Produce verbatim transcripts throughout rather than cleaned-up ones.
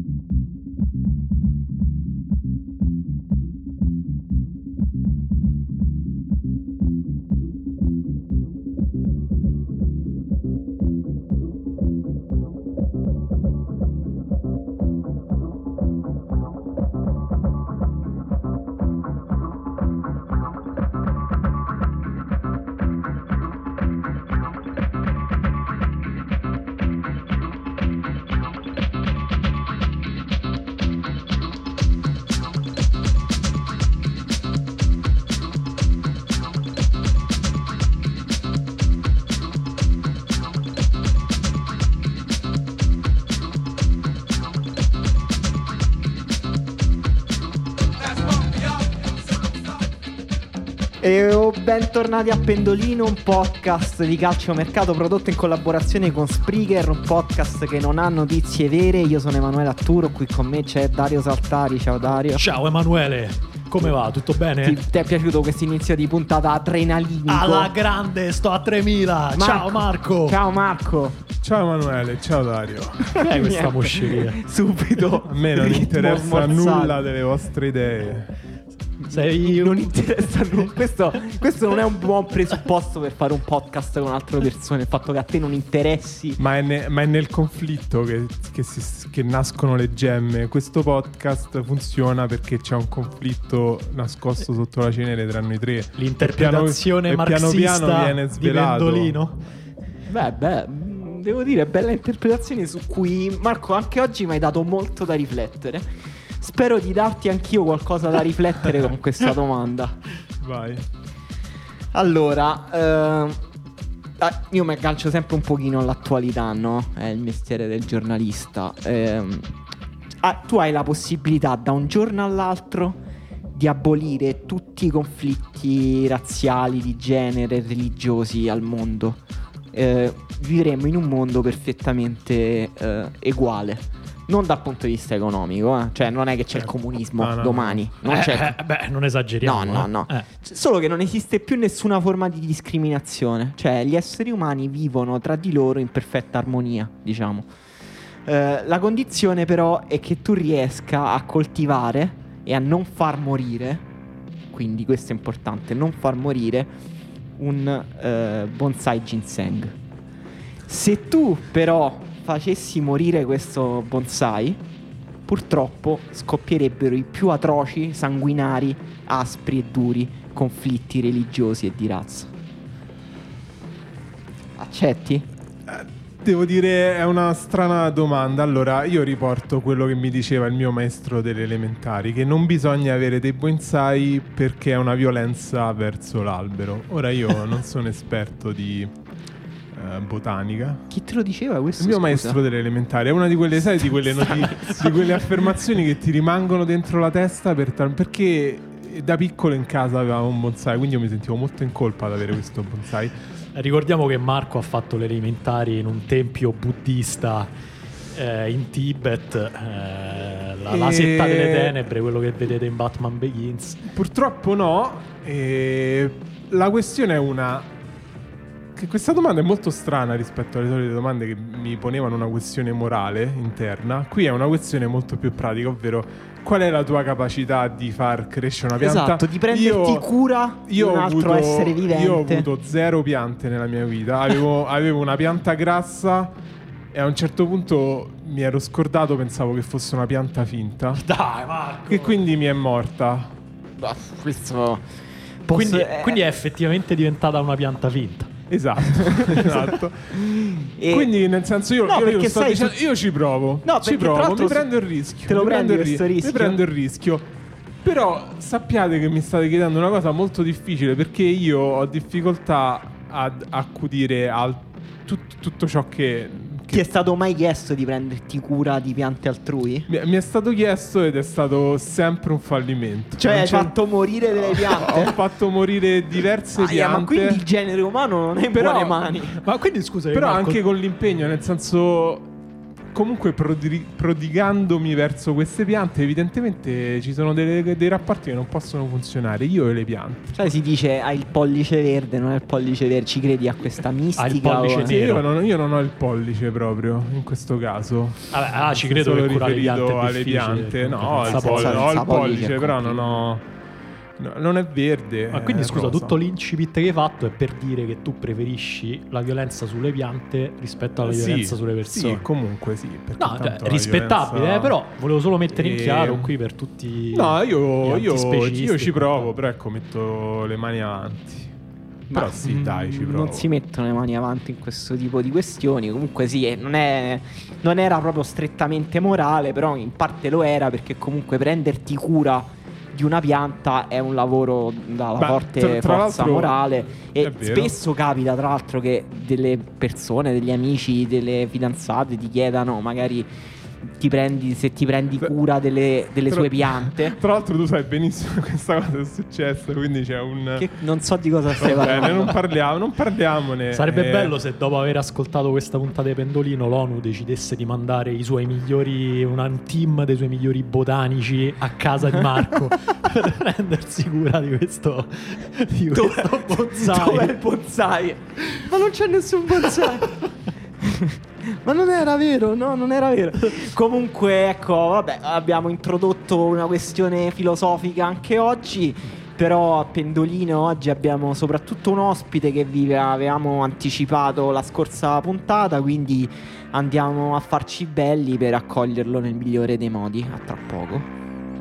E bentornati a Pendolino, un podcast di calciomercato prodotto in collaborazione con Spreaker, un podcast che non ha notizie vere. Io sono Emanuele Atturo, qui con me c'è Dario Saltari. Ciao Dario. Ciao Emanuele, come va? Tutto bene? Ti, ti è piaciuto questo inizio di puntata adrenalinico? Alla grande, sto a tremila. Marco. Ciao Marco. Ciao Marco. Ciao Emanuele, ciao Dario. Che è questa mosceria? Subito. A me non interessa smorzato. nulla delle vostre idee. Sei un... Non interessa nulla. Questo, questo non è un buon presupposto per fare un podcast con altre persone. Il fatto che a te non interessi. Ma è, ne- ma è nel conflitto che, che, si, che nascono le gemme. Questo podcast funziona perché c'è un conflitto nascosto sotto la cenere tra noi tre. L'interpretazione e piano, marxista e piano piano viene svelato. di Pendolino. Beh, beh, devo dire, bella interpretazione su cui, Marco, anche oggi mi hai dato molto da riflettere. Spero di darti anch'io qualcosa da riflettere con questa domanda. Vai. Allora, eh, io mi aggancio sempre un pochino all'attualità, no? È il mestiere del giornalista. Eh, ah, tu hai la possibilità da un giorno all'altro di abolire tutti i conflitti razziali, di genere, religiosi al mondo. Eh, vivremo in un mondo perfettamente eh, uguale. Non dal punto di vista economico, eh? Cioè non è che c'è il comunismo no, no, domani non eh, c'è... eh, Beh, non esageriamo. No, no, eh. no eh. Solo che non esiste più nessuna forma di discriminazione. Cioè gli esseri umani vivono tra di loro in perfetta armonia, diciamo. eh, La condizione però è che tu riesca a coltivare e a non far morire, quindi questo è importante, non far morire un eh, bonsai ginseng. Se tu però facessi morire questo bonsai, purtroppo scoppierebbero i più atroci, sanguinari, aspri e duri conflitti religiosi e di razza. Accetti? Eh, devo dire, è una strana domanda. Allora, io riporto quello che mi diceva il mio maestro delle elementari, che non bisogna avere dei bonsai perché è una violenza verso l'albero. Ora io non sono esperto di botanica. Chi te lo diceva questo? Il mio scusa? maestro delle elementari. È una di quelle, sai, di quelle, noti- di quelle affermazioni che ti rimangono dentro la testa per ta- perché da piccolo in casa avevamo un bonsai, quindi io mi sentivo molto in colpa ad avere questo bonsai. Ricordiamo che Marco ha fatto le elementari in un tempio buddista eh, in Tibet, eh, la, e... la setta delle tenebre, quello che vedete in Batman Begins. Purtroppo no. E la questione è una... Questa domanda è molto strana rispetto alle solite domande che mi ponevano una questione morale interna. Qui è una questione molto più pratica, ovvero qual è la tua capacità di far crescere una pianta? Esatto, di prenderti io, cura io di un altro avuto, essere vivente. Io ho avuto zero piante nella mia vita. Avevo, avevo una pianta grassa e a un certo punto mi ero scordato, pensavo che fosse una pianta finta. Dai Marco! Che quindi mi è morta. Questo posso... quindi, eh... quindi è effettivamente diventata una pianta finta. Esatto, esatto. E... Quindi nel senso io, no, io, io, sto sai, dicendo, tu... io ci provo, no, ci provo, mi prendo il su... rischio. Te lo mi prendi prendo questo il rischio? Mi prendo il rischio. Però sappiate che mi state chiedendo una cosa molto difficile, perché io ho difficoltà ad accudire a tut- tutto ciò che... Ti è stato mai chiesto di prenderti cura di piante altrui? Mi, mi è stato chiesto ed è stato sempre un fallimento. Cioè non hai c'è... fatto morire delle piante? Ho fatto morire diverse ah, piante. Yeah, ma quindi il genere umano non è in però, buone mani. Ma quindi scusa, però Marco... anche con l'impegno, nel senso comunque prodi- prodigandomi verso queste piante, evidentemente ci sono delle, dei rapporti che non possono funzionare, io e le piante. Cioè si dice hai il pollice verde, non è il pollice verde, ci credi a questa mistica? il pollice o... Sì, io, non, io non ho il pollice proprio in questo caso. Vabbè, ah, ci credo Solo che curare le piante è alle difficile, piante. No, ho il, senza pollice, pollice. ho il Senza pollice pollice, è però non ho. No, non è verde. Ma quindi è scusa, rosa. tutto l'incipit che hai fatto è per dire che tu preferisci la violenza sulle piante rispetto alla Sì, violenza sulle persone. Sì, comunque sì. perché No, tanto cioè, la rispettabile, violenza- eh, però volevo solo mettere in E- chiaro qui per tutti. No, io, gli io, antispecisti io ci e provo, quant'altro. però ecco, metto le mani avanti. Ma, Però sì, dai, ci mm, provo. Non si mettono le mani avanti in questo tipo di questioni. Comunque sì, eh, non, è, non era proprio strettamente morale, però in parte lo era, perché comunque prenderti cura di una pianta è un lavoro dalla Ma, forte tra- tra forza l'altro, morale. E è vero. spesso capita tra l'altro che delle persone, degli amici, delle fidanzate ti chiedano magari ti prendi, se ti prendi Tra- cura delle, delle tra- sue piante. Tra l'altro tu sai benissimo che questa cosa è successa, quindi c'è un... Che non so di cosa stai Va bene, parlando. non parliamo, non parliamone. Sarebbe eh. bello se dopo aver ascoltato questa puntata di Pendolino l'ONU decidesse di mandare i suoi migliori, un team dei suoi migliori botanici a casa di Marco per prendersi cura di questo, di questo bonsai. Dov'è il bonsai? Ma non c'è nessun bonsai. Ma non era vero, no, non era vero. Comunque, ecco, vabbè, abbiamo introdotto una questione filosofica anche oggi. Però a Pendolino oggi abbiamo soprattutto un ospite che vi avevamo anticipato la scorsa puntata, quindi andiamo a farci belli per accoglierlo nel migliore dei modi. A tra poco.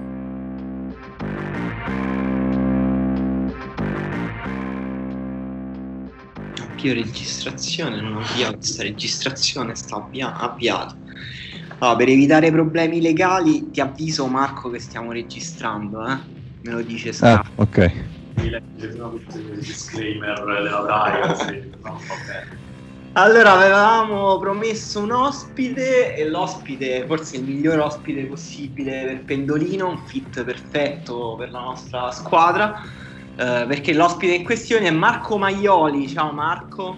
Avvio registrazione, non ho avviato questa registrazione, sta avvia- avviato. Allora, per evitare problemi legali ti avviso Marco che stiamo registrando, eh? Me lo dice Sky. Ah, ok. Mi legge prima tutti i disclaimer della privacy, no, vabbè. Allora, avevamo promesso un ospite e l'ospite, forse il miglior ospite possibile per Pendolino, un fit perfetto per la nostra squadra, eh, perché l'ospite in questione è Marco Maioli. Ciao Marco.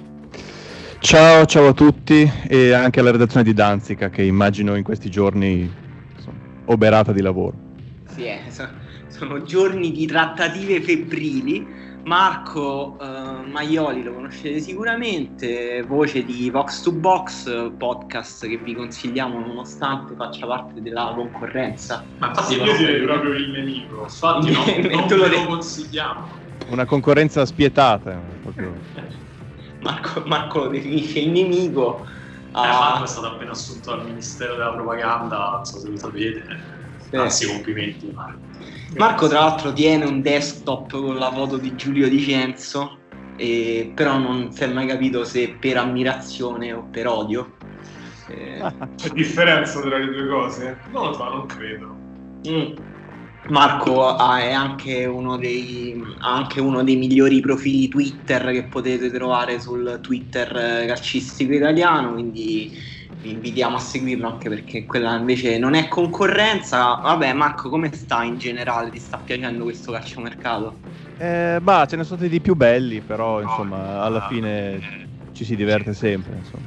Ciao, ciao a tutti e anche alla redazione di Danzica che immagino in questi giorni insomma, oberata di lavoro. Sì, eh, so- sono giorni di trattative febbrili. Marco eh, Maioli lo conoscete sicuramente, voce di Vox to Box, podcast che vi consigliamo nonostante faccia parte della concorrenza. Ma infatti io direi proprio il nemico, infatti no, E non tu ve lo lo de- consigliamo. Una concorrenza spietata. Proprio. Marco, Marco lo definisce il nemico. Eh, Ah, Marco è stato appena assunto al Ministero della Propaganda, non so se lo sapete. sì. Anzi, complimenti Marco. Marco tra l'altro tiene un desktop con la foto di Giulio Di Censo, e, però non si è mai capito se per ammirazione o per odio. Eh, C'è differenza tra le due cose? Non lo so, non credo. mm. Marco ha, è anche uno dei ha anche uno dei migliori profili Twitter che potete trovare sul Twitter eh, calcistico italiano, quindi vi invitiamo a seguirlo, anche perché quella invece non è concorrenza. Vabbè Marco, come stai in generale? Ti sta piacendo questo calciomercato? Eh, bah, ce ne sono stati di più belli, però insomma alla fine ci si diverte sempre. Insomma.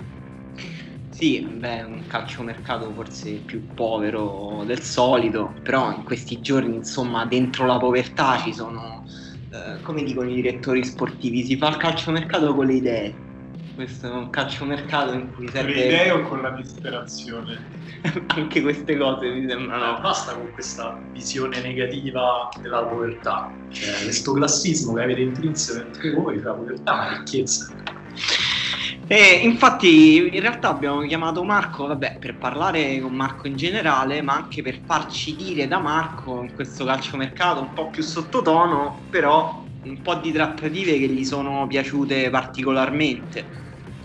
Sì, beh, un calciomercato forse più povero del solito, però in questi giorni, insomma, dentro la povertà ci sono, eh, come dicono i direttori sportivi, si fa il calciomercato con le idee. Questo è un calciomercato in cui serve... Con le idee o con la disperazione? Anche queste cose mi No, sembrano... basta con questa visione negativa della povertà, cioè questo classismo che avete intrinseco dentro voi tra povertà e ricchezza. E infatti in realtà abbiamo chiamato Marco, vabbè, per parlare con Marco in generale, ma anche per farci dire da Marco in questo calciomercato un po' più sottotono, però un po' di trattative che gli sono piaciute particolarmente.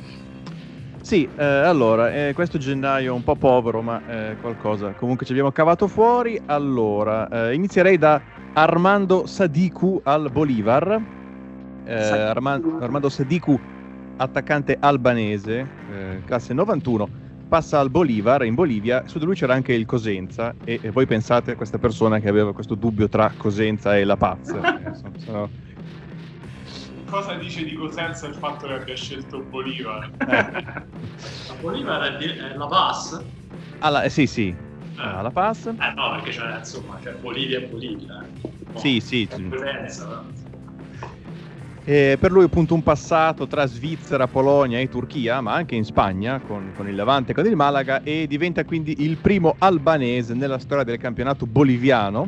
Sì, eh, allora, eh, questo gennaio un po' povero, ma eh, qualcosa comunque ci abbiamo cavato fuori. Allora, eh, inizierei da Armando Sadiku al Bolivar. Eh, Arma- Armando Sadiku, attaccante albanese, eh, classe novantuno, passa al Bolivar in Bolivia. Su di lui c'era anche il Cosenza e, e voi pensate a questa persona che aveva questo dubbio tra Cosenza e la Paz. Eh, sono, sono... cosa dice di Cosenza il fatto che abbia scelto Bolivar? Eh. La Bolivar è, di- è la Paz? Alla, eh, sì, sì, Eh. alla pass. Eh no, perché c'è, insomma, c'è Bolivia e Bolivia. Eh. No, Sì, sì, c'è sì. differenza, no? E per lui appunto un passato tra Svizzera, Polonia e Turchia, ma anche in Spagna con, con il Levante e con il Malaga, e diventa quindi il primo albanese nella storia del campionato boliviano.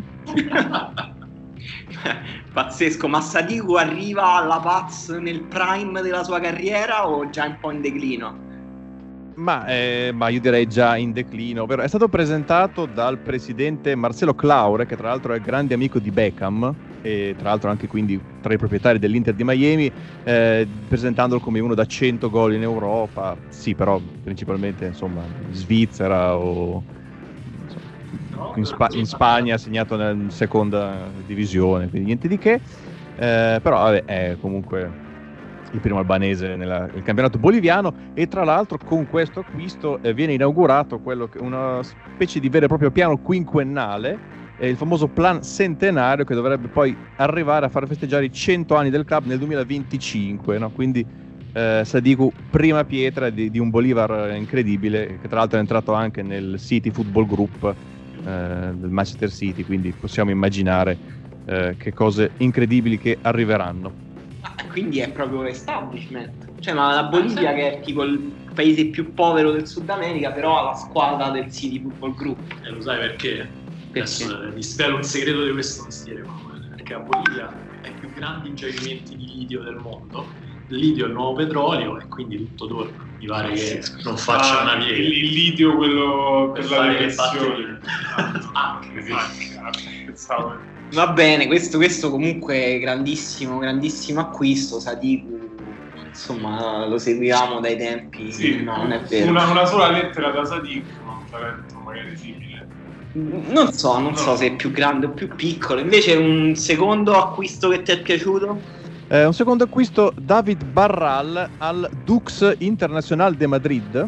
Pazzesco, ma Sadiku arriva alla Paz nel prime della sua carriera o già un po' in declino? Ma, eh, ma io direi già in declino, ovvero è stato presentato dal presidente Marcelo Claure, che tra l'altro è grande amico di Beckham e tra l'altro anche quindi tra i proprietari dell'Inter di Miami, eh, presentandolo come uno da cento gol in Europa. Sì, però principalmente insomma in Svizzera o insomma, in, Spa- in Spagna, ha segnato nella seconda divisione, quindi niente di che. Eh, però vabbè, è comunque il primo albanese nella, nel campionato boliviano, e tra l'altro con questo acquisto eh, viene inaugurato quello che, una specie di vero e proprio piano quinquennale, eh, il famoso plan centenario, che dovrebbe poi arrivare a far festeggiare i cento anni del club nel duemilaventicinque, no? Quindi eh, Sadiku prima pietra di, di un Bolivar incredibile, che tra l'altro è entrato anche nel City Football Group eh, del Manchester City, quindi possiamo immaginare eh, che cose incredibili che arriveranno. Quindi è proprio establishment. Cioè, ma la Bolivia, che è tipo il paese più povero del Sud America, però ha la squadra del City Football Group. E lo sai perché? Perché? Adesso eh, vi svelo un segreto di questo mestiere, Manuel, perché la Bolivia ha i più grandi giacimenti di lidio del mondo. Il lidio è il nuovo petrolio e quindi tutto torna. Mi pare che non faccia Ah, una il, piega il lidio, quello per per, la fare le depressione. batterie. Anche, sì. Anche, pensavo. Va bene, questo, questo comunque grandissimo, grandissimo acquisto. Sadiku, insomma, lo seguiamo dai tempi. Sì, No, non è vero. Una, una sola lettera da Sadik, ma un talento magari simile. Non so, non No. so se è più grande o più piccolo. Invece un secondo acquisto che ti è piaciuto? Eh, un secondo acquisto, David Barral al Dux Internacional de Madrid.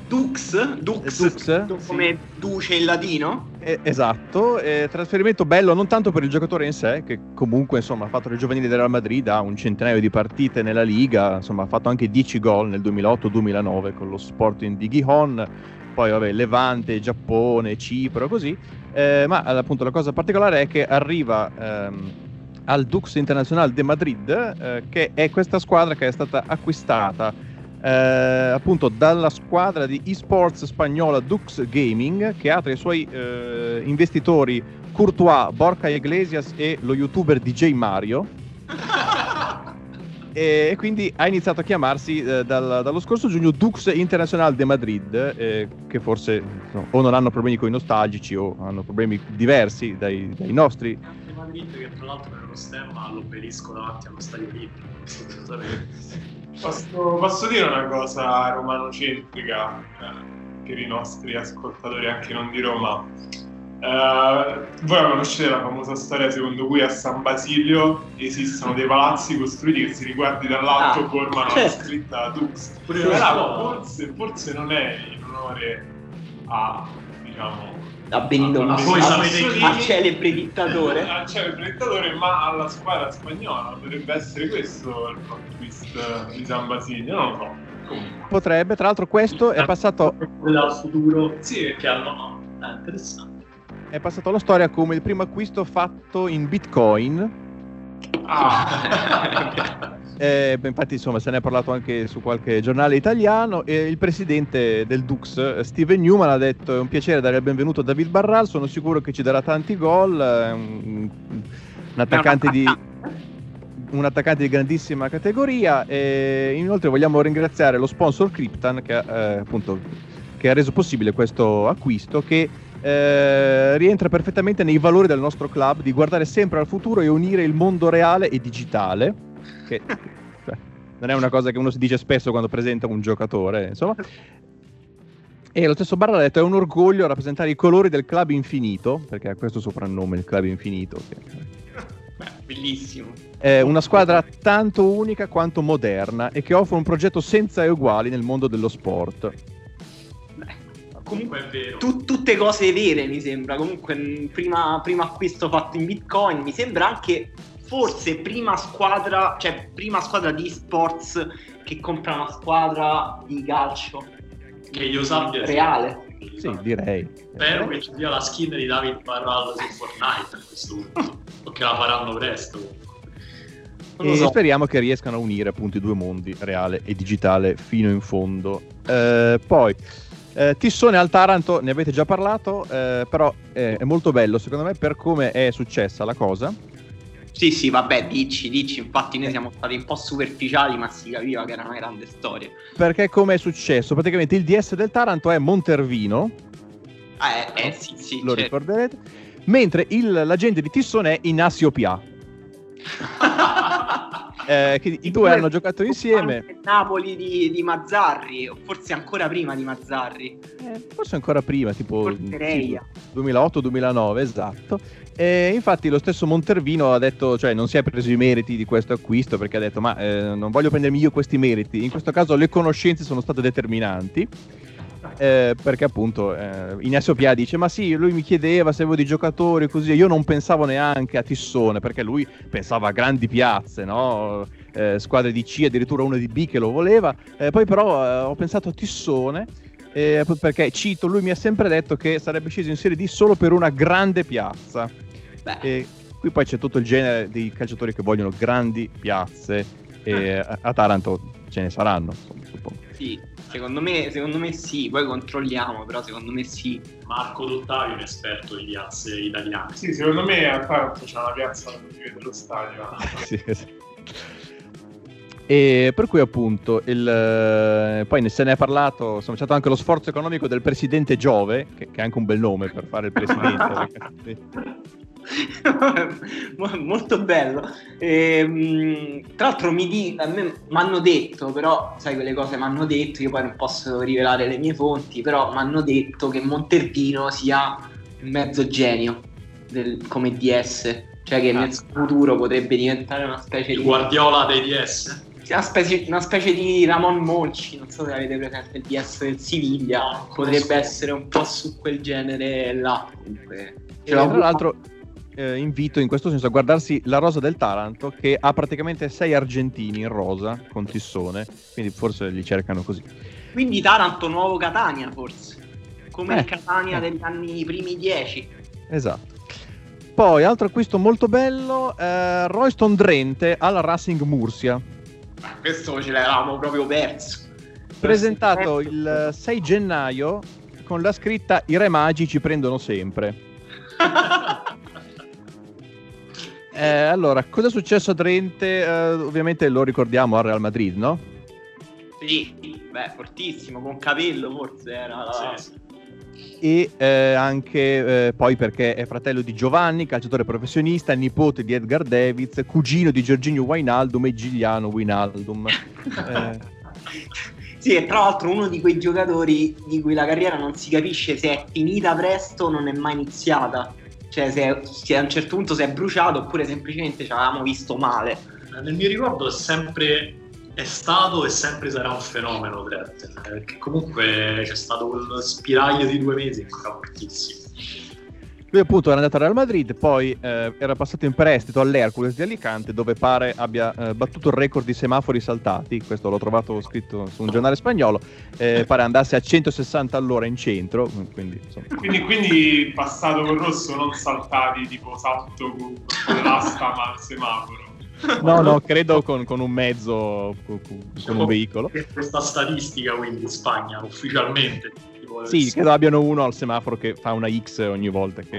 Dux? Dux? Eh, Dux, Come sì. duce in latino? Eh, esatto, eh, trasferimento bello non tanto per il giocatore in sé, che comunque insomma ha fatto le giovanili del Real Madrid, ha un centinaio di partite nella Liga, insomma ha fatto anche dieci gol nel duemilaotto duemilanove con lo Sporting di Gijón, poi vabbè Levante, Giappone, Cipro, così, eh, ma appunto la cosa particolare è che arriva ehm, al Dux Internacional de Madrid, eh, che è questa squadra che è stata acquistata Eh, appunto dalla squadra di eSports spagnola Dux Gaming, che ha tra i suoi eh, investitori Courtois, Borja Iglesias e lo youtuber D J Mario. E quindi ha iniziato a chiamarsi eh, dal, dallo scorso giugno Dux Internacional de Madrid, eh, che forse no, o non hanno problemi con i nostalgici o hanno problemi diversi dai, dai nostri. Anche Madrid, che tra l'altro nello stemma ha l'obelisco davanti allo stadio olimpico, questo per sapere. Posso, posso dire una cosa romanocentrica eh, per i nostri ascoltatori anche non di Roma. Eh, voi conoscete la famosa storia secondo cui a San Basilio esistono dei palazzi costruiti che si riguardi dall'alto Ah, formano certo. la scritta Dux. Pure Però la scuola. forse, forse non è in onore a, diciamo, A Benito Ma voi Mussolini, sapete chi? al celebre dittatore. al celebre dittatore, ma alla squadra spagnola. Potrebbe essere questo il plot twist di San Basilio, non lo so. Comunque. Potrebbe, tra l'altro questo è passato, Dal futuro Sì, che hanno. È interessante. è passato alla storia come il primo acquisto fatto in Bitcoin. ah. Eh, beh, infatti insomma se ne è parlato anche su qualche giornale italiano, e il presidente del Dux, Steven Newman, ha detto: è un piacere dare il benvenuto a David Barral, sono sicuro che ci darà tanti gol, è un, un attaccante di un attaccante di grandissima categoria, e inoltre vogliamo ringraziare lo sponsor Cryptan che, eh, appunto, che ha reso possibile questo acquisto, che eh, rientra perfettamente nei valori del nostro club di guardare sempre al futuro e unire il mondo reale e digitale, che cioè, non è una cosa che uno si dice spesso quando presenta un giocatore, insomma. E lo stesso Barra ha detto: è un orgoglio rappresentare i colori del Club Infinito, perché ha questo soprannome, il Club Infinito, che Beh, bellissimo. è una squadra tanto unica quanto moderna e che offre un progetto senza eguali nel mondo dello sport. Comunque è vero. Tu- tutte cose vere, mi sembra. Comunque, mh, prima, primo acquisto fatto in Bitcoin, mi sembra anche forse prima squadra, cioè prima squadra di sports che compra una squadra di calcio che io sappia reale. Sì, direi. Spero che ci sia la skin di David Barral su Fortnite a questo punto, o che la faranno presto. E so. Speriamo che riescano a unire appunto i due mondi, reale e digitale, fino in fondo. Eh, poi eh, Tissone al Taranto, ne avete già parlato, eh, però eh, è molto bello secondo me per come è successa la cosa. Sì, sì, vabbè, dici, dici, infatti noi siamo stati un po' superficiali, ma si capiva che era una grande storia. Perché come è successo? Praticamente il D S del Taranto è Montervino. Ah, eh, eh sì, sì, lo certo. ricorderete. Mentre il, l'agente di Tissone è Inacio Pia. eh, che i due hanno giocato insieme. Napoli di, di Mazzarri, o forse ancora prima di Mazzarri. Eh, forse ancora prima, tipo sì, duemilaotto duemilanove, esatto. E infatti lo stesso Montervino ha detto, cioè non si è preso i meriti di questo acquisto, perché ha detto ma eh, non voglio prendermi io questi meriti. In questo caso le conoscenze sono state determinanti. Eh, perché appunto eh, Inacio Pia dice ma sì, lui mi chiedeva se avevo dei giocatori così, io non pensavo neanche a Tissone, perché lui pensava a grandi piazze, no? eh, squadre di C, addirittura una di B che lo voleva, eh, poi però eh, ho pensato a Tissone eh, perché cito, lui mi ha sempre detto che sarebbe sceso in Serie D solo per una grande piazza. Beh. E qui poi c'è tutto il genere di calciatori che vogliono grandi piazze e a, a Taranto ce ne saranno, insomma, suppongo. Sì, secondo me, secondo me sì, poi controlliamo, però secondo me sì. Marco Dottavi è un esperto di piazze italiane. Sì, secondo me a Taranto c'è una piazza dello stadio. Sì, esatto. E per cui appunto il, poi se ne è parlato, insomma, c'è stato anche lo sforzo economico del presidente Giove, che, che è anche un bel nome per fare il presidente. Perché... molto bello. E, tra l'altro mi di, a me mi hanno detto, però sai quelle cose mi hanno detto, io poi non posso rivelare le mie fonti, però mi hanno detto che Montervino sia un mezzo genio del, come D S, cioè che ah, nel futuro potrebbe diventare una specie il di Guardiola dei D S, una specie, una specie di Ramon Monchi, non so se avete presente il D S del Siviglia, no, potrebbe essere un po' su quel genere là. Comunque, e tra l'altro Eh, invito in questo senso a guardarsi la rosa del Taranto, che ha praticamente sei argentini in rosa con Tissone, quindi forse li cercano così. Quindi Taranto nuovo Catania, forse come eh, il Catania eh. degli anni primi dieci. Esatto. Poi altro acquisto molto bello, eh, Royston Drenthe al Racing Murcia. Ma questo ce l'avevamo proprio perso. Presentato il sei gennaio con la scritta i re magi ci prendono sempre. Eh, allora, cosa è successo a Drenthe? Eh, ovviamente lo ricordiamo al Real Madrid, no? Sì, beh, fortissimo, con Capello forse era la... Sì, sì. E eh, anche eh, poi perché è fratello di Giovanni, calciatore professionista, nipote di Edgar Davids, cugino di Jorginho Wijnaldum e Giuliano Wijnaldum. eh. Sì, e tra l'altro uno di quei giocatori di cui la carriera non si capisce se è finita presto o non è mai iniziata. Cioè se, se a un certo punto si è bruciato oppure semplicemente ci avevamo visto male. Nel mio ricordo è sempre è stato e sempre sarà un fenomeno Drenthe, perché comunque c'è stato quel spiraglio di due mesi in cui era fortissimo. Lui appunto era andato al Real Madrid, poi eh, era passato in prestito all'Hercules di Alicante, dove pare abbia eh, battuto il record di semafori saltati. Questo l'ho trovato scritto su un giornale spagnolo. Eh, pare andasse a centosessanta all'ora in centro, quindi insomma. Quindi, quindi passato col rosso, non saltati tipo salto con l'asta ma al semaforo. No, no, credo con, con un mezzo, con, con un veicolo. Questa statistica quindi in Spagna ufficialmente. Sì, credo abbiano uno al semaforo che fa una X ogni volta che...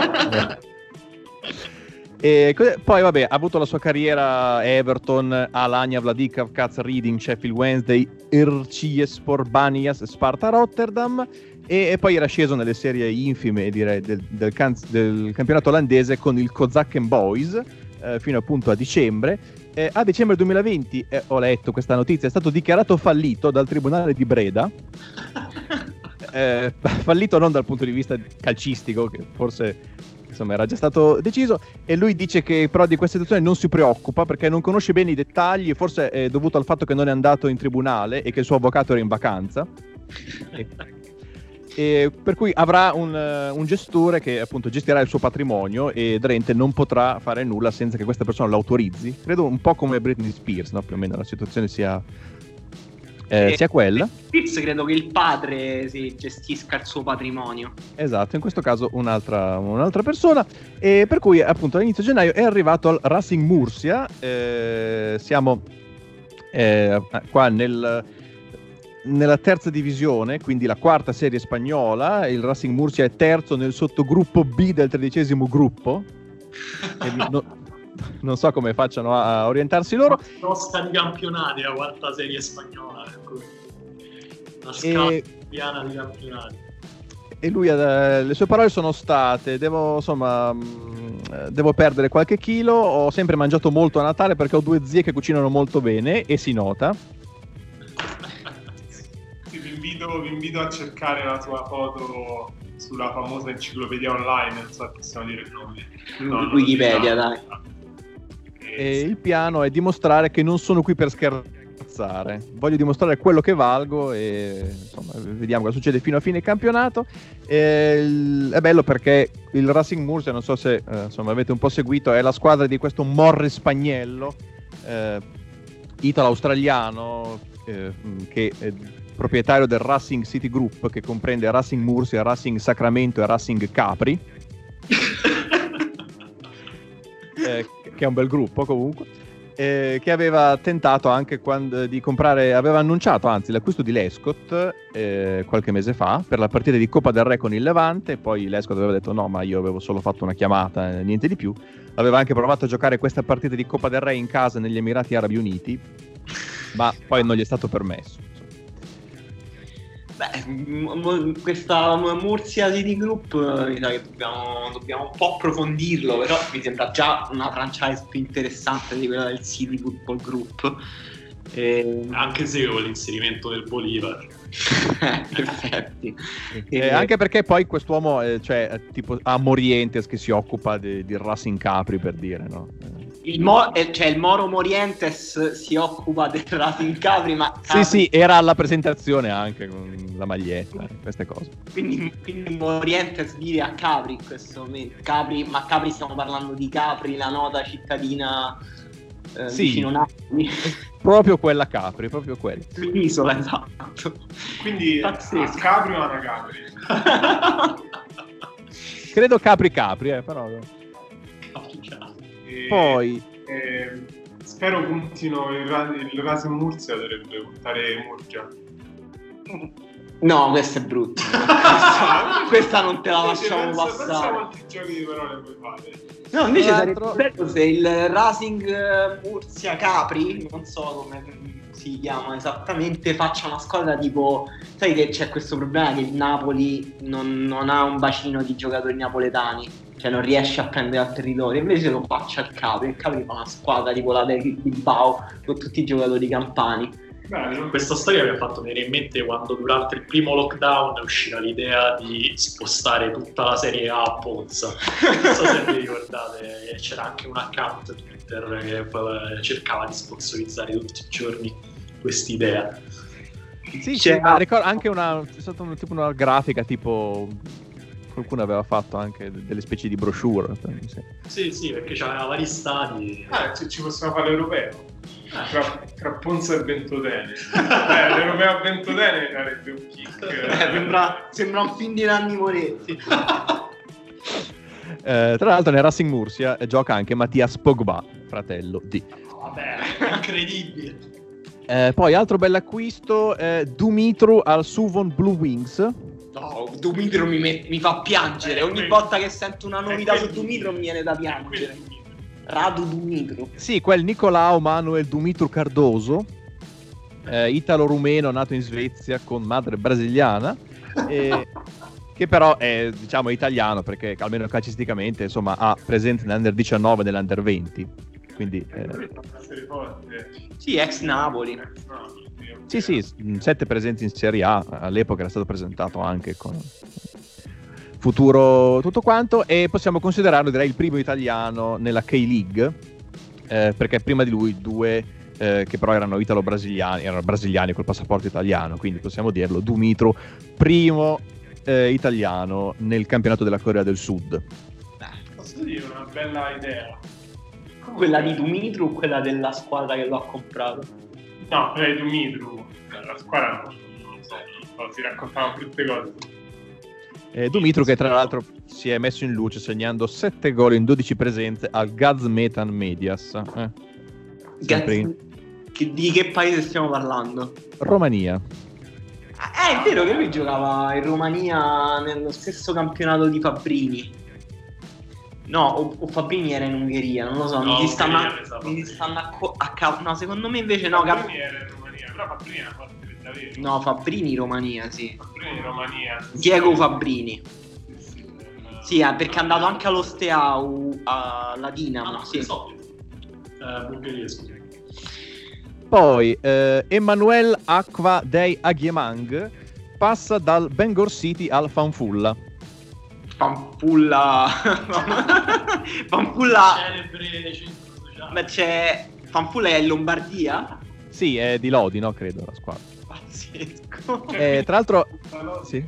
E poi vabbè, ha avuto la sua carriera Everton, Alanya, Vladikavkaz, Reading, Sheffield Wednesday, Erciyesspor, Banias, Sparta Rotterdam e, e poi era sceso nelle serie infime direi del, del, can- del campionato olandese con il Kozakken Boys eh, fino appunto a dicembre. Eh, a dicembre duemilaventi, eh, ho letto questa notizia, è stato dichiarato fallito dal Tribunale di Breda. Eh, fallito non dal punto di vista calcistico, che forse insomma era già stato deciso, e lui dice che però di questa situazione non si preoccupa perché non conosce bene i dettagli, forse è dovuto al fatto che non è andato in tribunale e che il suo avvocato era in vacanza. e, E per cui avrà un, un gestore che appunto gestirà il suo patrimonio e Drenthe non potrà fare nulla senza che questa persona lo autorizzi. Credo un po' come Britney Spears, no? Più o meno la situazione sia, eh, sia quella. Spears credo che il padre si gestisca il suo patrimonio. Esatto, in questo caso un'altra, un'altra persona. E per cui appunto all'inizio gennaio è arrivato al Racing Murcia. Eh, siamo eh, qua nel... nella terza divisione, quindi la quarta serie spagnola. Il Racing Murcia è terzo nel sottogruppo B del tredicesimo gruppo. E no, non so come facciano a orientarsi loro. Nostra di campionati, la quarta serie spagnola, ecco. Una scala E... piana di campionati. E lui, eh, le sue parole sono state: devo insomma mh, devo perdere qualche chilo, ho sempre mangiato molto a Natale perché ho due zie che cucinano molto bene, e si nota. Vi invito, vi invito a cercare la sua foto sulla famosa enciclopedia online, non so se possiamo dire il nome. No, non Wikipedia, lo dai. E il piano è dimostrare che non sono qui per scherzare, voglio dimostrare quello che valgo, e insomma vediamo cosa succede fino a fine campionato. E il, è bello perché il Racing Murcia, non so se eh, insomma avete un po' seguito, è la squadra di questo Morris Spagniello, eh, italo-australiano, eh, che è proprietario del Racing City Group, che comprende Racing Murcia, Racing Sacramento e Racing Capri. eh, che è un bel gruppo comunque, eh, che aveva tentato anche quando, di comprare, aveva annunciato anzi l'acquisto di Lescott eh, qualche mese fa per la partita di Coppa del Re con il Levante. Poi Lescott aveva detto no, ma io avevo solo fatto una chiamata, eh, niente di più. Aveva anche provato a giocare questa partita di Coppa del Re in casa negli Emirati Arabi Uniti, ma poi non gli è stato permesso. Beh, m- questa Murcia City Group mi sa che dobbiamo, dobbiamo un po' approfondirlo, però mi sembra già una franchise più interessante di quella del City Football Group. E... anche se con l'inserimento del Bolivar. Perfetti. Eh, e... anche perché poi quest'uomo eh, cioè tipo a Morientes che si occupa di, di Racing Capri, per dire, no? Il, Mo- cioè il Moro Morientes si occupa del Racing Capri, ma sì Capri... sì, era alla presentazione anche con la maglietta, queste cose. Quindi, quindi Morientes vive a Capri in questo momento. Capri, ma Capri, stiamo parlando di Capri, la nota cittadina eh, sì, vicino Napoli. Proprio quella Capri, proprio quella. Sull'isola, esatto. Quindi Pazzesco. a Capri o a Capri? Credo Capri Capri, eh, però. E, Poi e, spero puntino il, Ra- il Racing Murcia dovrebbe puntare Murcia. No, questa è brutta. questa, questa non te la lasciamo pensa, passare. Pensa quanti giochi di parole puoi fare. No, invece L'altro... sarebbe bello se il Racing Murcia Capri, non so come si chiama esattamente, faccia una squadra tipo, sai che c'è questo problema che il Napoli non, non ha un bacino di giocatori napoletani, cioè non riesce a prendere al territorio, invece lo faccia il Capri, il Capri fa una squadra tipo la del Bilbao con tutti i giocatori campani. Beh, questa storia mi ha fatto venire in mente quando durante il primo lockdown è uscita l'idea di spostare tutta la Serie A a Ponza. Non so se vi ricordate, c'era anche un account Twitter che cercava di sponsorizzare tutti i giorni quest'idea. sì, c'è ma ricordo anche una, c'è stata un, tipo una grafica tipo qualcuno aveva fatto anche delle specie di brochure. Sì, sì, sì, perché c'aveva vari stadi. Ah, ci, ci possiamo fare l'europeo. Tra, tra Ponza e Ventotene. eh, l'europeo a Ventotene sarebbe un kick. Eh, sembra, sembra un film di Nanni Moretti. eh, tra l'altro nel Racing Murcia gioca anche Mattias Pogba, fratello di. Vabbè, incredibile. Eh, poi altro bell'acquisto, eh, Dumitru al Suwon Blue Wings. No, Dumitru mi, met- mi fa piangere. Ogni volta che sento una novità su Dumitru mi viene da piangere. Radu Dumitru. Sì, quel Nicolao Manuel Dumitru Cardoso, eh, italo-rumeno nato in Svezia con madre brasiliana, eh, che però è, diciamo, italiano perché almeno calcisticamente, insomma, ha presente nell'Under diciannove e nell'Under venti. Quindi eh, sì, ex Napoli. sì, sì, sette presenti in Serie A, all'epoca era stato presentato anche con futuro tutto quanto, e possiamo considerarlo, direi, il primo italiano nella K-League, eh, perché prima di lui due eh, che però erano italo-brasiliani, erano brasiliani col passaporto italiano, quindi possiamo dirlo, Dumitru, primo eh, italiano nel campionato della Corea del Sud? Posso dire una bella idea? Quella di Dumitru o quella della squadra che lo ha comprato? No, quella di Dumitru. La squadra non, non so, non so, si raccontavano brutte cose. Eh, Dumitru che tra l'altro si è messo in luce segnando sette gol in dodici presenze al Gazmetan Medias. Eh. Sempre in Che, di che paese stiamo parlando? Romania. Ah, è vero che lui giocava in Romania nello stesso campionato di Fabbrini. No, o, o Fabbrini era in Ungheria, non lo so, No, mi si stanno, Ungheria, mi sa, mi Fabbrini. si stanno a, co- a ca- no, secondo me invece no, Cap- Fabbrini era in Romania, però Fabbrini è una forte per davvero. no, Fabbrini Romania, sì. Fabbrini in Romania. Diego Fabbrini. Sì, Sì, eh, perché è andato anche allo Steaua alla Ah, Dinamo, no, sì. so. Eh, Bulgaria, scusa. Poi eh, Emmanuel Acqua dei Agiemang passa dal Bangor City al Fanfulla. Fanfulla. Fanfulla. Celebre centro sociale. Ma c'è Fanfulla è in Lombardia? Sì, è di Lodi, no? Credo la squadra. Pazzesco. Eh, tra l'altro, Allora, sì,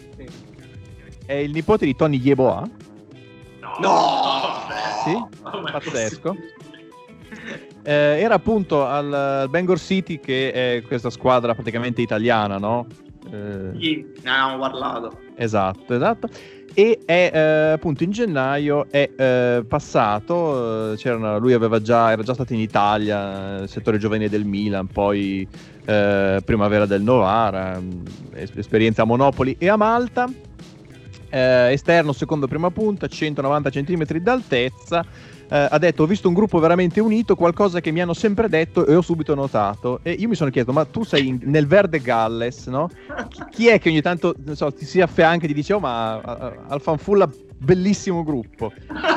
è il nipote di Tony Yeboah. No, No! vabbè. Sì, Oh, ma è pazzesco. possibile. Eh, era appunto al, al Bangor City, che è questa squadra praticamente italiana, no? Eh, Sì, ne avevamo parlato. Esatto, esatto. E è eh, appunto in gennaio è eh, passato. eh, c'era, lui aveva già, era già stato in Italia, eh, settore giovanile del Milan, poi eh, primavera del Novara, mh, es- esperienza a Monopoli e a Malta. Eh, esterno, secondo prima punta, centonovanta centimetri d'altezza. Eh, ha detto: ho visto un gruppo veramente unito, qualcosa che mi hanno sempre detto e ho subito notato. E io mi sono chiesto: ma tu sei in- nel Verde Galles, no? Chi è che ogni tanto, non so, ti si affianca e ti dice: oh, ma a- a- al Fanfulla bellissimo gruppo.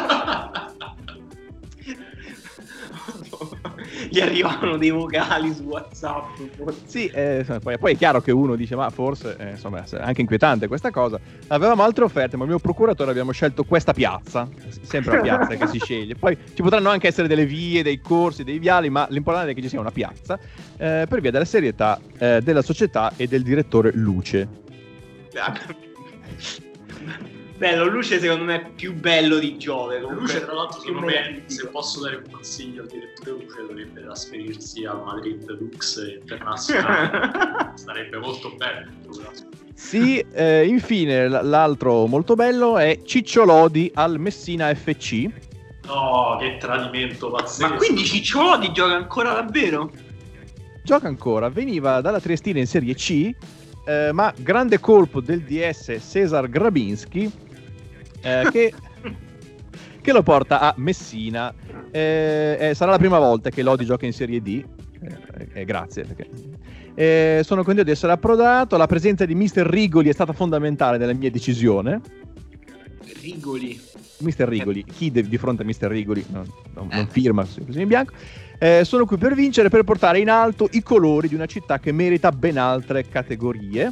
Gli arrivavano dei vocali su WhatsApp. Sì, eh, poi, poi è chiaro che uno dice: ma forse, eh, insomma, è anche inquietante questa cosa. Avevamo altre offerte, ma il mio procuratore abbiamo scelto questa piazza. Sempre la piazza che si sceglie. Poi ci potranno anche essere delle vie, dei corsi, dei viali, ma l'importante è che ci sia una piazza, eh, per via della serietà eh, della società e del direttore Luce. Bello, Luce secondo me è più bello di Giove. comunque. Luce, tra l'altro, Più secondo me, mediatico. se posso dare un consiglio al direttore Luce, dovrebbe trasferirsi al Madrid Lux Internazionale. Sarebbe molto bello. Sì, eh, infine l- l'altro molto bello è Ciccio Lodi al Messina F C. No, che tradimento pazzesco. Ma quindi Cicciolodi gioca ancora davvero? Gioca ancora, veniva dalla Triestina in Serie C, eh, ma grande colpo del D S Cesar Grabinski, eh, che, che lo porta a Messina. Eh, eh, sarà la prima volta che Lodi gioca in Serie D. Eh, eh, grazie. Perché... Eh, sono contento di essere approdato. La presenza di mister Rigoli è stata fondamentale nella mia decisione. Rigoli. mister Rigoli, chi de- di fronte a mister Rigoli non, non- non Eh. firma così in bianco. Eh, sono qui per vincere, per portare in alto i colori di una città che merita ben altre categorie.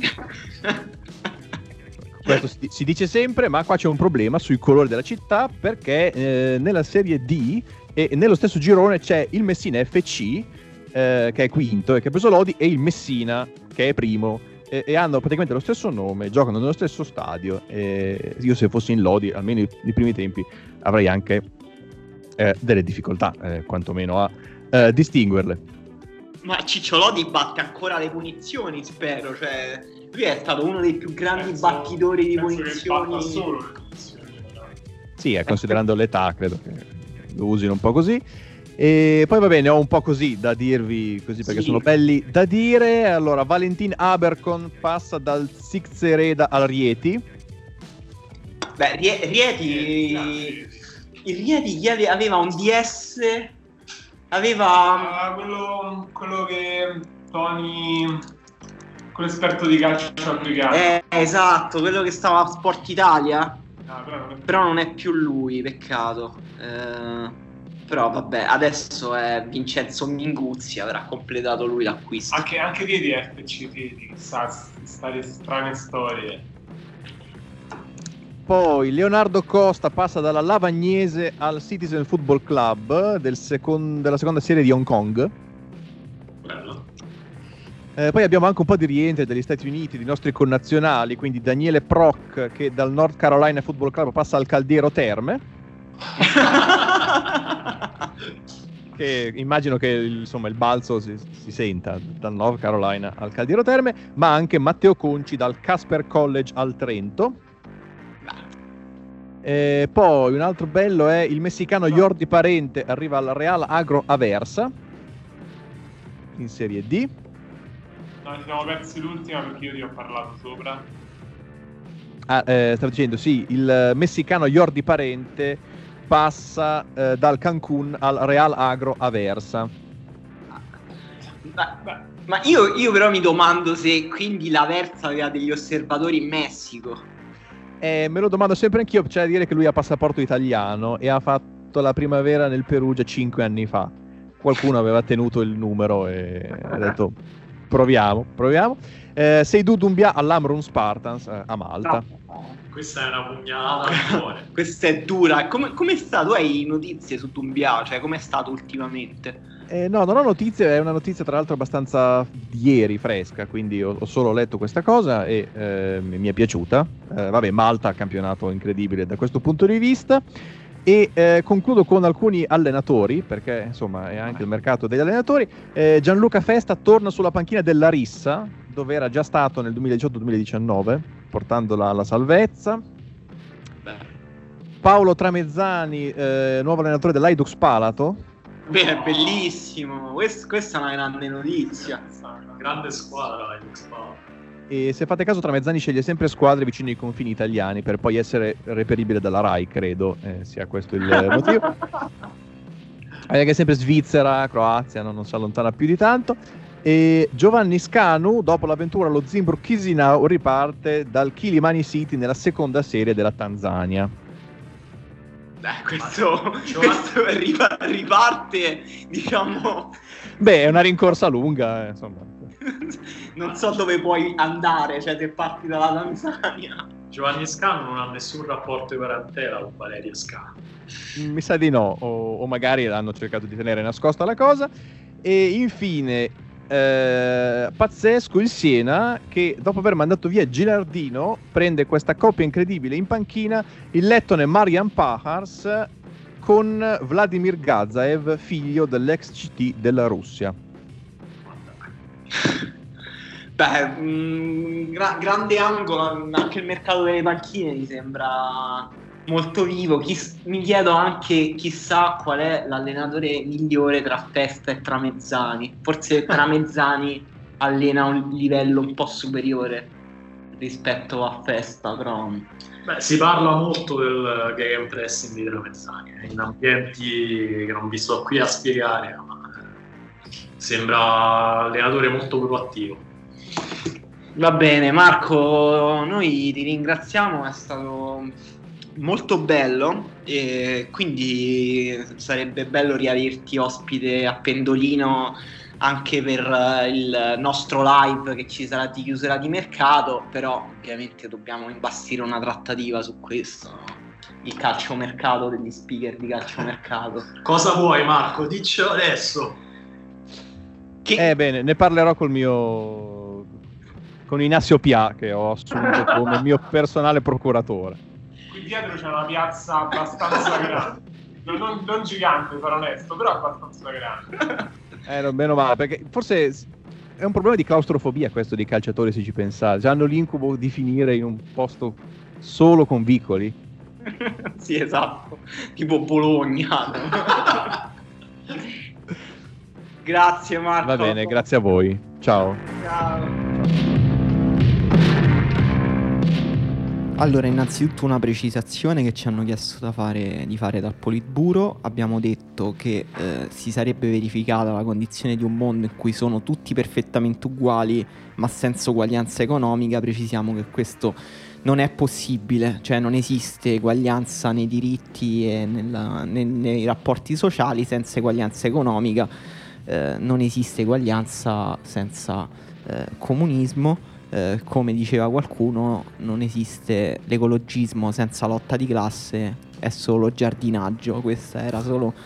Questo si, si dice sempre, ma qua c'è un problema sui colori della città, perché eh, nella Serie D e nello stesso girone c'è il Messina F C, eh, che è quinto e che ha preso Lodi, e il Messina, che è primo, e, e hanno praticamente lo stesso nome, giocano nello stesso stadio. E io, se fossi in Lodi, almeno nei, nei primi tempi, avrei anche eh, delle difficoltà, eh, quantomeno a eh, distinguerle. Ma Cicciolodi batte ancora le punizioni, spero. Cioè, lui è stato uno dei più grandi Penso- battitori di penso che punizioni. batta solo le punizioni, magari. Sì, eh, considerando l'età, credo che lo usino un po' così. E poi va bene, ho un po' così da dirvi, così perché Sì. sono belli da dire. Allora, Valentin Abercon passa dal Sixereda al Rieti. Beh, Rie- Rieti. Il Rieti ieri aveva un D S. Aveva. Ah, quello, quello che Tony, quello esperto di calcio applicato. Eh, esatto, quello che stava a Sport Italia. Ah, però non è- Però non è più lui, peccato. Eh, però vabbè, adesso è Vincenzo Minguzzi, avrà completato lui l'acquisto. Anche, anche Rieti è F C Rieti, chissà, stare strane storie. Poi Leonardo Costa passa dalla Lavagnese al Citizen Football Club del secon- della seconda serie di Hong Kong. Bello. Eh, poi abbiamo anche un po' di rientri dagli Stati Uniti, di nostri connazionali, quindi Daniele Proc che dal North Carolina Football Club passa al Caldiero Terme. Che immagino che il, insomma, il balzo si, si senta dal North Carolina al Caldiero Terme, ma anche Matteo Conci dal Casper College al Trento. E poi un altro bello è il messicano Jordi Parente, arriva al Real Agro Aversa in Serie D. No, ci siamo persi l'ultima perché io ti ho parlato sopra. Ah, eh, stavo dicendo, sì, il messicano Jordi Parente passa eh, dal Cancun al Real Agro Aversa. Ma, ma io, io però mi domando se quindi l'Aversa aveva degli osservatori in Messico. Eh, me lo domando sempre anch'io, c'è da dire che lui ha passaporto italiano e ha fatto la primavera nel Perugia cinque anni fa. Qualcuno aveva tenuto il numero e ha detto proviamo, proviamo. Eh, Seydou Doumbia all'Amrun Spartans eh, a Malta. No, questa è una pugnalata al cuore. Questa è dura. Come, come sta? Tu hai notizie su Doumbia? Cioè, com'è stato ultimamente? Eh, no, non ho notizie, è una notizia tra l'altro abbastanza di ieri, fresca, quindi ho, ho solo letto questa cosa e eh, mi è piaciuta. Eh, vabbè, Malta, campionato incredibile da questo punto di vista. E eh, concludo con alcuni allenatori, perché insomma è anche il mercato degli allenatori. eh, Gianluca Festa torna sulla panchina del Larissa, dove era già stato nel duemiladiciotto duemiladiciannove, portandola alla salvezza. Beh. Paolo Tramezzani, eh, nuovo allenatore dell'Hajduk Spalato. Beh, bellissimo. Quest, questa è una grande notizia. Una grande squadra la Spalato. E se fate caso, Tramezzani sceglie sempre squadre vicino ai confini italiani per poi essere reperibile dalla Rai, credo eh, sia questo il motivo. È che sempre Svizzera, Croazia, no? Non si allontana più di tanto. E Giovanni Scanu, dopo l'avventura allo Zimbru Chisinau, riparte dal Kilimani City nella seconda serie della Tanzania. Beh, questo, questo ripa- riparte, diciamo... Beh, è una rincorsa lunga, eh, insomma. Non so dove puoi andare, cioè se parti dalla Tanzania. Giovanni Scanu non ha nessun rapporto di parentela con Valeria Scanu. Mi sa di no, o, o magari hanno cercato di tenere nascosta la cosa. E infine, eh, pazzesco il Siena, che dopo aver mandato via Gilardino prende questa coppia incredibile in panchina, il lettone Marian Pahars con Vladimir Gazaev, figlio dell'ex C T della Russia. Beh, mh, gra- grande angolo, anche il mercato delle panchine mi sembra molto vivo. Chi, mi chiedo anche, chissà qual è l'allenatore migliore tra Festa e Tramezzani. Forse Tramezzani allena a un livello un po' superiore rispetto a Festa, però... Beh, si parla molto del game pressing di Tramezzani eh, in ambienti che non vi sto qui a spiegare, ma sembra allenatore molto proattivo. Va bene, Marco, noi ti ringraziamo, è stato molto bello e quindi sarebbe bello riaverti ospite a Pendolino anche per il nostro live che ci sarà di chiusura di mercato, però ovviamente dobbiamo imbastire una trattativa su questo, il calciomercato, degli speaker di calciomercato. Cosa vuoi, Marco? Diccelo adesso. Che... Eh bene, ne parlerò col mio con Inassio Pia, che ho assunto come mio personale procuratore. Qui dietro c'è una piazza abbastanza grande, non, non, non gigante per onesto, però abbastanza grande. Eh, non meno male, perché forse è un problema di claustrofobia questo dei calciatori, se ci pensate. Già hanno l'incubo di finire in un posto solo con vicoli. Sì, esatto, tipo Bologna. Grazie Marco. Va bene, grazie a voi. Ciao. Ciao. Allora, innanzitutto una precisazione che ci hanno chiesto da fare, di fare dal Politburo. Abbiamo detto che eh, si sarebbe verificata la condizione di un mondo in cui sono tutti perfettamente uguali ma senza uguaglianza economica. Precisiamo che questo non è possibile, cioè non esiste eguaglianza nei diritti e nella, nei, nei rapporti sociali senza eguaglianza economica, eh, non esiste eguaglianza senza eh, comunismo. Eh, come diceva qualcuno, non esiste l'ecologismo senza lotta di classe, è solo giardinaggio. Questa era solo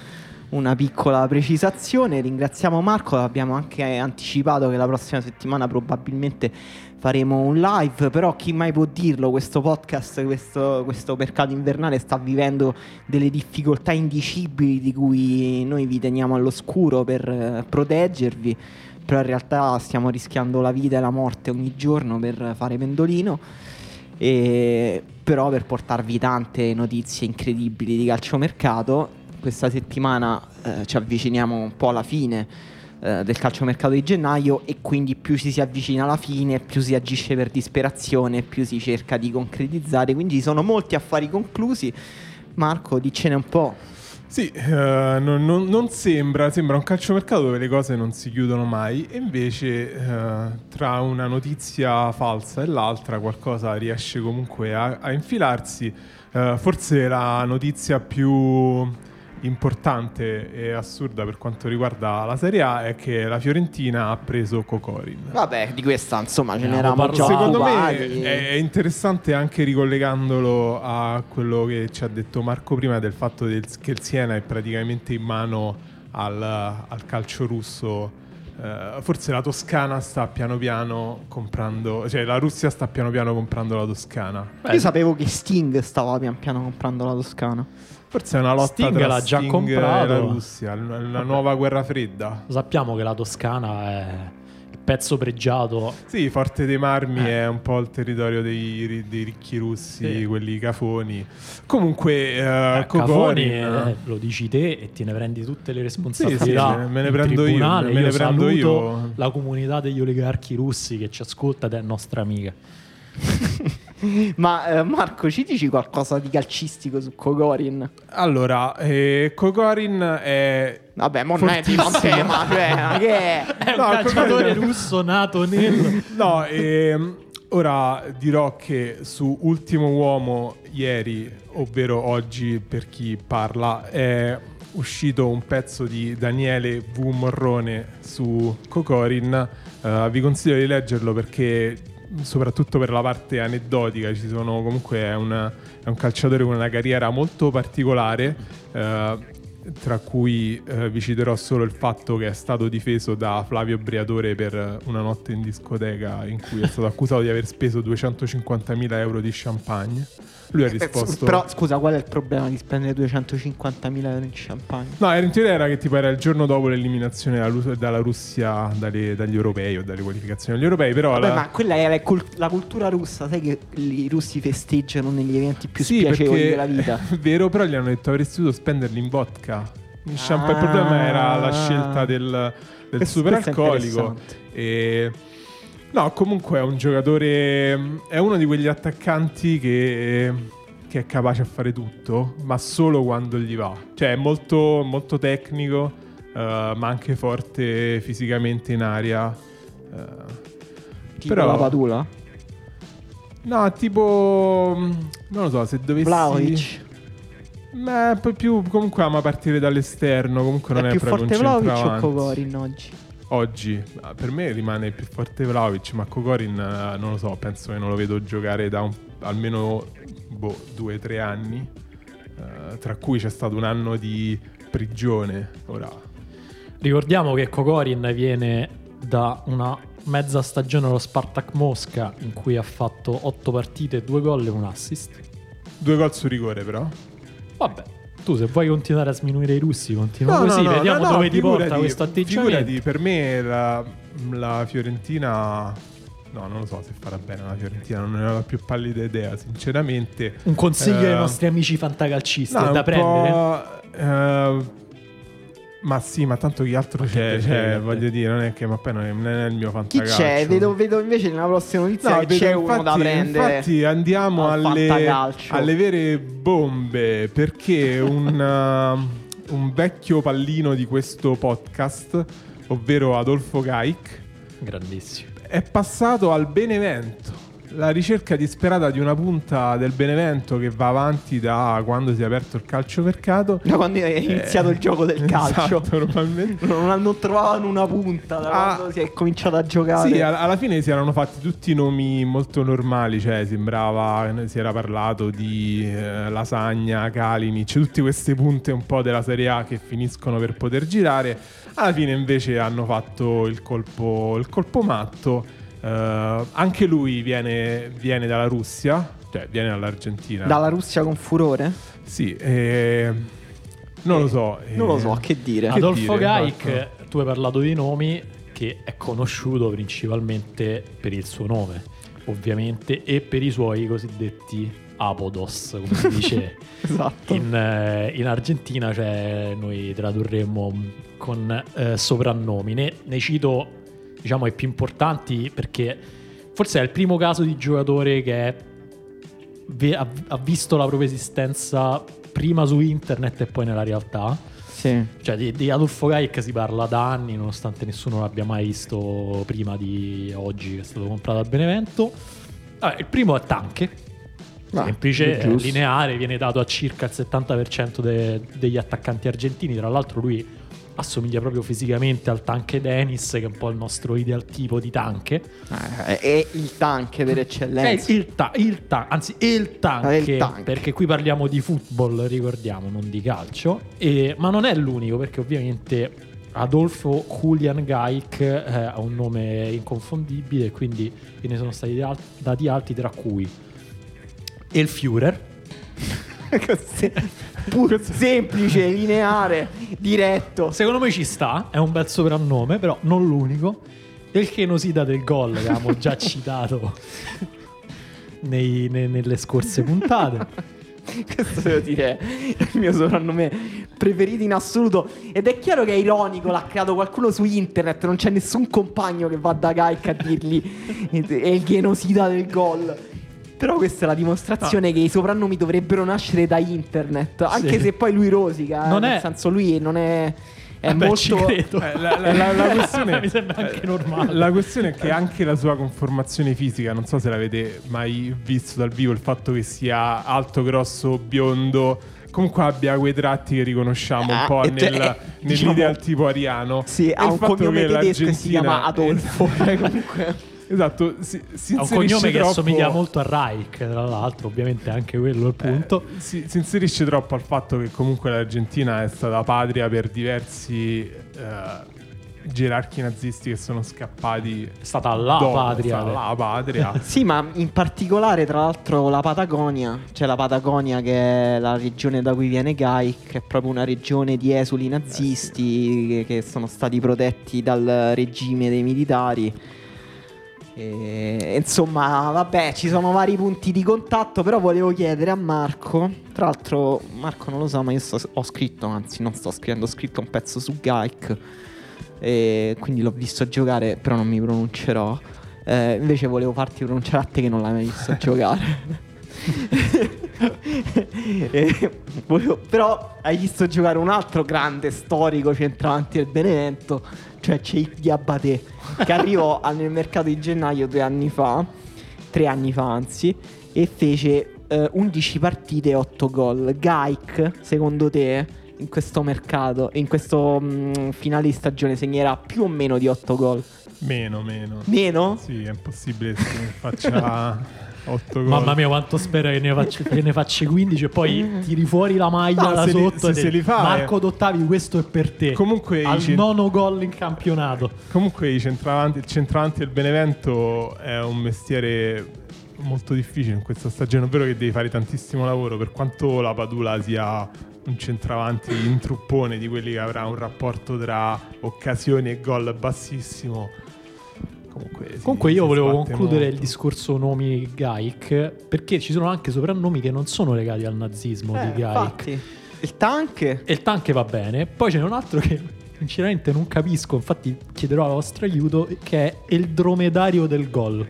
una piccola precisazione. Ringraziamo Marco, abbiamo anche anticipato che la prossima settimana probabilmente faremo un live, però chi mai può dirlo, questo podcast, questo, questo mercato invernale sta vivendo delle difficoltà indicibili di cui noi vi teniamo all'oscuro per eh, proteggervi, però in realtà stiamo rischiando la vita e la morte ogni giorno per fare Pendolino, e però per portarvi tante notizie incredibili di calciomercato. Questa settimana eh, ci avviciniamo un po' alla fine del calciomercato di gennaio, e quindi più ci si avvicina alla fine, più si agisce per disperazione, più si cerca di concretizzare, quindi ci sono molti affari conclusi. Marco, diccene un po'. Sì, uh, non, non, non sembra, sembra un calciomercato dove le cose non si chiudono mai, e invece uh, tra una notizia falsa e l'altra qualcosa riesce comunque a, a infilarsi. Uh, forse la notizia più importante e assurda per quanto riguarda la Serie A è che la Fiorentina ha preso Kokorin. Vabbè, di questa insomma ce Eh, ne eravamo già Secondo occupati. me è interessante anche ricollegandolo a quello che ci ha detto Marco prima, del fatto del, che il Siena è praticamente in mano al, al calcio russo. Uh, forse la Toscana sta piano piano comprando, cioè la Russia sta piano piano comprando la Toscana. Io sapevo che Sting stava pian piano comprando la Toscana. Forse è una lotta Sting tra l'ha già Sting comprato. e la Russia, la, la nuova guerra fredda. Sappiamo che la Toscana è il pezzo pregiato. Sì, Forte dei Marmi Eh. è un po' il territorio dei, dei ricchi russi, Sì. quelli cafoni. Comunque, uh, Eh, Kokorin, Cafoni, eh, lo dici te e te ne prendi tutte le responsabilità. Sì, sì, me ne- me ne in prendo io, tribunale. me ne prendo saluto io. la comunità degli oligarchi russi che ci ascolta ed è nostra amica. Ma eh, Marco, ci dici qualcosa di calcistico su Kokorin? Allora, eh, Kokorin è... Vabbè, mo non è tipo un tema, cioè, ma che è? È No, un calciatore Kokorin- russo nato nel... No, ehm, ora dirò che su Ultimo Uomo ieri, ovvero oggi per chi parla, è uscito un pezzo di Daniele V. Morrone su Kokorin. Uh, vi consiglio di leggerlo perché, soprattutto per la parte aneddotica, ci sono comunque è, una, è un calciatore con una carriera molto particolare, eh, tra cui eh, vi citerò solo il fatto che è stato difeso da Flavio Briatore per una notte in discoteca in cui è stato accusato di aver speso duecentocinquantamila euro di champagne. Lui ha risposto... Però scusa, qual è il problema di spendere duecentocinquantamila euro in champagne? No, era in teoria era che tipo era il giorno dopo l'eliminazione dalla, Rus- dalla Russia dalle- dagli europei o dalle qualificazioni agli europei, però... Vabbè, la- ma quella è la, cult- la cultura russa, sai che i russi festeggiano negli eventi più sì, spiacevoli perché della vita. è vero, però gli hanno detto avresti dovuto spenderli in vodka. In champagne. Ah. Il problema era la scelta del, del Questo- superalcolico. questo è E no, comunque è un giocatore, è uno di quegli attaccanti che, che è capace a fare tutto, ma solo quando gli va. Cioè è molto, molto tecnico, eh, ma anche forte fisicamente in aria. eh. Tipo però- la Padula? No, tipo, non lo so, se dovessi... Vlahovic. Ma poi più comunque ama partire dall'esterno. Comunque non È è, più proprio forte un Vlahovic o centravanti. Kokorin oggi? Oggi ah, per me rimane più forte Vlahovic, ma Kokorin eh, non lo so, penso che non lo vedo giocare da un- almeno boh, due o tre anni, eh, tra cui c'è stato un anno di prigione. Ora Ricordiamo che Kokorin viene da una mezza stagione allo Spartak Mosca in cui ha fatto otto partite, due gol e un assist. due gol su rigore però. Vabbè, tu se vuoi continuare a sminuire i russi, continua No, così, no, no, vediamo no, no, dove ti porta figurati, questo atteggiamento. Figurati, per me la, la Fiorentina... No, non lo so se farà bene la Fiorentina, non ne ho la più pallida idea, sinceramente. Un consiglio Eh, ai nostri amici fantacalcisti No, è è da un prendere. po', eh, ma sì, ma tanto chi altro Ma che c'è, te cioè, frega, voglio te. dire, non è che ma poi non è, non è il mio Chi fantacalcio. c'è? Vedo, vedo invece nella prossima notizia No, che vedo, c'è infatti, uno da prendere. infatti andiamo al alle, fantacalcio. alle vere bombe, perché un, uh, un vecchio pallino di questo podcast, ovvero Adolfo Gaik, Grandissimo. è passato al Benevento. la ricerca disperata di una punta del Benevento che va avanti da quando si è aperto il calciomercato. Da quando è iniziato Eh, il gioco del calcio. Esatto, normalmente. Non, non trovavano una punta da Ah, quando si è cominciato a giocare. Sì, alla, alla fine si erano fatti tutti nomi molto normali, cioè sembrava, si era parlato di eh, Lasagna, Kalinic, tutte queste punte un po' della Serie A che finiscono per poter girare. Alla fine invece hanno fatto il colpo, il colpo matto. Uh, anche lui viene, viene dalla Russia, cioè viene dall'Argentina. Dalla Russia con furore? Sì, eh, non Eh, lo so. eh, Non lo so, che dire. Che Adolfo dire, Gaik, esatto. tu hai parlato di nomi, che è conosciuto principalmente per il suo nome, ovviamente, e per i suoi cosiddetti apodos, come si dice Esatto. in, eh, in Argentina, cioè noi tradurremmo con eh, soprannomi. Ne, ne cito, diciamo, i più importanti perché forse è il primo caso di giocatore che è, ve- ha, ha visto la propria esistenza prima su internet e poi nella realtà. Sì. Cioè di, di Adolfo Gaik si parla da anni, nonostante nessuno l'abbia mai visto prima di oggi che è stato comprato al Benevento. Vabbè, il primo è Tanche, Ah, semplice, è giusto. lineare, viene dato a circa il settanta per cento de- degli attaccanti argentini. Tra l'altro lui assomiglia proprio fisicamente al Tanque Dennis, che è un po' il nostro ideal tipo di tanche. Eh, è il tanque per È eccellenza. il, ta- il ta- anzi il tanque, Ah, il tanque. perché qui parliamo di football, ricordiamo, non di calcio. E, ma non è l'unico, perché ovviamente Adolfo Julian Gaik eh, ha un nome inconfondibile, quindi ne sono stati al- dati altri, tra cui il Führer. Così. Pur- semplice, lineare, diretto. Secondo me ci sta, è un bel soprannome, però non l'unico. E il Genosida del gol, che avevamo già citato nei- ne- nelle scorse puntate. Questo devo dire è il mio soprannome preferito in assoluto. Ed è chiaro che è ironico, l'ha creato qualcuno su internet. Non c'è nessun compagno che va da Gaik a dirgli è il genosida del gol. Però questa è la dimostrazione No. che i soprannomi dovrebbero nascere da internet. Anche Sì. se poi lui rosica, Non eh, è- nel senso lui non è... È Vabbè, ci molto... credo. Eh, la, la- la- la questione, Mi sembra anche normale. La questione è che anche la sua conformazione fisica, non so se l'avete mai visto dal vivo, il fatto che sia alto, grosso, biondo, comunque abbia quei tratti che riconosciamo un Ah, po' e cioè, nel, eh, nell'ideal diciamo- tipo ariano. Sì, E ha il un fatto cognome che tedesco e si l'Argentina- chiama Adolfo. Cioè, comunque... Esatto, si, si Ha un inserisce cognome che troppo- assomiglia molto a Reich, tra l'altro, ovviamente anche quello è il punto. Eh, si, si inserisce troppo al fatto che comunque l'Argentina è stata patria per diversi eh, gerarchi nazisti che sono scappati. È stata la dopo, patria. è stata la patria. Sì, ma in particolare, tra l'altro, la Patagonia, cioè la Patagonia, che è la regione da cui viene Gaik, che è proprio una regione di esuli nazisti che, che sono stati protetti dal regime dei militari. E, insomma, vabbè, ci sono vari punti di contatto, però volevo chiedere a Marco. Tra l'altro, Marco non lo sa, ma io sto- ho scritto, anzi, non sto scrivendo, ho scritto un pezzo su Gaik. E quindi l'ho visto giocare, però non mi pronuncerò. Eh, invece volevo farti pronunciare a te che non l'hai mai visto giocare. E volevo- però hai visto giocare un altro grande storico centravanti del Benevento, cioè Cheikh Diabaté, che arrivò al- nel mercato di gennaio due anni fa, tre anni fa anzi, e fece eh, undici partite e otto gol. Gaik, secondo te, in questo mercato, in questo mh, finale di stagione segnerà più o meno di otto gol? Meno, meno. Meno? Sì, è impossibile che faccia otto gol. Mamma mia, quanto spero che ne faccia, che ne faccia quindici e poi tiri fuori la maglia No, da se li- sotto. se- e se te- li fa, Marco eh. Dottavi, questo è per te. Comunque al i cen- nono gol in campionato. Comunque i centravanti, il centravanti del Benevento è un mestiere molto difficile in questa stagione, ovvero che devi fare tantissimo lavoro, per quanto la Padula sia un centravanti in truppone di quelli che avrà un rapporto tra occasioni e gol bassissimo. Comunque, sì, Comunque io si volevo sbatte concludere molto. il discorso nomi Gaik, perché ci sono anche soprannomi che non sono legati al nazismo Eh, di Gaik. infatti. Il tank? E il tanque va bene. Poi c'è un altro che sinceramente non capisco, infatti chiederò il vostro aiuto, che è il dromedario del gol.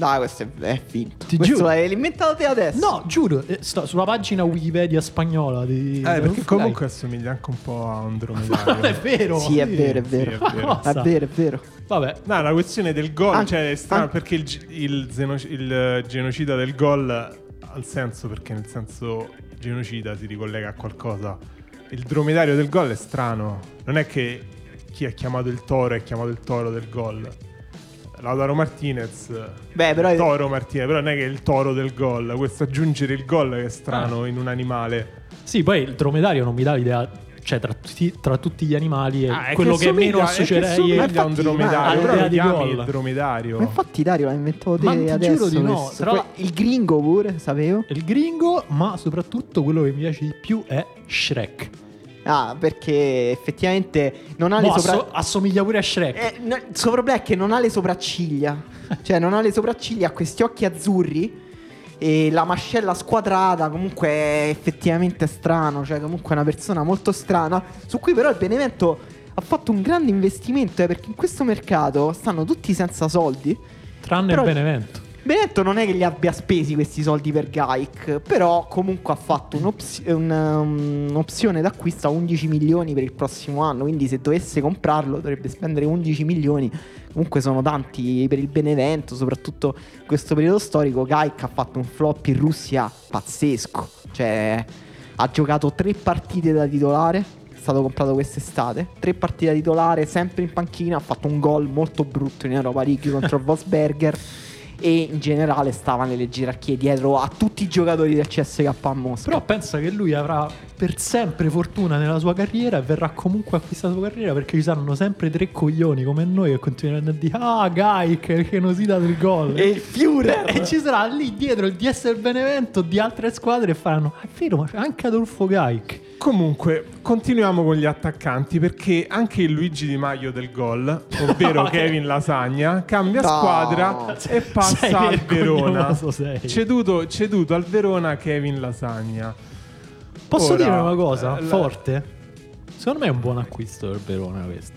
Dai, questo è, è finto. Ti questo giuro. l'hai inventato te adesso. No, giuro, eh, sto sulla pagina Wikipedia spagnola di Eh, perché Fly. comunque assomiglia anche un po' a un dromedario. è vero. Sì, è vero, è sì, vero. è vero. È vero, è vero. Vabbè. No, la questione del gol, Anche- cioè è strano anche- perché il, gi- il, zeno- il genocida del gol ha il senso, perché nel senso genocida si ricollega a qualcosa. Il dromedario del gol è strano. Non è che chi ha chiamato il toro è chiamato il toro del gol. Lautaro Martinez, Beh, però Toro Martinez, però non è che è il toro del gol. Questo aggiungere il gol che è strano Ah. in un animale. Sì, poi il dromedario non mi dà l'idea, cioè tra tutti, tra tutti gli animali è Ah, è quello che, somiglia- meno è associerei che somiglia infatti, a un dromedario, ma- però lo all'idea di chiami gol. il dromedario. Ma infatti Dario l'ha inventato te Ma ti adesso. giuro di no, questo. tra Poi l'altro- il gringo pure, sapevo. il gringo, ma soprattutto quello che mi piace di più è Shrek. Ah, perché effettivamente non ha No, le sopra... asso- assomiglia pure a Shrek. Eh, no, il suo problema è che non ha le sopracciglia. Cioè, non ha le sopracciglia, ha questi occhi azzurri. E la mascella squadrata. Comunque è effettivamente strano. Cioè, comunque è una persona molto strana. Su cui, però, il Benevento ha fatto un grande investimento. Eh, perché in questo mercato stanno tutti senza soldi. Tranne però- il Benevento. Benevento non è che li abbia spesi questi soldi per Gaik, però comunque ha fatto un'ops- un, um, un'opzione d'acquisto a undici milioni per il prossimo anno, quindi se dovesse comprarlo dovrebbe spendere undici milioni, comunque sono tanti per il Benevento, soprattutto in questo periodo storico. Gaik ha fatto un flop in Russia pazzesco, cioè ha giocato tre partite da titolare, è stato comprato quest'estate, tre partite da titolare, sempre in panchina, ha fatto un gol molto brutto in Europa League contro il Wolfsberger. E in generale stava nelle gerarchie dietro a tutti i giocatori del C S K a Mosca. Però pensa che lui avrà per sempre fortuna nella sua carriera e verrà comunque acquistata la sua carriera, perché ci saranno sempre tre coglioni come noi che continueranno a dire ah Gaik, il genocida del gol. E il Führer. E ci sarà lì dietro il D S del Benevento di altre squadre e faranno ah, è vero, ma c'è anche Adolfo Gaik. Comunque, continuiamo con gli attaccanti, perché anche il Luigi Di Maio del gol, ovvero No, Kevin Lasagna, cambia No. squadra e passa Sei al Verona. vergognoso, sei. Ceduto, ceduto al Verona Kevin Lasagna. Posso Ora, dire una cosa eh, la- forte? Secondo me è un buon acquisto per Verona questo.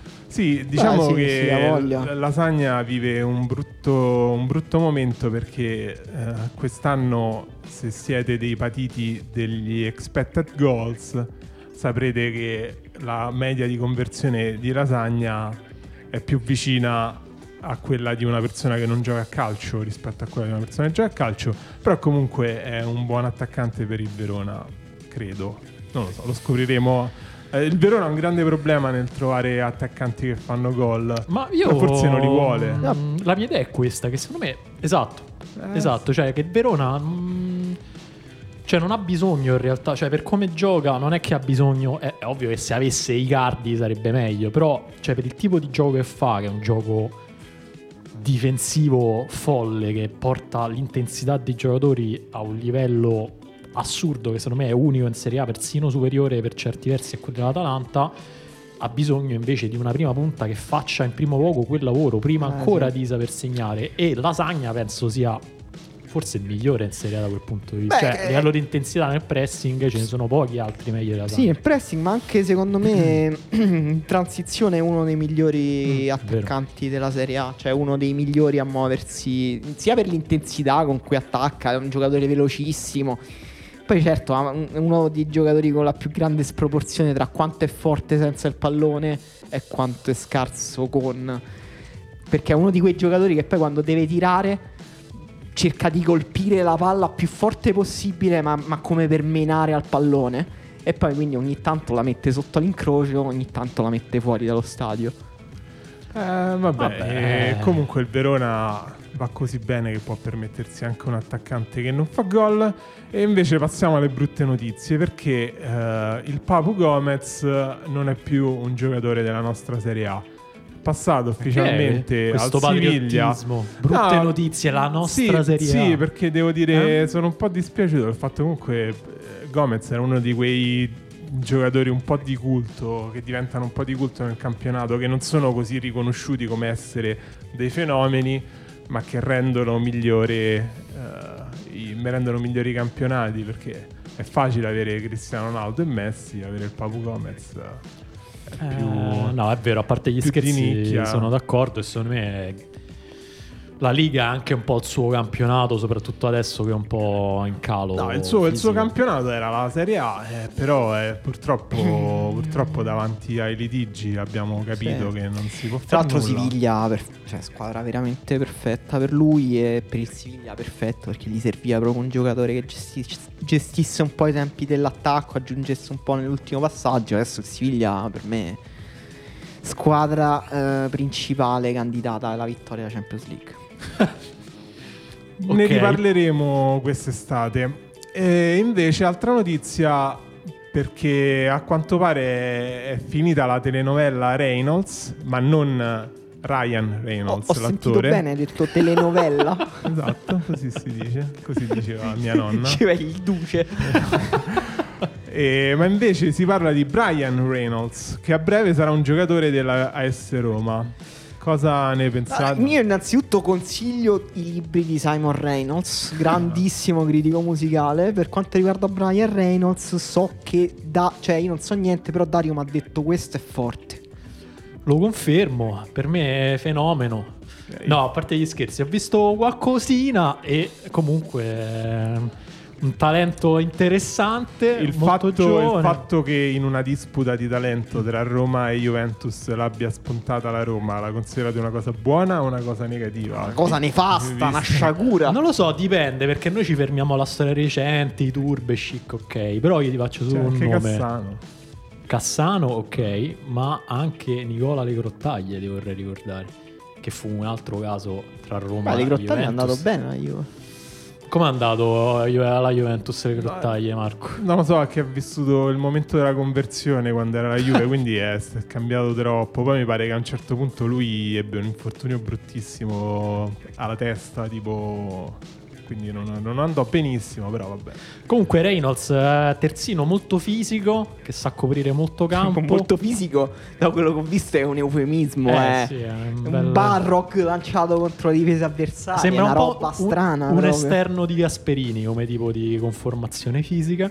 Sì, diciamo sì, che sì, ha voglia. l- Lasagna vive un brutto, un brutto momento, perché eh, quest'anno, se siete dei patiti degli expected goals, saprete che la media di conversione di Lasagna è più vicina a quella di una persona che non gioca a calcio rispetto a quella di una persona che gioca a calcio, però comunque è un buon attaccante per il Verona, credo. Non lo so, lo scopriremo. Eh, il Verona ha un grande problema nel trovare attaccanti che fanno gol. Ma io Però forse non li vuole. Mm, La mia idea è questa, che secondo me esatto. Eh, Esatto, cioè che il Verona mm, cioè non ha bisogno in realtà, cioè per come gioca non è che ha bisogno, è, è ovvio che se avesse Icardi sarebbe meglio, però cioè per il tipo di gioco che fa, che è un gioco difensivo folle che porta l'intensità dei giocatori a un livello assurdo che secondo me è unico in Serie A, persino superiore per certi versi a quello dell'Atalanta, ha bisogno invece di una prima punta che faccia in primo luogo quel lavoro prima Eh, ancora sì. di saper segnare, e Lasagna penso sia forse il migliore in Serie A da quel punto di vista. Beh, cioè a eh, livello di intensità nel pressing ce ne sono pochi altri meglio di Lasagna. Sì, il pressing, ma anche secondo me in transizione è uno dei migliori Mm, attaccanti della Serie A, cioè uno dei migliori a muoversi sia per l'intensità con cui attacca, è un giocatore velocissimo. Poi certo, ha un- uno dei giocatori con la più grande sproporzione tra quanto è forte senza il pallone e quanto è scarso con, perché è uno di quei giocatori che poi quando deve tirare cerca di colpire la palla più forte possibile, ma, ma come per menare al pallone. E poi quindi ogni tanto la mette sotto l'incrocio, ogni tanto la mette fuori dallo stadio. Eh, vabbè, Vabbè. eh, comunque il Verona va così bene che può permettersi anche un attaccante che non fa gol. E invece passiamo alle brutte notizie, perché eh, il Papu Gomez non è più un giocatore della nostra Serie A. Passato ufficialmente questo al Siviglia. patriottismo, brutte No, notizie, la nostra sì, Serie A. Sì, perché devo dire, Eh? sono un po' dispiaciuto del fatto che comunque eh, Gomez era uno di quei giocatori un po' di culto, che diventano un po' di culto nel campionato, che non sono così riconosciuti come essere dei fenomeni, ma che rendono migliore eh, i, rendono migliori i campionati, perché è facile avere Cristiano Ronaldo e Messi, avere il Papu Gomez è più... Eh, no, è vero, a parte gli più di scherzi nicchia. sono d'accordo, e secondo me la Liga è anche un po' il suo campionato, soprattutto adesso che è un po' in calo. No, il suo, il suo fisico. campionato era la Serie A, eh, però eh, purtroppo, purtroppo davanti ai litigi abbiamo capito Sì. che non si può Tra fare l'altro nulla. Siviglia, per- cioè squadra veramente perfetta per lui e per il Siviglia perfetto, perché gli serviva proprio un giocatore che gesti- gestisse un po' i tempi dell'attacco, aggiungesse un po' nell'ultimo passaggio. Adesso il Siviglia per me squadra eh, principale candidata alla vittoria della Champions League. Ne Ok. riparleremo quest'estate. E invece altra notizia, perché a quanto pare è finita la telenovela Reynolds, ma non Ryan Ho, Reynolds, ho sentito l'attore. bene, hai detto telenovella. Esatto, così si dice, così diceva mia nonna. Diceva il duce. E, ma invece si parla di Brian Reynolds, che a breve sarà un giocatore della A S Roma. Cosa ne Ah, pensate? io innanzitutto consiglio i libri di Simon Reynolds, grandissimo critico musicale. Per quanto riguarda Brian Reynolds, so che da, cioè io non so niente, però Dario mi ha detto questo è forte. Lo confermo, per me è fenomeno. No, a parte gli scherzi, ho visto qualcosina e comunque eh, un talento interessante, Il molto fatto, giovane. il fatto che in una disputa di talento tra Roma e Juventus l'abbia spuntata la Roma, la considerate una cosa buona o una cosa negativa? Una cosa nefasta, una sciagura. Non lo so, dipende, perché noi ci fermiamo alla storia recente, i turbe, chic, ok. Però io ti faccio C'è solo un anche nome. Cassano. Cassano, ok, ma anche Nicola Le Grottaglie, ti vorrei ricordare, che fu un altro caso tra Roma Ma e le Juventus. Grottaglie è andato bene la Juve. Com'è andato alla Juventus Le Grottaglie, Marco? Non lo so, che ha vissuto il momento della conversione quando era la Juve, quindi è, è cambiato troppo. Poi mi pare che a un certo punto lui ebbe un infortunio bruttissimo alla testa, tipo... Quindi non, non andò benissimo, però vabbè. Comunque Reynolds, eh, terzino molto fisico, che sa coprire molto campo. Molto fisico, da quello che ho visto è un eufemismo, Eh, è sì, è un un bel- Barrock lanciato contro le difese avversarie, Sembra una un po' roba un- strana. un proprio. esterno di Gasperini come tipo di conformazione fisica.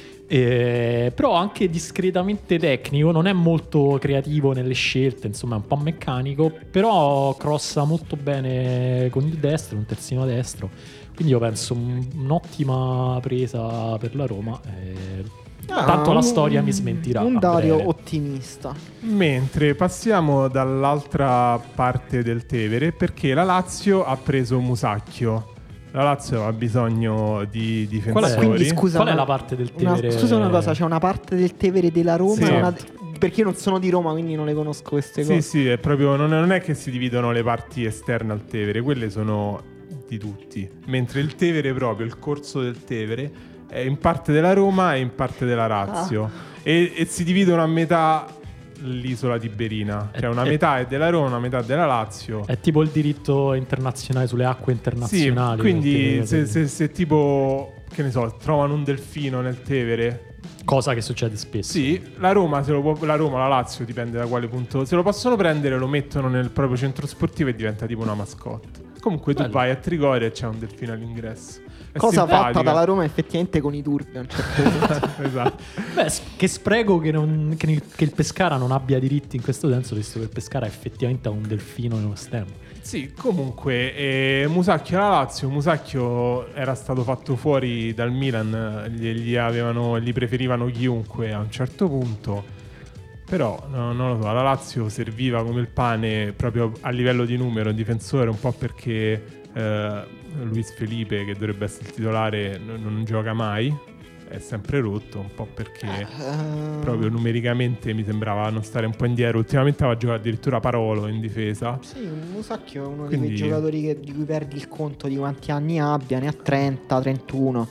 Eh, però anche discretamente tecnico, non è molto creativo nelle scelte, insomma è un po' meccanico, però crossa molto bene con il destro, un terzino destro, quindi io penso un- un'ottima presa per la Roma. eh, Ah, tanto la un- storia mi smentirà Un a Dario breve. ottimista. Mentre passiamo dall'altra parte del Tevere, perché la Lazio ha preso Musacchio. La Lazio ha bisogno di difensori. Qual è? Quindi scusa, Qual è una- la parte del una- Tevere? scusa una cosa, c'è una parte del Tevere della Roma Sì. e una- perché io non sono di Roma, quindi non le conosco queste Sì, cose. sì, è proprio, non, è, non è che si dividono le parti esterne al Tevere, quelle sono di tutti. Mentre il Tevere proprio, il corso del Tevere, è in parte della Roma e in parte della Lazio. Ah. E, e si dividono a metà l'isola tiberina. Cioè una Eh, metà è della Roma, una metà della Lazio. È tipo il diritto internazionale sulle acque Sì, internazionali. quindi queste se, cose. se, se tipo, che ne so, trovano un delfino nel Tevere, Cosa che succede spesso. sì, la Roma, se lo può, la Roma, la Lazio, dipende da quale punto, se lo possono prendere, lo mettono nel proprio centro sportivo e diventa tipo una mascotte. Comunque tu Bello. vai a Trigoria e c'è un delfino all'ingresso. È Cosa fatta simpatica. dalla Roma effettivamente con i turbi a un certo punto. Esatto. Beh, s- che spreco che, non- che ne- che il Pescara non abbia diritti in questo senso, visto che il Pescara effettivamente ha un delfino nello stemma. Sì, comunque eh, Musacchio alla Lazio. Musacchio era stato fatto fuori dal Milan, gli, gli avevano, gli preferivano chiunque a un certo punto. Però no, non lo so, la Lazio serviva come il pane proprio a livello di numero un difensore, un po' perché eh, Luis Felipe, che dovrebbe essere il titolare, non, non gioca mai, è sempre rotto, un po' perché Eh, proprio numericamente mi sembrava non stare un po' indietro. Ultimamente aveva giocato addirittura Parolo in difesa. Sì, Musacchio è uno Quindi- di quei giocatori che- di cui perdi il conto di quanti anni abbia, ne ha trenta, trentuno.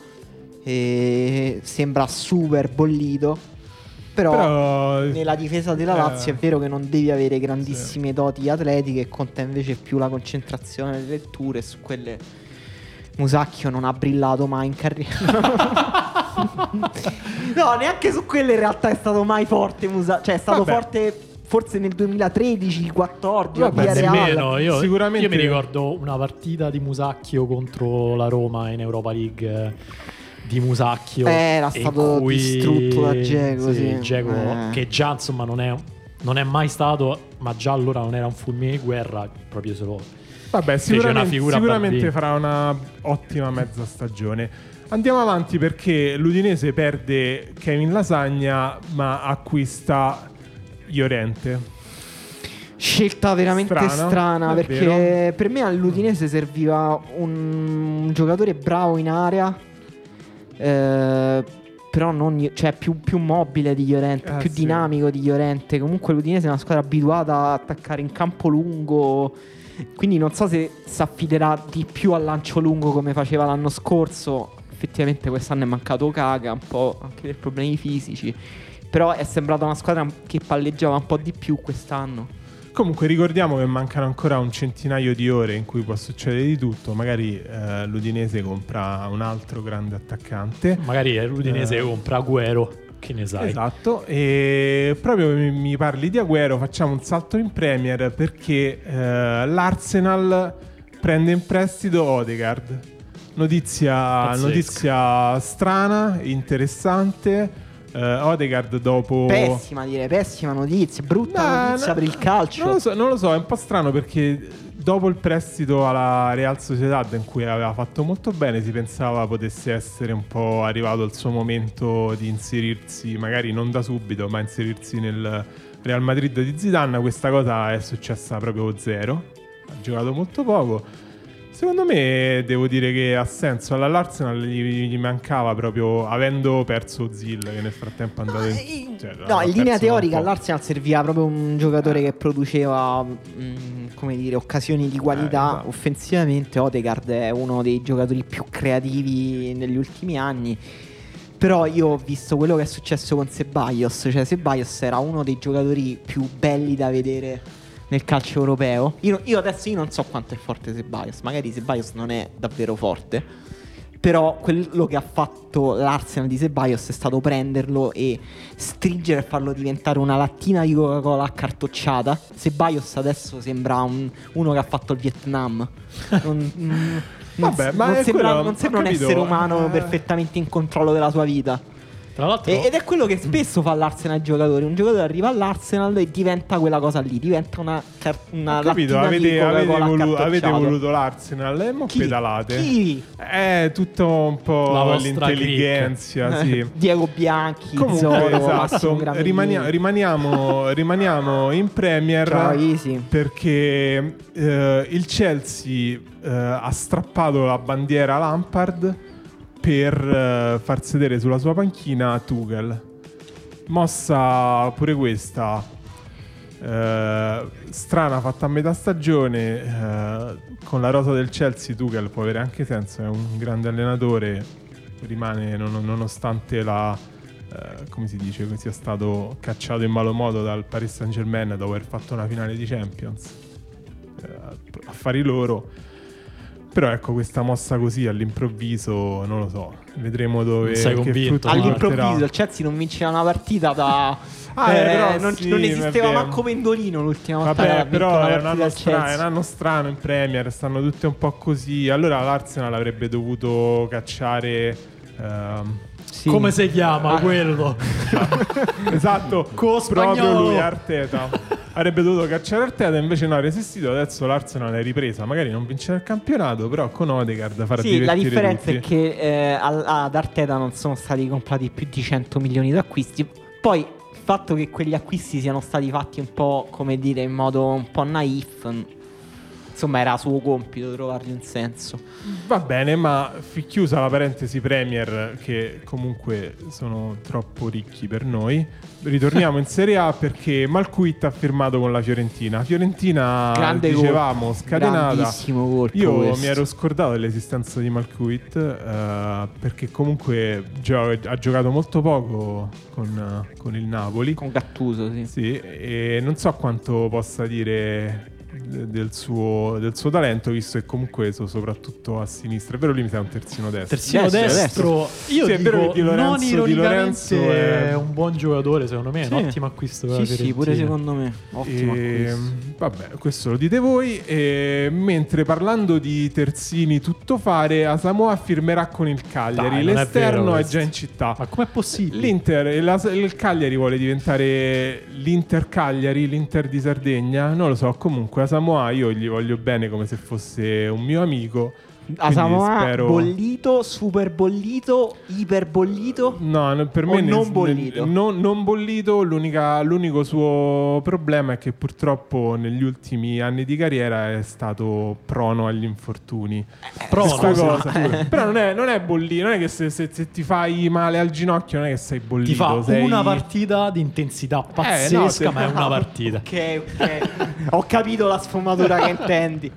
E sembra super bollito. Però, Però nella difesa della eh, Lazio è vero che non devi avere grandissime doti atletiche, conta invece più la concentrazione delle letture, e su quelle Musacchio non ha brillato mai in carriera. No, neanche su quelle in realtà è stato mai forte Musa- cioè è stato Vabbè. forte forse nel duemilatredici quattordici a Vabbè, Via Reale. Nemmeno, io, Sicuramente- io mi ricordo una partita di Musacchio contro la Roma in Europa League, eh, di Musacchio. Eh, era in stato cui- distrutto da Dzeko, sì. Dzeko, Eh. che già insomma non è, non è mai stato, ma già allora non era un fulmine di guerra, proprio se lo, Vabbè, fece una sicuramente, figura sicuramente bambina. farà una ottima mezza stagione. Andiamo avanti perché l'Udinese perde Kevin Lasagna ma acquista Llorente. Scelta veramente Strana, strana, è perché vero. per me all'Udinese serviva un, un giocatore bravo in area, eh, però non, cioè più, più mobile di Llorente, Eh, più sì. dinamico di Llorente. Comunque l'Udinese è una squadra abituata a attaccare in campo lungo, quindi non so se si affiderà di più al lancio lungo come faceva l'anno scorso. Effettivamente quest'anno è mancato Kaga, un po' anche per problemi fisici, però è sembrata una squadra che palleggiava un po' di più quest'anno. Comunque ricordiamo che mancano ancora un centinaio di ore in cui può succedere di tutto. Magari eh, l'Udinese compra un altro grande attaccante. Magari l'Udinese Eh. compra Agüero, che ne sai. Esatto, e proprio mi, mi parli di Agüero, facciamo un salto in Premier perché eh, l'Arsenal prende in prestito Odegaard. Notizia, Pazzesco. notizia strana, interessante. Uh, Odegaard dopo... Pessima, direi, pessima notizia, brutta No, notizia no, per il calcio. Non lo, so, non lo so, è un po' strano perché dopo il prestito alla Real Sociedad in cui aveva fatto molto bene, si pensava potesse essere un po' arrivato il suo momento di inserirsi, magari non da subito, ma inserirsi nel Real Madrid di Zidane. Questa cosa è successa proprio zero, ha giocato molto poco. Secondo me devo dire che ha senso. All'Arsenal gli, gli mancava proprio, avendo perso Ozil che nel frattempo è andato in, cioè, No, l'ha in linea perso teorica un po'. all'Arsenal serviva proprio un giocatore che produceva mh, come dire, occasioni di qualità. Eh, esatto. Offensivamente Odegaard è uno dei giocatori più creativi negli ultimi anni. Però io ho visto quello che è successo con Ceballos. Cioè Ceballos era uno dei giocatori più belli da vedere nel calcio europeo. Io, io adesso io non so quanto è forte Ceballos. Magari Ceballos non è davvero forte, però quello che ha fatto l'Arsenal di Ceballos è stato prenderlo e stringere e farlo diventare una lattina di Coca-Cola accartocciata. Ceballos adesso sembra un, uno che ha fatto il Vietnam. Non, non, Vabbè, ma non è sembra, quello- non sembra ho un capito, essere umano eh. perfettamente in controllo della sua vita. Tra l'altro, E- ed è quello che spesso fa l'Arsenal ai giocatori. Un giocatore arriva all'Arsenal e diventa quella cosa lì, diventa una, car- una Ho capito, lattina di avete, avete, Coca-Cola volu- avete accartocciato. voluto l'Arsenal e mo Chi? pedalate. Chi? È tutto un La po' vostra l'intelligenza, sì. Diego Bianchi, Comunque, Zoro, esatto, Massimo Gramellini. rimania- rimaniamo, rimaniamo in Premier Bravissimi. perché eh, il Chelsea eh, ha strappato la bandiera Lampard per eh, far sedere sulla sua panchina Tuchel. Mossa pure questa eh, strana, fatta a metà stagione. eh, con la rosa del Chelsea Tuchel può avere anche senso, è un grande allenatore, rimane non- nonostante la eh, come si dice, che sia stato cacciato in malo modo dal Paris Saint-Germain dopo aver fatto una finale di Champions. Eh, affari loro. Però ecco, questa mossa così all'improvviso, non lo so, vedremo dove Non sei che convinto, frutto All'improvviso porterà. il Chelsea non vinceva una partita da Ah, eh, eh, però non, sì, non è esisteva vero. manco Pendolino l'ultima volta che Vabbè, ha vinto però una è un, partita anno al stra- è Chelsea. un anno strano in Premier, stanno tutte un po' così. Allora l'Arsenal avrebbe dovuto cacciare ehm, Sì. come si chiama Ah. quello? esatto, Co proprio spagnolo. lui, Arteta. Avrebbe dovuto cacciare Arteta, invece no, ha resistito. Adesso l'Arsenal è ripresa, magari non vincerà il campionato, però con Odegaard farà Sì, la divertire differenza tutti. è che eh, al- ad Arteta non sono stati comprati più di cento milioni di acquisti. Poi il fatto che quegli acquisti siano stati fatti un po', come dire, in modo un po' naif, insomma era suo compito trovargli un senso. Va bene, ma fi- chiusa la parentesi Premier, che comunque sono troppo ricchi per noi, ritorniamo in Serie A perché Malcuit ha firmato con la Fiorentina. Fiorentina, Grande dicevamo, colpo, scatenata. grandissimo colpo Io questo. mi ero scordato dell'esistenza di Malcuit eh, perché comunque gio- ha giocato molto poco con, con il Napoli. Con Gattuso, sì. Sì, e non so quanto possa dire de- del suo, del suo talento, visto che comunque so, soprattutto a sinistra. È vero, lui mi sa un terzino destro. Terzino Destro, destro, io Sì, è dico, vero che Di Lorenzo- non Di ironicamente Lorenzo è- è un buon giocatore, secondo me, è Sì. un ottimo acquisto per la Sì, sì, Fiorentina. pure secondo me. Ottimo E, acquisto. vabbè, questo lo dite voi. E, mentre parlando di terzini tuttofare, Asamoah firmerà con il Cagliari. Dai, non è L'esterno vero è questo. già in città. Ma com'è possibile? L'Inter, la- il Cagliari vuole diventare l'Inter Cagliari, l'Inter di Sardegna, non lo so. Comunque Asamoah Asamoah io gli voglio bene come se fosse un mio amico. Asamoah spero... bollito, super bollito, iper bollito? No, no, per me O ne- non bollito? ne- non, non bollito. L'unica, l'unico suo problema è che purtroppo negli ultimi anni di carriera è stato prono agli infortuni. Prono, Questa sì. cosa. Però non è, non è bollito, non è che se, se- se ti fai male al ginocchio non è che sei bollito. Ti fa sei... una partita di intensità pazzesca, se- ma è una no. partita. Ok, ok. Ho capito la sfumatura che intendi.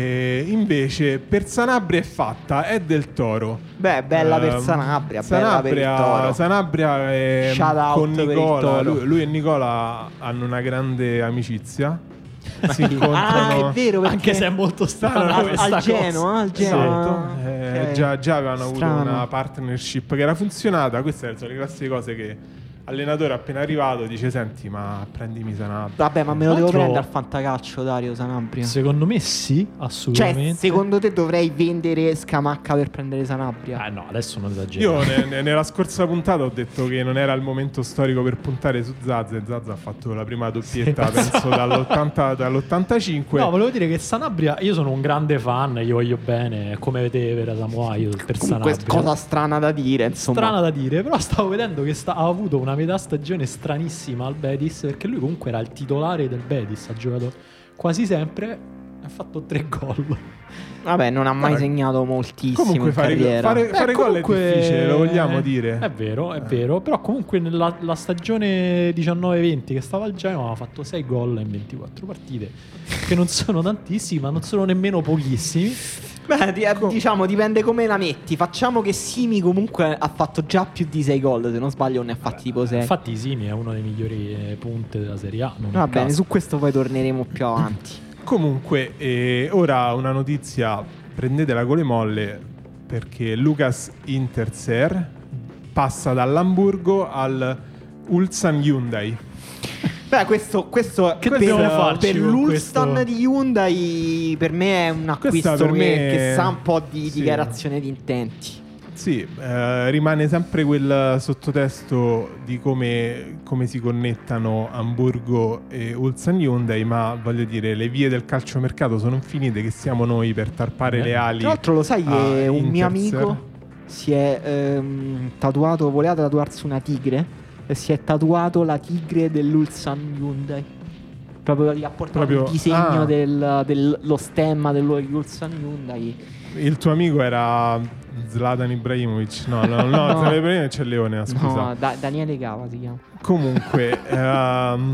E invece per Sanabria è fatta, è del Toro. Beh, bella per Ehm, Sanabria, bella per il Toro. Sanabria è, Shout out con per il Nicola. Toro. Lui, lui e Nicola hanno una grande amicizia. Si Ah, incontrano. è vero, perché Anche se è molto strana Al- questa al cosa. Genoa, al Genoa. Esatto. Eh, Ok. già, già avevano avuto Strano. una partnership che era funzionata. Queste sono le classiche cose che allenatore appena arrivato dice: senti, ma prendimi Sanabria. Vabbè, ma me lo Tra devo l'altro- prendere al fantacalcio, Dario Sanabria. Secondo me sì, Cioè, assolutamente. secondo te dovrei vendere Scamacca per prendere Sanabria? Ah no, adesso non esagero. Io ne- ne- nella scorsa puntata ho detto che non era il momento storico per puntare su Zaza, e Zaza ha fatto la prima doppietta, Sì. penso dall'ottanta, dall'ottantacinque. No, volevo dire che Sanabria, io sono un grande fan, gli voglio bene, come vedete per Asamoah, io per Comunque, Sanabria. cosa strana da dire, insomma. Strana da dire, però stavo vedendo che sta- ha avuto una metà stagione stranissima al Betis, perché lui comunque era il titolare del Betis, ha giocato quasi sempre, ha fatto tre gol. Vabbè, non ha mai Guarda, segnato moltissimo Comunque in fare, carriera. fare, Beh, fare gol è comunque- difficile, lo vogliamo dire. È vero, è vero, però comunque nella la stagione diciannove venti che stava al Genoa ha fatto sei gol in ventiquattro partite, che non sono tantissimi, ma non sono nemmeno pochissimi. Beh, di- eh, diciamo, dipende come la metti. Facciamo che Simi comunque ha fatto già più di sei gol, se non sbaglio ne ha fatti tipo sei. Infatti Simi è uno dei migliori eh, punte della Serie A. Non Va a bene, caso. su questo poi torneremo più avanti. Comunque, eh, ora una notizia, prendetela con le molle, perché Lucas Interzer passa dall'Hamburgo al Ulsan Hyundai. Beh, questo, questo Che per, dobbiamo farci per con l'Ulston questo? di Hyundai per me è un acquisto Questa per che, me- che sa un po' di sì. dichiarazione di intenti. Sì, eh, rimane sempre quel sottotesto di come, come si connettano Amburgo e Ulsan Hyundai, ma voglio dire, le vie del calciomercato sono infinite, che siamo noi per tarpare Eh. le ali. Tra l'altro lo sai che a un mio Interzer? amico si è ehm, tatuato, voleva tatuarsi una tigre e si è tatuato la tigre dell'Ulsan Hyundai. Proprio gli ha portato Proprio- il disegno ah. del, dello stemma dell'Ulsan Hyundai. Il tuo amico era Zlatan Ibrahimovic? No, no, no, No. Zlatan Ibrahimovic c'è Leone, scusa. No, Da- Daniele Cava si chiama. Comunque, ehm,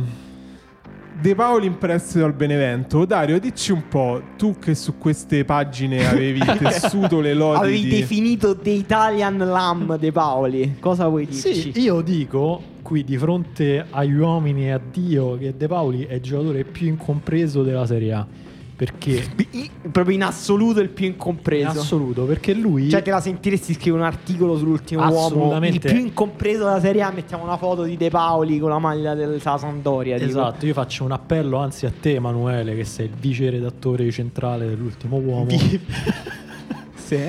De Paoli in prestito al Benevento. Dario, dici un po', tu che su queste pagine avevi tessuto le lodi Avevi di... definito The Italian Lamb De Paoli. Cosa vuoi dirci? Sì, io dico qui di fronte agli uomini e a Dio che De Paoli è il giocatore più incompreso della Serie A. Perché I- proprio in assoluto il più in incompreso. assoluto, perché lui Cioè te la sentiresti scrivere un articolo sull'ultimo uomo. Il Assolutamente. più incompreso della Serie A. Mettiamo una foto di De Paoli con la maglia della Sampdoria. tipo. Esatto, io faccio un appello anzi a te Emanuele, che sei il vice redattore centrale dell'ultimo uomo, Di- Sì.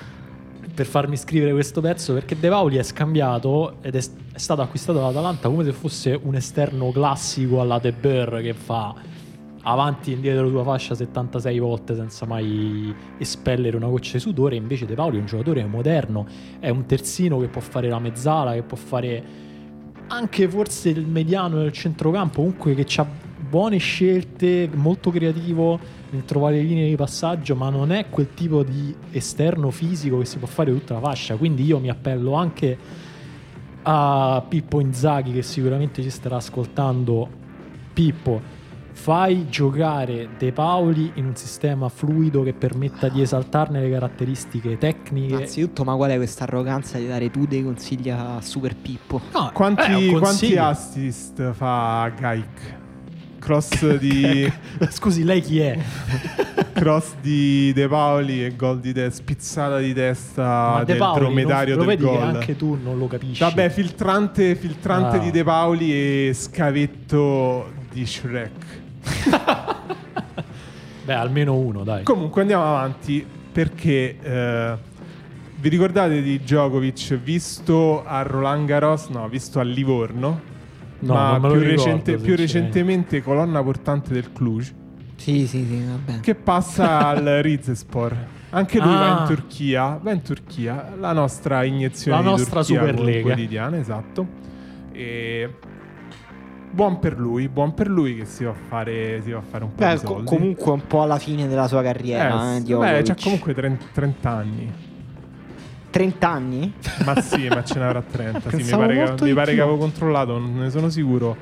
per farmi scrivere questo pezzo, perché De Paoli è scambiato ed è, è stato acquistato dall'Atalanta come se fosse un esterno classico alla De Boer, che fa avanti e indietro tua fascia settantasei volte senza mai espellere una goccia di sudore. Invece De Paoli è un giocatore moderno, è un terzino che può fare la mezzala, che può fare anche forse il mediano del centrocampo, comunque che ha buone scelte, molto creativo nel trovare linee di passaggio, ma non è quel tipo di esterno fisico che si può fare tutta la fascia. Quindi io mi appello anche a Pippo Inzaghi, che sicuramente ci starà ascoltando. Pippo, fai giocare De Paoli in un sistema fluido che permetta di esaltarne le caratteristiche tecniche. Innanzitutto, ma qual è questa arroganza di dare tu dei consigli a Super Pippo? No, Quanti, eh, un quanti consiglio. assist fa Gaik? Cross di, Scusi, lei chi è? cross di De Paoli e gol di testa, spizzata di testa Ma De del Paoli, dromedario non, lo del vedi che gol. anche tu non lo capisci. Vabbè, filtrante, filtrante Ah. di De Paoli e scavetto di Shrek. Beh, almeno uno, dai. Comunque andiamo avanti, perché eh, vi ricordate di Djokovic visto a Roland Garros? No, visto a Livorno. No, ma non me lo più, ricordo, recente- più sinceramente. recentemente colonna portante del Cluj. Sì, sì, sì, vabbè. che passa al Rizespor. Anche lui Ah. va in Turchia, va in Turchia, la nostra iniezione La di nostra Turchia Superlega. quotidiana, esatto. E buon per lui, buon per lui che si va a fare, si va a fare un po' Beh, di co- soldi. comunque un po' alla fine della sua carriera, eh, Eh, di beh, Djokovic. c'ha comunque trenta anni. trenta anni? Ma sì, ma ce n'avrà trenta. Sì, mi Pensavo pare, che, molto mi di pare più. che avevo controllato, non ne sono sicuro.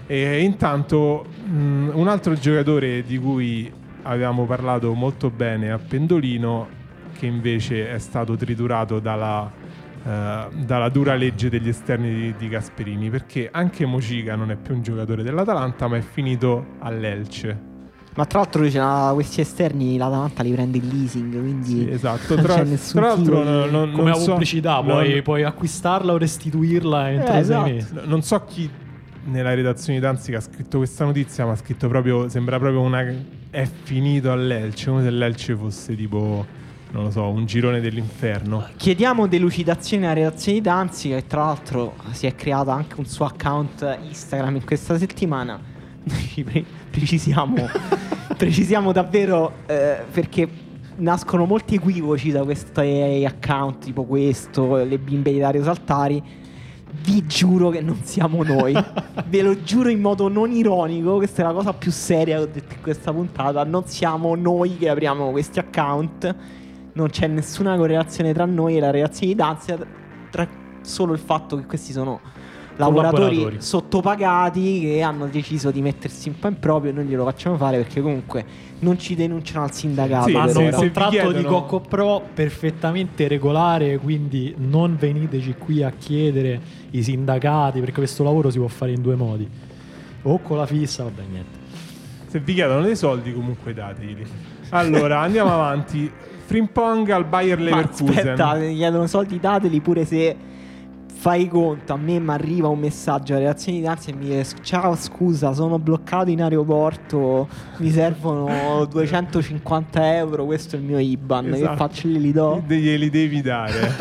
E intanto mh, un altro giocatore di cui avevamo parlato molto bene a Pendolino, che invece è stato triturato dalla, eh, dalla dura legge degli esterni di, di Gasperini, perché anche Mocica non è più un giocatore dell'Atalanta, ma è finito all'Elce. Ma tra l'altro lui c'ha questi esterni, l'Atalanta li prende in leasing, quindi Sì, esatto. non Tra, c'è nessun tra l'altro, tipo non, di- non, Come non a so- pubblicità, non- puoi, puoi acquistarla o restituirla entro Eh, sei esatto. mesi. non so chi nella redazione di Danzica ha scritto questa notizia, ma ha scritto proprio, sembra proprio una, è finito all'Elce, come se l'Elce fosse tipo, non lo so, un girone dell'inferno. Chiediamo delucidazioni alla redazione di Danzica, che tra l'altro si è creato anche un suo account Instagram in questa settimana. Ci pre- precisiamo, precisiamo davvero eh, perché nascono molti equivoci da questi account, tipo questo, le bimbe di Dario Saltari. Vi giuro che non siamo noi. Ve lo giuro in modo non ironico. Questa è la cosa più seria che ho detto in questa puntata. Non siamo noi che apriamo questi account. Non c'è nessuna correlazione tra noi e la redazione di Danzia, tra solo il fatto che questi sono lavoratori Collaboratori. sottopagati che hanno deciso di mettersi un po' in proprio, e noi glielo facciamo fare perché comunque non ci denunciano al sindacato. Sì, per Hanno se- un ora. se vi contratto di chiedono- Cocco Pro perfettamente regolare, quindi non veniteci qui a chiedere i sindacati, perché questo lavoro si può fare in due modi: o con la fissa, vabbè, niente. Se vi chiedono dei soldi, comunque dateli. Allora, andiamo avanti. Frimpong al Bayer Ma Leverkusen. aspetta, mi chiedono soldi, dateli pure se fai conto. A me mi arriva un messaggio alla redazione di Danzia e mi dice: ciao, scusa, sono bloccato in aeroporto, mi servono duecentocinquanta euro, questo è il mio I B A N. Che Esatto. faccio? Glieli do? De- glieli devi dare.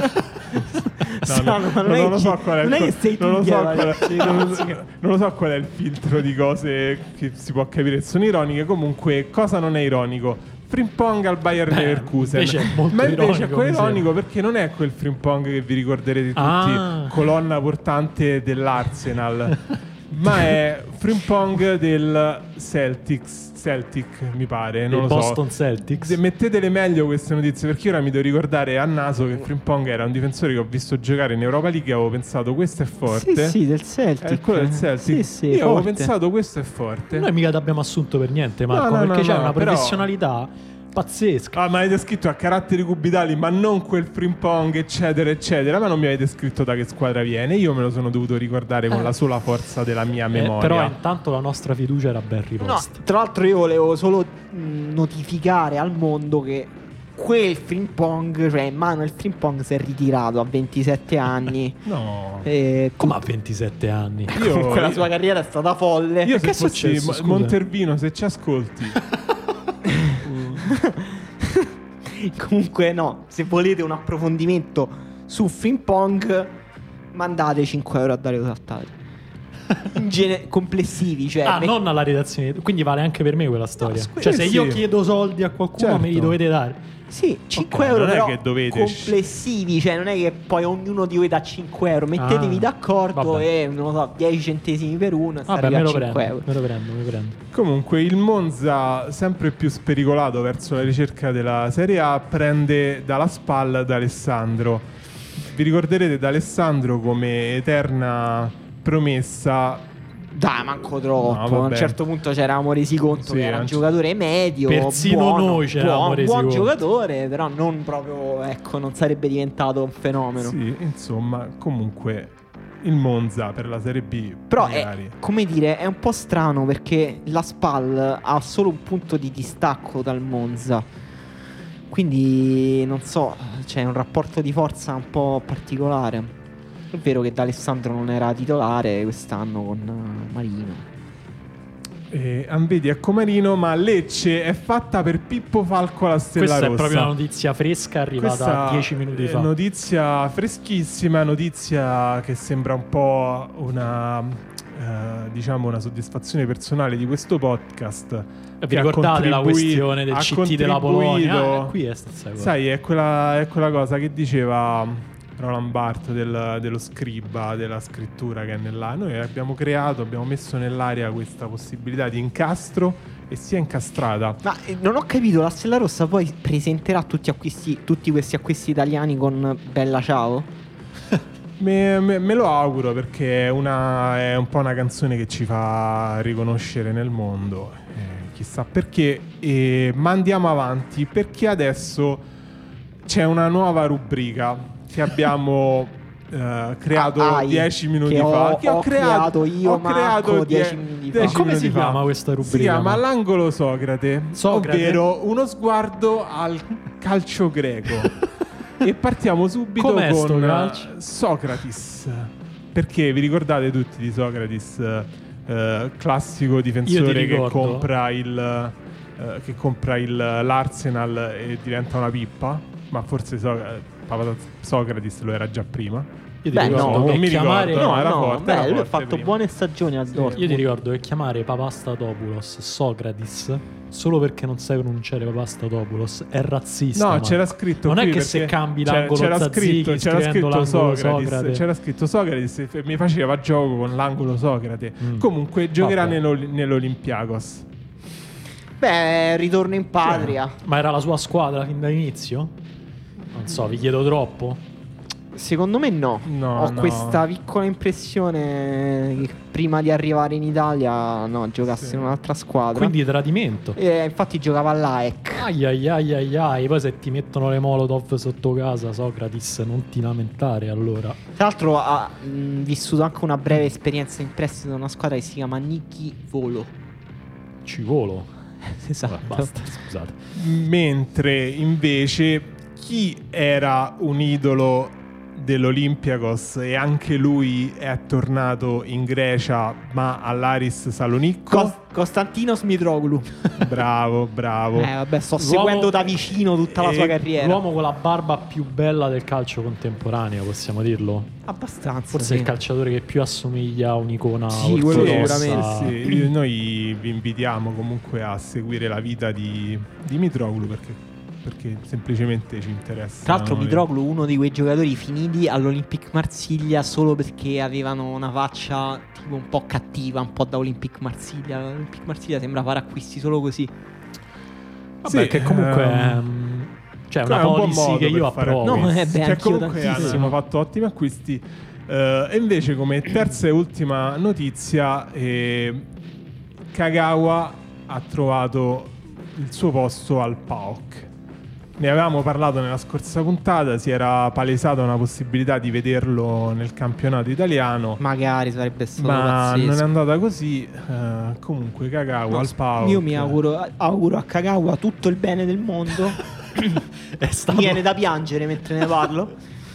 Strano, ma non è non lo che- so qual è il non è co- che sei tu non lo che so hai qual la- è- non lo so- non lo so qual è il filtro di cose che si può capire che sono ironiche. Comunque, cosa non è ironico? Frimpong al Bayer Beh, Leverkusen. invece è molto Ma invece ironico, è quello mi sembra. ironico perché non è quel Frimpong che vi ricorderete tutti, Ah. colonna portante dell'Arsenal, ma è Frimpong del Celtics. Celtic, mi pare, non Il lo Boston so. Celtics. Se mettetele meglio queste notizie, perché ora mi devo ricordare a naso che Frimpong era un difensore che ho visto giocare in Europa League e avevo pensato questo è forte. Sì, sì, del Celtic. È quello del Celtic. Sì, sì, Io avevo forte. pensato questo è forte. Noi mica ti abbiamo assunto per niente, Marco, No, no, perché no, c'è no, una però- professionalità pazzesca. Ah, ma avete scritto a caratteri cubitali, ma non quel Frimpong, eccetera, eccetera. Ma non mi avete scritto da che squadra viene. Io me lo sono dovuto ricordare con Eh. la sola forza della mia Eh, memoria. però intanto la nostra fiducia era ben No, riposta. tra l'altro io volevo solo mh, notificare al mondo che quel Frimpong, cioè Manuel Frimpong, si è ritirato a ventisette anni. No. E Come a ventisette anni? Io- comunque la io- sua carriera è stata folle. Io che se è fossi successo, Mo- scusa? Montervino, se ci ascolti. Comunque no, se volete un approfondimento su Frimpong, mandate cinque euro a Dario Saltari. In gene- complessivi, cioè Ah, me- non alla redazione, quindi vale anche per me quella storia. scusa, Cioè, se sì. io chiedo soldi a qualcuno, Certo. me li dovete dare. Sì, cinque Ok, euro non è però che dovete- complessivi, cioè non è che poi ognuno di voi dà cinque euro, mettetevi Ah, d'accordo vabbè. e non lo so, dieci centesimi per uno e si Vabbè, arriva me lo a cinque prendo, euro. me lo prendo, me lo prendo. Comunque il Monza, sempre più spericolato verso la ricerca della Serie A, prende dalla spalla D'Alessandro. Vi ricorderete D'Alessandro come eterna promessa. Dai, manco troppo. No, a un vabbè. certo punto ci eravamo resi conto Sì, che era a un un giocatore medio. Persino buono, noi ci eravamo buon, resi buon conto. giocatore, però non proprio, ecco, non sarebbe diventato un fenomeno. Sì, insomma, comunque il Monza per la Serie B. Però è, magari. come dire, è un po' strano perché la Spal ha solo un punto di distacco dal Monza. Quindi non so, c'è un rapporto di forza un po' particolare. È vero che D'Alessandro non era titolare quest'anno con eh, Marino. Eh, Anvedi a Comarino, ma Lecce è fatta per Pippo Falco alla Stella Questa Rossa. è proprio una notizia fresca arrivata Questa dieci minuti è fa. Notizia freschissima, notizia che sembra un po' una eh, diciamo una soddisfazione personale di questo podcast. Vi ricordate la questione del C T della Polonia? Eh, qui è stessa cosa. Sai, è quella, è quella cosa che diceva Roland Barthes del, dello scriba, della scrittura che è nell'aria. Noi abbiamo creato, abbiamo messo nell'aria questa possibilità di incastro e si è incastrata. Ma eh, non ho capito, la Stella Rossa poi presenterà tutti, acquisti, tutti questi acquisti italiani con Bella Ciao? Me, me, me lo auguro, perché è, una, è un po' una canzone che ci fa riconoscere nel mondo, eh, chissà perché, eh, ma andiamo avanti, perché adesso c'è una nuova rubrica che abbiamo eh, creato Ah, ai, dieci minuti che fa ho- che ho creato io, ho creato Marco, die- dieci minuti fa. dieci Come minuti si fa. chiama questa rubrica? Si chiama Ma- l'angolo Socrate, Socrate? ovvero uno sguardo al calcio greco. E partiamo subito Com'è sto con calcio? Socrates, perché vi ricordate tutti di Socrates, eh, classico difensore che ricordo. compra il eh, che compra il l'Arsenal e diventa una pippa, ma forse So- eh, Papa Socrates lo era già prima. Io ti Beh, ricordo no, che non mi chiamare... ricordo. No, era forte, beh, era lui ha forte fatto prima. buone stagioni al Dortmund. Io ti ricordo che chiamare Papastatopoulos Socrates solo perché non sai pronunciare Papastatopoulos è razzista. No, ma c'era scritto non qui è che perché se cambi c'era- l'angolo c'era Zazziki scritto, c'era scrivendo scritto l'angolo Socrates, Socrate. c'era scritto Socrates e mi faceva gioco con l'angolo Socrate. Mm. Comunque giocherà Vabbè. nello- nell'Olympiakos. Beh, ritorno in patria. Ma era la sua squadra fin dall'inizio? Non so, vi chiedo troppo. Secondo me no. No, Ho no. questa piccola impressione che prima di arrivare in Italia no, giocasse Sì. in un'altra squadra. Quindi tradimento. Eh, infatti giocava all'A E C. Ai ai ai ai ai. Poi se ti mettono le molotov sotto casa, Socrates, non ti lamentare allora. Tra l'altro ha mh, vissuto anche una breve esperienza in prestito da una squadra che si chiama Niki Volo. Ci volo. Esatto. Vabbè, basta, scusate. Mentre invece chi era un idolo dell'Olympiakos e anche lui è tornato in Grecia ma all'Aris Salonicco. Cos- Konstantinos Mitroglou. Bravo, bravo. Eh vabbè, sto L'uomo- seguendo da vicino tutta la e sua carriera. L'uomo con la barba più bella del calcio contemporaneo, possiamo dirlo? Abbastanza. Forse è sì. il calciatore che più assomiglia a un'icona Sì, quello ortodossa. sicuramente. Sì, sì. Noi vi invitiamo comunque a seguire la vita di, di Mitroglou perché, perché semplicemente ci interessa. Tra l'altro no? Mitroglou, uno di quei giocatori finiti all'Olympique Marsiglia solo perché avevano una faccia tipo un po' cattiva, un po' da Olympique Marsiglia. L'Olympique Marsiglia sembra fare acquisti solo così. Vabbè, Sì, che comunque ehm, ehm, cioè Quello una è un buon policy modo che io per fare approvo. No, acquisti. eh beh, Cioè, anch'io comunque tantissimo. hanno fatto ottimi acquisti. Eh, e invece come terza e ultima notizia, eh, Kagawa ha trovato il suo posto al P A O K. Ne avevamo parlato nella scorsa puntata, si era palesata una possibilità di vederlo nel campionato italiano, Magari sarebbe stato ma pazzesco. non è andata così. Eh, comunque Kagawa No, al P A O K. Io mi auguro, auguro a Kagawa tutto il bene del mondo. È stato Mi viene da piangere mentre ne parlo.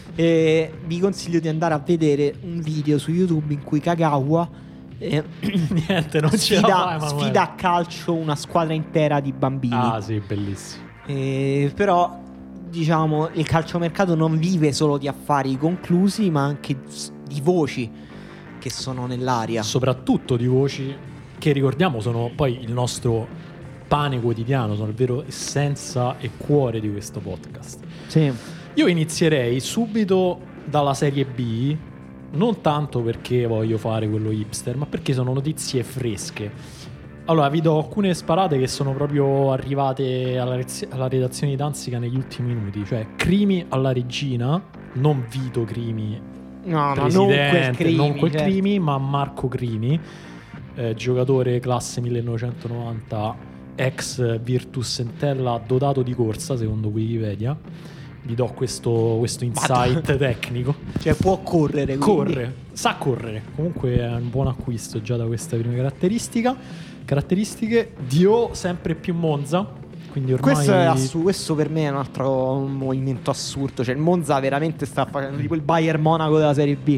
E vi consiglio di andare a vedere un video su YouTube in cui Kagawa eh, niente, non ce la sfida, fai, Emanuele. sfida a calcio una squadra intera di bambini. Ah, sì, bellissimo. Eh, però diciamo il calciomercato non vive solo di affari conclusi, ma anche s- di voci che sono nell'aria. Soprattutto di voci che ricordiamo sono poi il nostro pane quotidiano, sono il vero essenza e cuore di questo podcast. Sì. Io inizierei subito dalla serie B, non tanto perché voglio fare quello hipster, ma perché sono notizie fresche. Allora, vi do alcune sparate che sono proprio arrivate alla, rez- alla redazione di Danzica negli ultimi minuti. Cioè, Crimi alla regina, non Vito Crimi, No, no, non quel presidente, Crimi, non quel certo. Crimi, ma Marco Crimi, eh, giocatore classe millenovecentonovanta, ex Virtus Entella, dotato di corsa, secondo Wikipedia. Vi do questo, questo insight tecnico. Cioè può correre, quindi. Corre, sa correre. Comunque è un buon acquisto già da questa prima caratteristica. Caratteristiche Dio sempre più Monza. Quindi ormai Questo, è assu- questo per me è un altro movimento assurdo. Cioè il Monza veramente sta facendo tipo il Bayern Monaco della Serie B.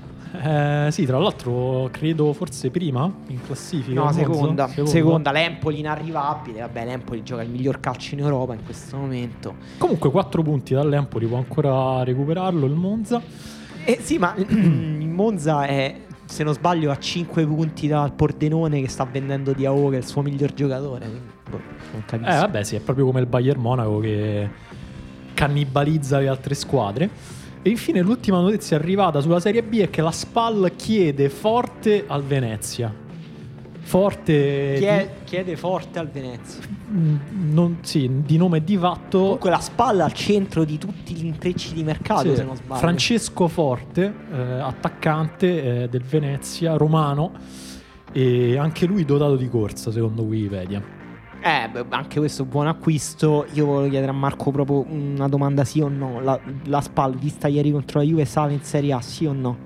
eh, sì, tra l'altro credo forse prima in classifica. No, il Monza. seconda, Seconda. seconda. L'Empoli inarrivabile. Vabbè, l'Empoli gioca il miglior calcio in Europa in questo momento. Comunque quattro punti dall'Empoli, può ancora recuperarlo il Monza. Eh sì, ma il Monza è se non sbaglio a cinque punti dal Pordenone che sta vendendo Diao, che è il suo miglior giocatore, quindi, boh, non capisco. Eh vabbè sì, è proprio come il Bayern Monaco che cannibalizza le altre squadre. E infine l'ultima notizia arrivata sulla Serie B è che la Spal chiede forte al Venezia. Forte Chiede, chiede forte al Venezia. di, non, sì, di nome e di fatto. Comunque la Spal al centro di tutti gli intrecci di mercato, Sì, se non sbaglio. Francesco Forte, eh, attaccante eh, del Venezia, romano, e anche lui dotato di corsa secondo Wikipedia. Eh, beh, anche questo è un buon acquisto. Io volevo chiedere a Marco proprio una domanda, sì o no. La, la Spal vista ieri contro la Juve sale in Serie A, sì o no?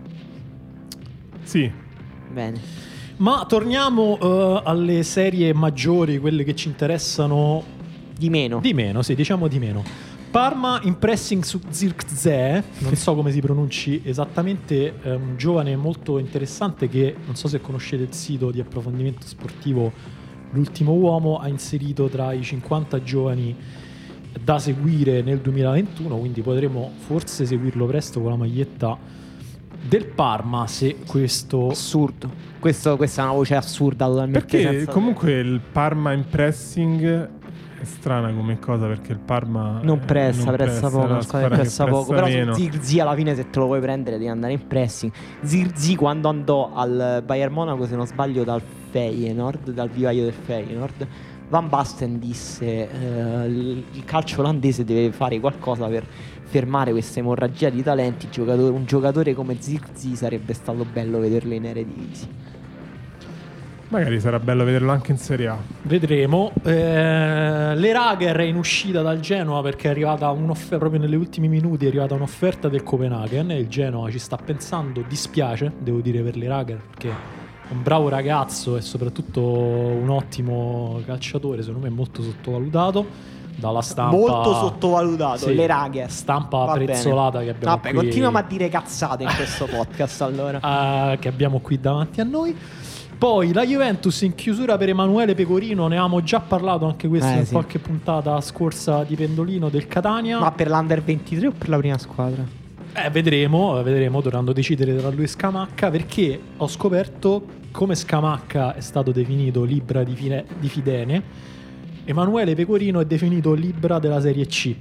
Sì. Bene. Ma torniamo uh, alle serie maggiori, quelle che ci interessano Di meno. di meno, sì, diciamo di meno. Parma in pressing su Zirkzee, non so come si pronunci esattamente, è un giovane molto interessante che, non so se conoscete il sito di approfondimento sportivo L'Ultimo Uomo, ha inserito tra i cinquanta giovani da seguire nel duemilaventuno, quindi potremo forse seguirlo presto con la maglietta del Parma, se questo... Assurdo. Questo, questa è una voce assurda totalmente. Perché senza- comunque il Parma in pressing è strana come cosa, perché il Parma non eh, pressa, non pressa poco, la la squadra che pressa poco. Però meno. su Zirkzee alla fine, se te lo vuoi prendere, devi andare in pressing. Zirkzee quando andò al Bayern Monaco, se non sbaglio, dal Feyenoord, dal vivaio del Feyenoord, Van Basten disse eh, il il calcio olandese deve fare qualcosa per fermare questa emorragia di talenti. Giocatore, un giocatore come Zirkzee sarebbe stato bello vederlo in Eredivisie. Magari sarà bello vederlo anche in Serie A. Vedremo. Eh, Lerager è in uscita dal Genoa perché è arrivata un'offerta, proprio negli ultimi minuti è arrivata un'offerta del Copenaghen e il Genoa ci sta pensando. Dispiace, devo dire, per Lerager, perché è un bravo ragazzo e soprattutto un ottimo calciatore, secondo me molto sottovalutato dalla stampa. Molto sottovalutato, Sì, Lerager. stampa Va bene. prezzolata che abbiamo Vabbè, qui, continuiamo a dire cazzate in questo podcast allora. eh, che abbiamo qui davanti a noi. Poi la Juventus in chiusura per Emanuele Pecorino, ne avevamo già parlato anche questo Eh, in sì. qualche puntata scorsa di Pendolino del Catania. Ma per l'Under ventitré o per la prima squadra? Eh, vedremo, vedremo, dovranno decidere tra lui e Scamacca, perché ho scoperto come Scamacca è stato definito Libra di, Fine- di Fidene, Emanuele Pecorino è definito Libra della Serie C.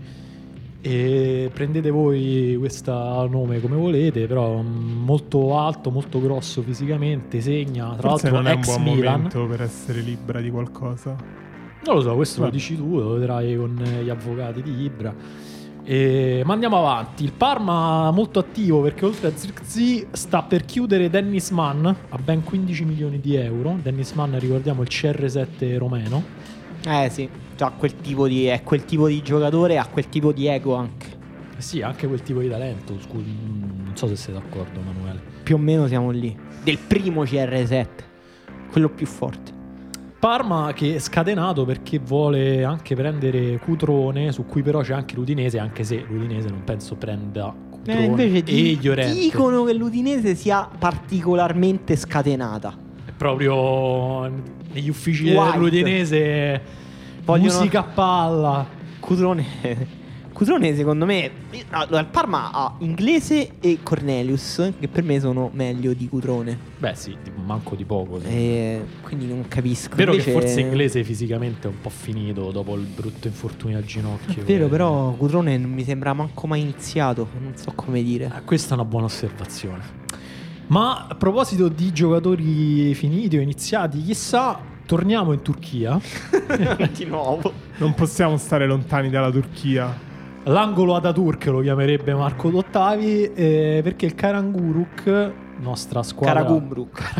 E prendete voi questo nome come volete, però molto alto, molto grosso fisicamente, segna, tra Forse l'altro non è un ex buon Milan. momento per essere libera di qualcosa. Non lo so, questo lo Vabbè. dici tu, lo vedrai con gli avvocati di Ibra. E... ma andiamo avanti. Il Parma molto attivo perché oltre a Zirkzee sta per chiudere Dennis Mann a ben quindici milioni di euro. Dennis Mann, ricordiamo, il C R sette romeno. Eh sì, già quel tipo di, è quel tipo di giocatore, ha quel tipo di ego anche. Eh sì, anche quel tipo di talento. Scusi, non so se sei d'accordo, Emanuele. Più o meno siamo lì. Del primo C R sette, quello più forte. Parma che è scatenato perché vuole anche prendere Cutrone, su cui però c'è anche l'Udinese, anche se l'Udinese non penso prenda Cutrone Eh, invece e di- Llorente. dicono che l'Udinese sia particolarmente scatenata. È proprio negli uffici White. dell'Udinese, Vogliono- musica a palla. Cutrone Cutrone secondo me, allora, il Parma ha Inglese e Cornelius, che per me sono meglio di Cutrone. Beh sì, manco di poco. Sì. E quindi non capisco. Vero Invece- che forse Inglese fisicamente è un po' finito dopo il brutto infortunio al ginocchio. È vero, che- però Cutrone non mi sembra manco mai iniziato. Non so come dire. Eh, questa è una buona osservazione. Ma a proposito di giocatori finiti o iniziati, chissà, torniamo in Turchia. Di nuovo. Non possiamo stare lontani dalla Turchia. L'angolo Ataturk lo chiamerebbe Marco Dottavi, eh, perché il Karagümrük, nostra squadra Karagümrük.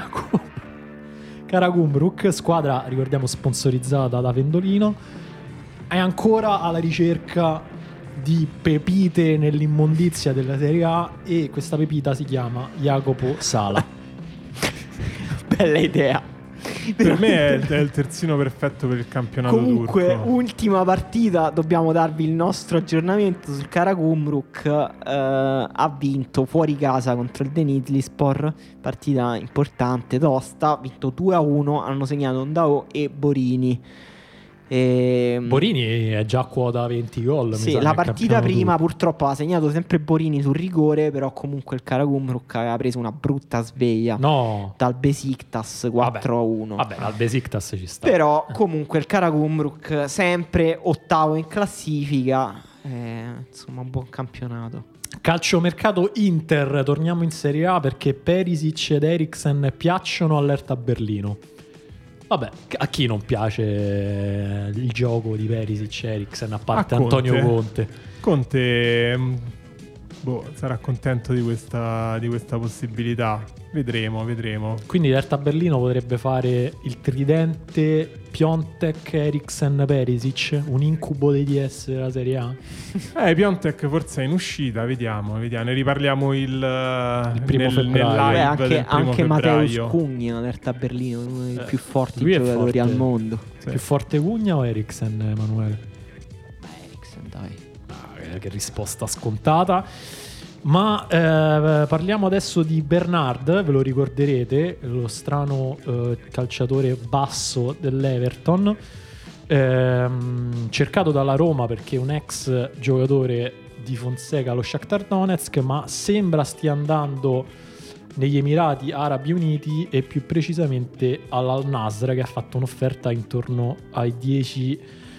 Karagümrük, squadra ricordiamo sponsorizzata da Pendolino, è ancora alla ricerca di pepite nell'immondizia della Serie A e questa pepita si chiama Jacopo Sala. Bella idea. Per me è, è il terzino perfetto per il campionato Comunque, turco. ultima partita, dobbiamo darvi il nostro aggiornamento sul Karagümrük. eh, ha vinto fuori casa contro il Denizlispor, partita importante, tosta, ha vinto due a uno, hanno segnato Ndao e Borini. E... Borini è già a quota venti gol. Sì, mi sa, la nel partita campionato prima turco. purtroppo ha segnato sempre Borini sul rigore, però comunque il Karagümrük aveva preso una brutta sveglia No, dal Besiktas quattro a uno. vabbè, al Besiktas ci sta. Però comunque il Karagümrük sempre ottavo in classifica, eh, insomma un buon campionato. Calciomercato Inter, torniamo in Serie A perché Perisic ed Eriksen piacciono all'Hertha Berlino. Vabbè, a chi non piace il gioco di Perisic e Eriksen, a parte A Conte. Antonio Conte? Conte mh, boh, sarà contento di questa, di questa possibilità. Vedremo, vedremo. Quindi l'Hertha Berlino potrebbe fare il tridente Piontek, Eriksen, Perisic, un incubo dei D S della Serie A. Eh, Piontek forse è in uscita, vediamo, vediamo. Ne riparliamo il, Il primo nel, febbraio. nel Beh, live anche del primo anche Mateusz febbraio. Cugna, l'Hertha Berlino, uno dei Eh, più forti lui è giocatori forte. al mondo. Sì. Più forte Cugna o Eriksen, Emanuele? Beh, Eriksen, dai. Ah, che risposta scontata. Ma eh, parliamo adesso di Bernard, ve lo ricorderete, lo strano eh, calciatore basso dell'Everton, ehm, cercato dalla Roma perché è un ex giocatore di Fonseca allo Shakhtar Donetsk, ma sembra stia andando negli Emirati Arabi Uniti e più precisamente all'Al Nasr, che ha fatto un'offerta intorno ai dieci,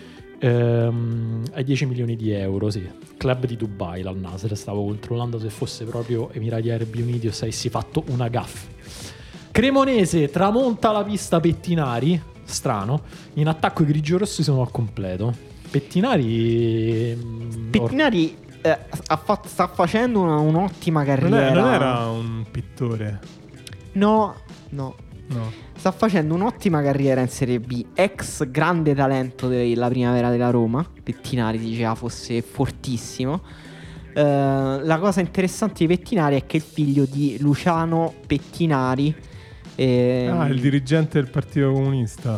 ehm, ai dieci milioni di euro, sì. Club di Dubai, l'Al Nasr. Stavo controllando se fosse proprio Emirati Arabi Uniti o se avessi fatto una gaffa. Cremonese tramonta la pista Pettinari, strano. In attacco i grigiorossi sono al completo. Pettinari mm, Pettinari eh, ha fatto- sta facendo una- un'ottima Non, carriera. è- non era un pittore, No, no. no. Sta facendo un'ottima carriera in Serie B. Ex grande talento della primavera della Roma. Pettinari diceva fosse fortissimo. Eh, la cosa interessante di Pettinari è che è il figlio di Luciano Pettinari. ehm, Ah, il dirigente del Partito Comunista.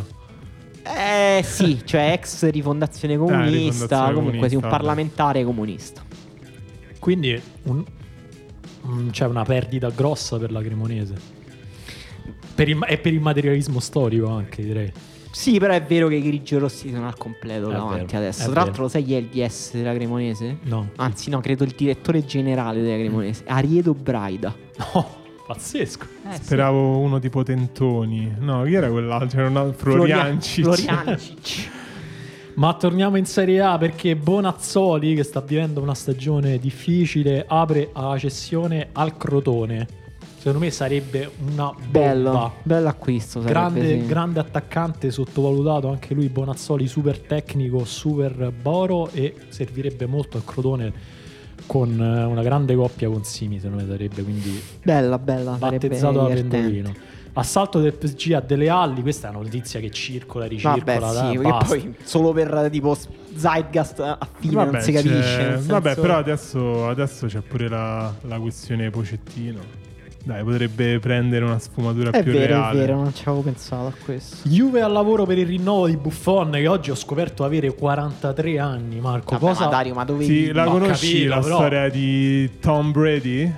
Eh sì, cioè ex rifondazione comunista. rifondazione comunque sì, un comunista, parlamentare comunista. Quindi un- un- c'è una perdita grossa per la Cremonese. Per il, e per il materialismo storico anche, direi. Sì, però è vero che i grigiorossi sono al completo È davanti vero, adesso. è Tra vero. l'altro, lo sai chi è il D S della Cremonese? No. Anzi, no, credo il direttore generale della Cremonese, Ariedo Braida. No, pazzesco. Eh, sì. Speravo uno tipo Tentoni. No, chi era quell'altro? C'era una Floriancic. Floriancic. Ma torniamo in Serie A perché Bonazzoli, che sta vivendo una stagione difficile, apre alla cessione al Crotone. Secondo me sarebbe una bomba. Bello, bello acquisto. sarebbe, Grande, sì. grande attaccante, sottovalutato anche lui. Bonazzoli, super tecnico, super boro, e servirebbe molto al Crotone con eh, una grande coppia con Simi, secondo me sarebbe, quindi Bella, bella. sarebbe battezzato da divertente. Pendolino. Assalto del P S G a Dele Alli, questa è una notizia che circola, ricircola, Vabbè, dai, sì, perché basta. poi solo per tipo Zeitgeist a fine Vabbè, non si c'è- capisce. nel vabbè, senso- però adesso, adesso c'è pure la, la questione Pocettino. Dai, potrebbe prendere una sfumatura È più vero, reale. è vero, non ci avevo pensato a questo. Juve al lavoro per il rinnovo di Buffon, che oggi ho scoperto avere quarantatré anni, Marco. Vabbè, Cosa... ma Dario, ma dove Sì, vivi? la Ho conosci capito, la però. storia di Tom Brady?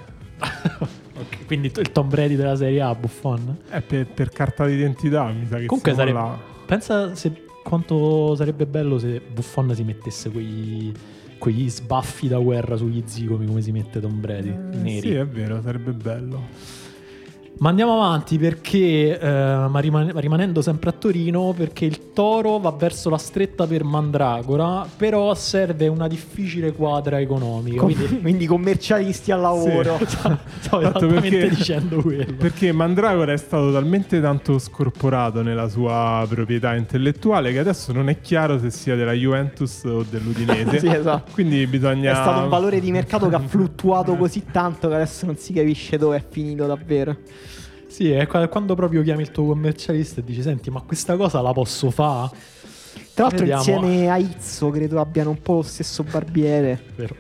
Ok, quindi il Tom Brady della Serie A, Buffon. È per, per carta d'identità, mi sa che Comunque siamo sarebbe... là. Pensa se quanto sarebbe bello se Buffon si mettesse quei... quegli sbaffi da guerra sugli zigomi come si mette Tom Brady, Eh, neri. sì, è vero, sarebbe bello. Ma andiamo avanti perché, eh, ma rimane- rimanendo sempre a Torino, perché il Toro va verso la stretta per Mandragora, però serve una difficile quadra economica. Com- Quindi quindi commercialisti al lavoro. stavo Tanto esattamente perché- dicendo quello. Perché Mandragora è stato talmente tanto scorporato nella sua proprietà intellettuale che adesso non è chiaro se sia della Juventus o dell'Udinese. Sì, esatto. Quindi bisogna... È stato un valore di mercato che ha fluttuato così tanto che adesso non si capisce dove è finito davvero. Sì, è qua- quando proprio chiami il tuo commercialista e dici: senti, ma questa cosa la posso fare? Tra l'altro Vediamo. insieme a Izzo credo abbiano un po' lo stesso barbiere. Vero.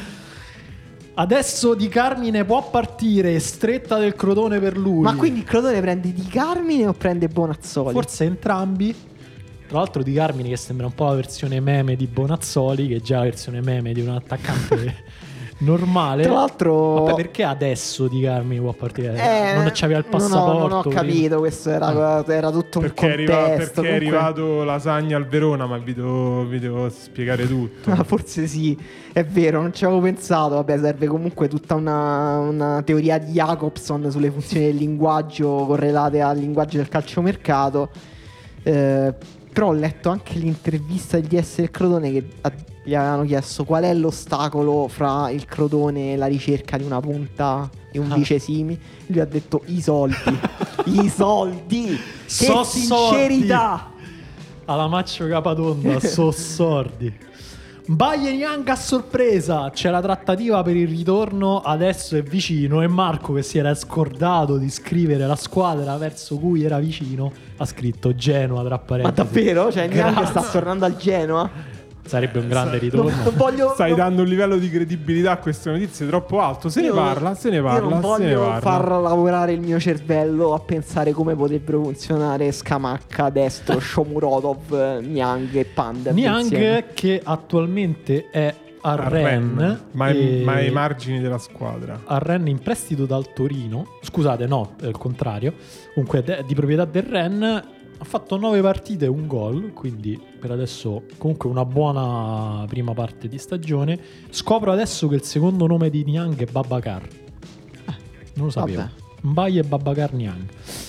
Adesso Di Carmine può partire, stretta del Crotone per lui. Ma quindi il Crotone prende Di Carmine o prende Bonazzoli? Forse entrambi. Tra l'altro Di Carmine, che sembra un po' la versione meme di Bonazzoli, che è già la versione meme di un attaccante normale. Tra l'altro, vabbè, perché adesso di Carmi può partire? Eh, non c'aveva il passaporto. Non ho, non ho capito, questo era, era tutto un perché contesto. È arrivato, perché comunque... è arrivato Lasagna al Verona, ma vi devo, vi devo spiegare tutto. Ah, forse sì, è vero, non ci avevo pensato. Vabbè, serve comunque tutta una, una teoria di Jacobson sulle funzioni del linguaggio correlate al linguaggio del calciomercato. Eh, però ho letto anche l'intervista del D S del Crotone che a, gli avevano chiesto qual è l'ostacolo fra il Crotone e la ricerca di una punta, di un Ah. vice Simi. Lui ha detto i soldi. I soldi. Che So sincerità. Alla Maccio Capatonda, so sordi. Bayern Young a sorpresa, c'è la trattativa per il ritorno, adesso è vicino e Marco, che si era scordato di scrivere la squadra verso cui era vicino, ha scritto Genoa tra Ma parentesi. davvero? Cioè Niang Grazie. sta tornando al Genoa? Sarebbe un grande Non, ritorno. non voglio Stai non- dando un livello di credibilità a queste notizie troppo alto. Se ne io- parla, se ne Io parla, non se ne voglio parla. far lavorare il mio cervello a pensare come potrebbero funzionare Scamacca, Destro, Shomurodov, Niang e Pandev insieme. Niang che attualmente è a A Rennes, ma, e- ma ai margini della squadra. a Rennes in prestito dal Torino. Scusate, no, è il contrario. Comunque è di proprietà del Rennes. Ha fatto nove partite e un gol, quindi per adesso comunque una buona prima parte di stagione. Scopro adesso che il secondo nome di Niang è Babacar. Eh, non lo sapevo. Vabbè. Mbaye e Babacar Niang.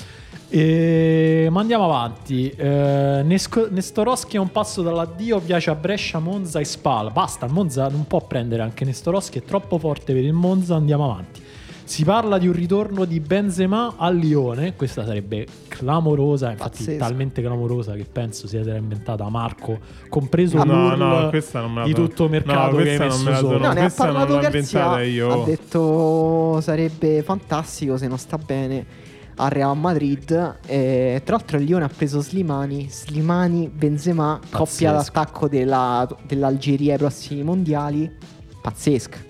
E... ma andiamo avanti. eh, Nesco- Nestorowski è un passo dall'addio, piace a Brescia, Monza e Spal. Basta, il Monza non può prendere anche Nestorowski, è troppo forte per il Monza, andiamo avanti. Si parla di un ritorno di Benzema al Lione, questa sarebbe clamorosa, infatti Pazzesco. talmente clamorosa che penso sia stata inventata Marco, compreso No, l'U R L no, questa non me la di so- tutto il mercato no, che hai questa non messo me la so- sopra. No, ne ha questa non parlato l'ho Garzia, inventata io. ha detto sarebbe fantastico se non sta bene al Real Madrid. E, tra l'altro il Lione ha preso Slimani, Slimani, Benzema, coppia d'attacco della, dell'Algeria ai prossimi mondiali. Pazzesca.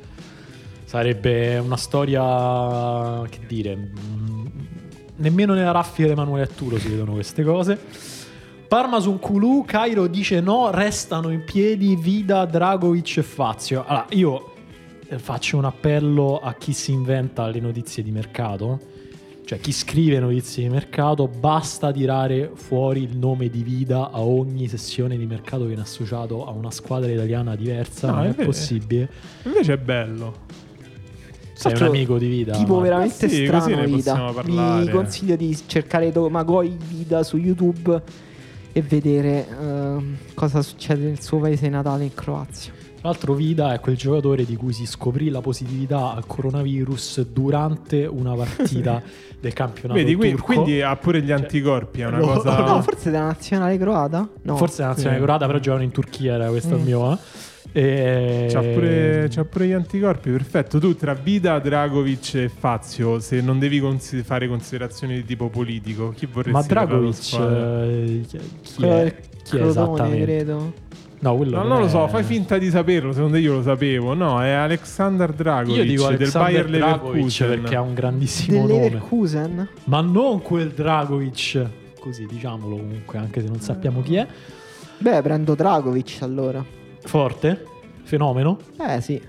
Sarebbe una storia, che dire, mh, nemmeno nella raffica di Emanuele Atturo si vedono queste cose. Parma su un culù, Cairo dice no, restano in piedi Vida, Dragovic e Fazio. Allora, io eh, faccio un appello a chi si inventa le notizie di mercato, cioè chi scrive notizie di mercato, basta tirare fuori il nome di Vida a ogni sessione di mercato che viene associato a una squadra italiana diversa, No, non è è vero. possibile. Invece è bello. Sei un Faccio amico di Vida. Tipo Marco. veramente Ah, sì, strano così ne Vida. possiamo parlare. Vi consiglio di cercare Domagoj Vida su YouTube e vedere ehm, cosa succede nel suo paese natale in Croazia. Tra l'altro Vida è quel giocatore di cui si scoprì la positività al coronavirus durante una partita del campionato Vedi, qui- turco. quindi ha pure gli Cioè, anticorpi, è una no, cosa... No, forse della nazionale croata? No. Forse è la nazionale Sì. croata, però giocano in Turchia, era questo Mm. il mio. Eh. E... C'ha pure, c'ha pure gli anticorpi, perfetto. Tu tra Vida, Dragovic e Fazio, se non devi consi- fare considerazioni di tipo politico, chi vorresti Ma per la tua Dragovic squadra? eh, chi Quello è? del Chi è Crotone, esattamente? credo. No, quello No, non lo so, è- fai finta di saperlo, secondo me io lo sapevo. No, è Alexander Dragovic Io dico del Alexander Bayer Dragovic Leverkusen. perché ha un grandissimo Del nome. Leverkusen? Ma non quel Dragovic, così diciamolo comunque, anche se non sappiamo chi è. Beh, prendo Dragovic allora. Forte? Fenomeno? Eh sì.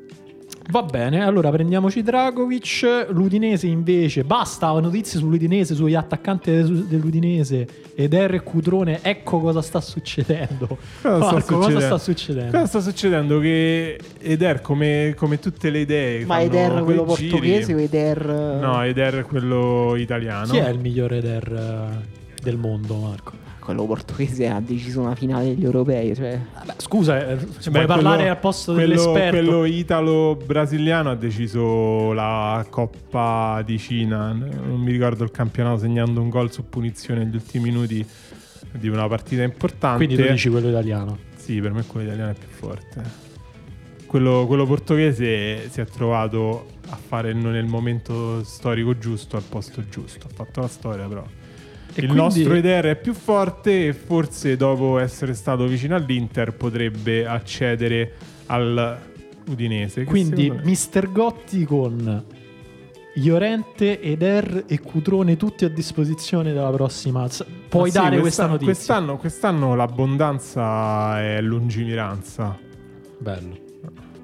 Va bene, allora prendiamoci Dragovic. L'Udinese invece, basta notizie sull'Udinese, sugli attaccanti dell'Udinese. Eder e Cutrone, ecco cosa sta succedendo. Cosa sta Marco, succedendo? cosa sta succedendo? Cosa sta succedendo? Che Eder, come, come tutte le idee, Ma fanno Eder quei quello giri. portoghese o Eder... No, Eder è quello italiano. Chi è il migliore Eder eh, del mondo, Marco? Quello portoghese ha deciso una finale degli europei, cioè... Vabbè, scusa, eh, se Beh, vuoi parlare quello- al posto quello, dell'esperto. quello italo-brasiliano ha deciso la Coppa di Cina. Non mi ricordo il campionato, segnando un gol su punizione negli ultimi minuti di una partita importante. Quindi tu dici quello italiano. Sì, per me quello italiano è più forte. Quello, quello portoghese si è trovato a fare non nel momento storico giusto al posto giusto. Ha fatto la storia, però. E Il quindi- nostro Eder è più forte e forse dopo essere stato vicino all'Inter potrebbe accedere al Udinese. che Quindi secondo me- mister Gotti con Llorente, Eder e Cutrone tutti a disposizione della prossima. S- Puoi Ah, sì, dare questa quest'anno- notizia? Quest'anno, quest'anno l'abbondanza è lungimiranza. Bello.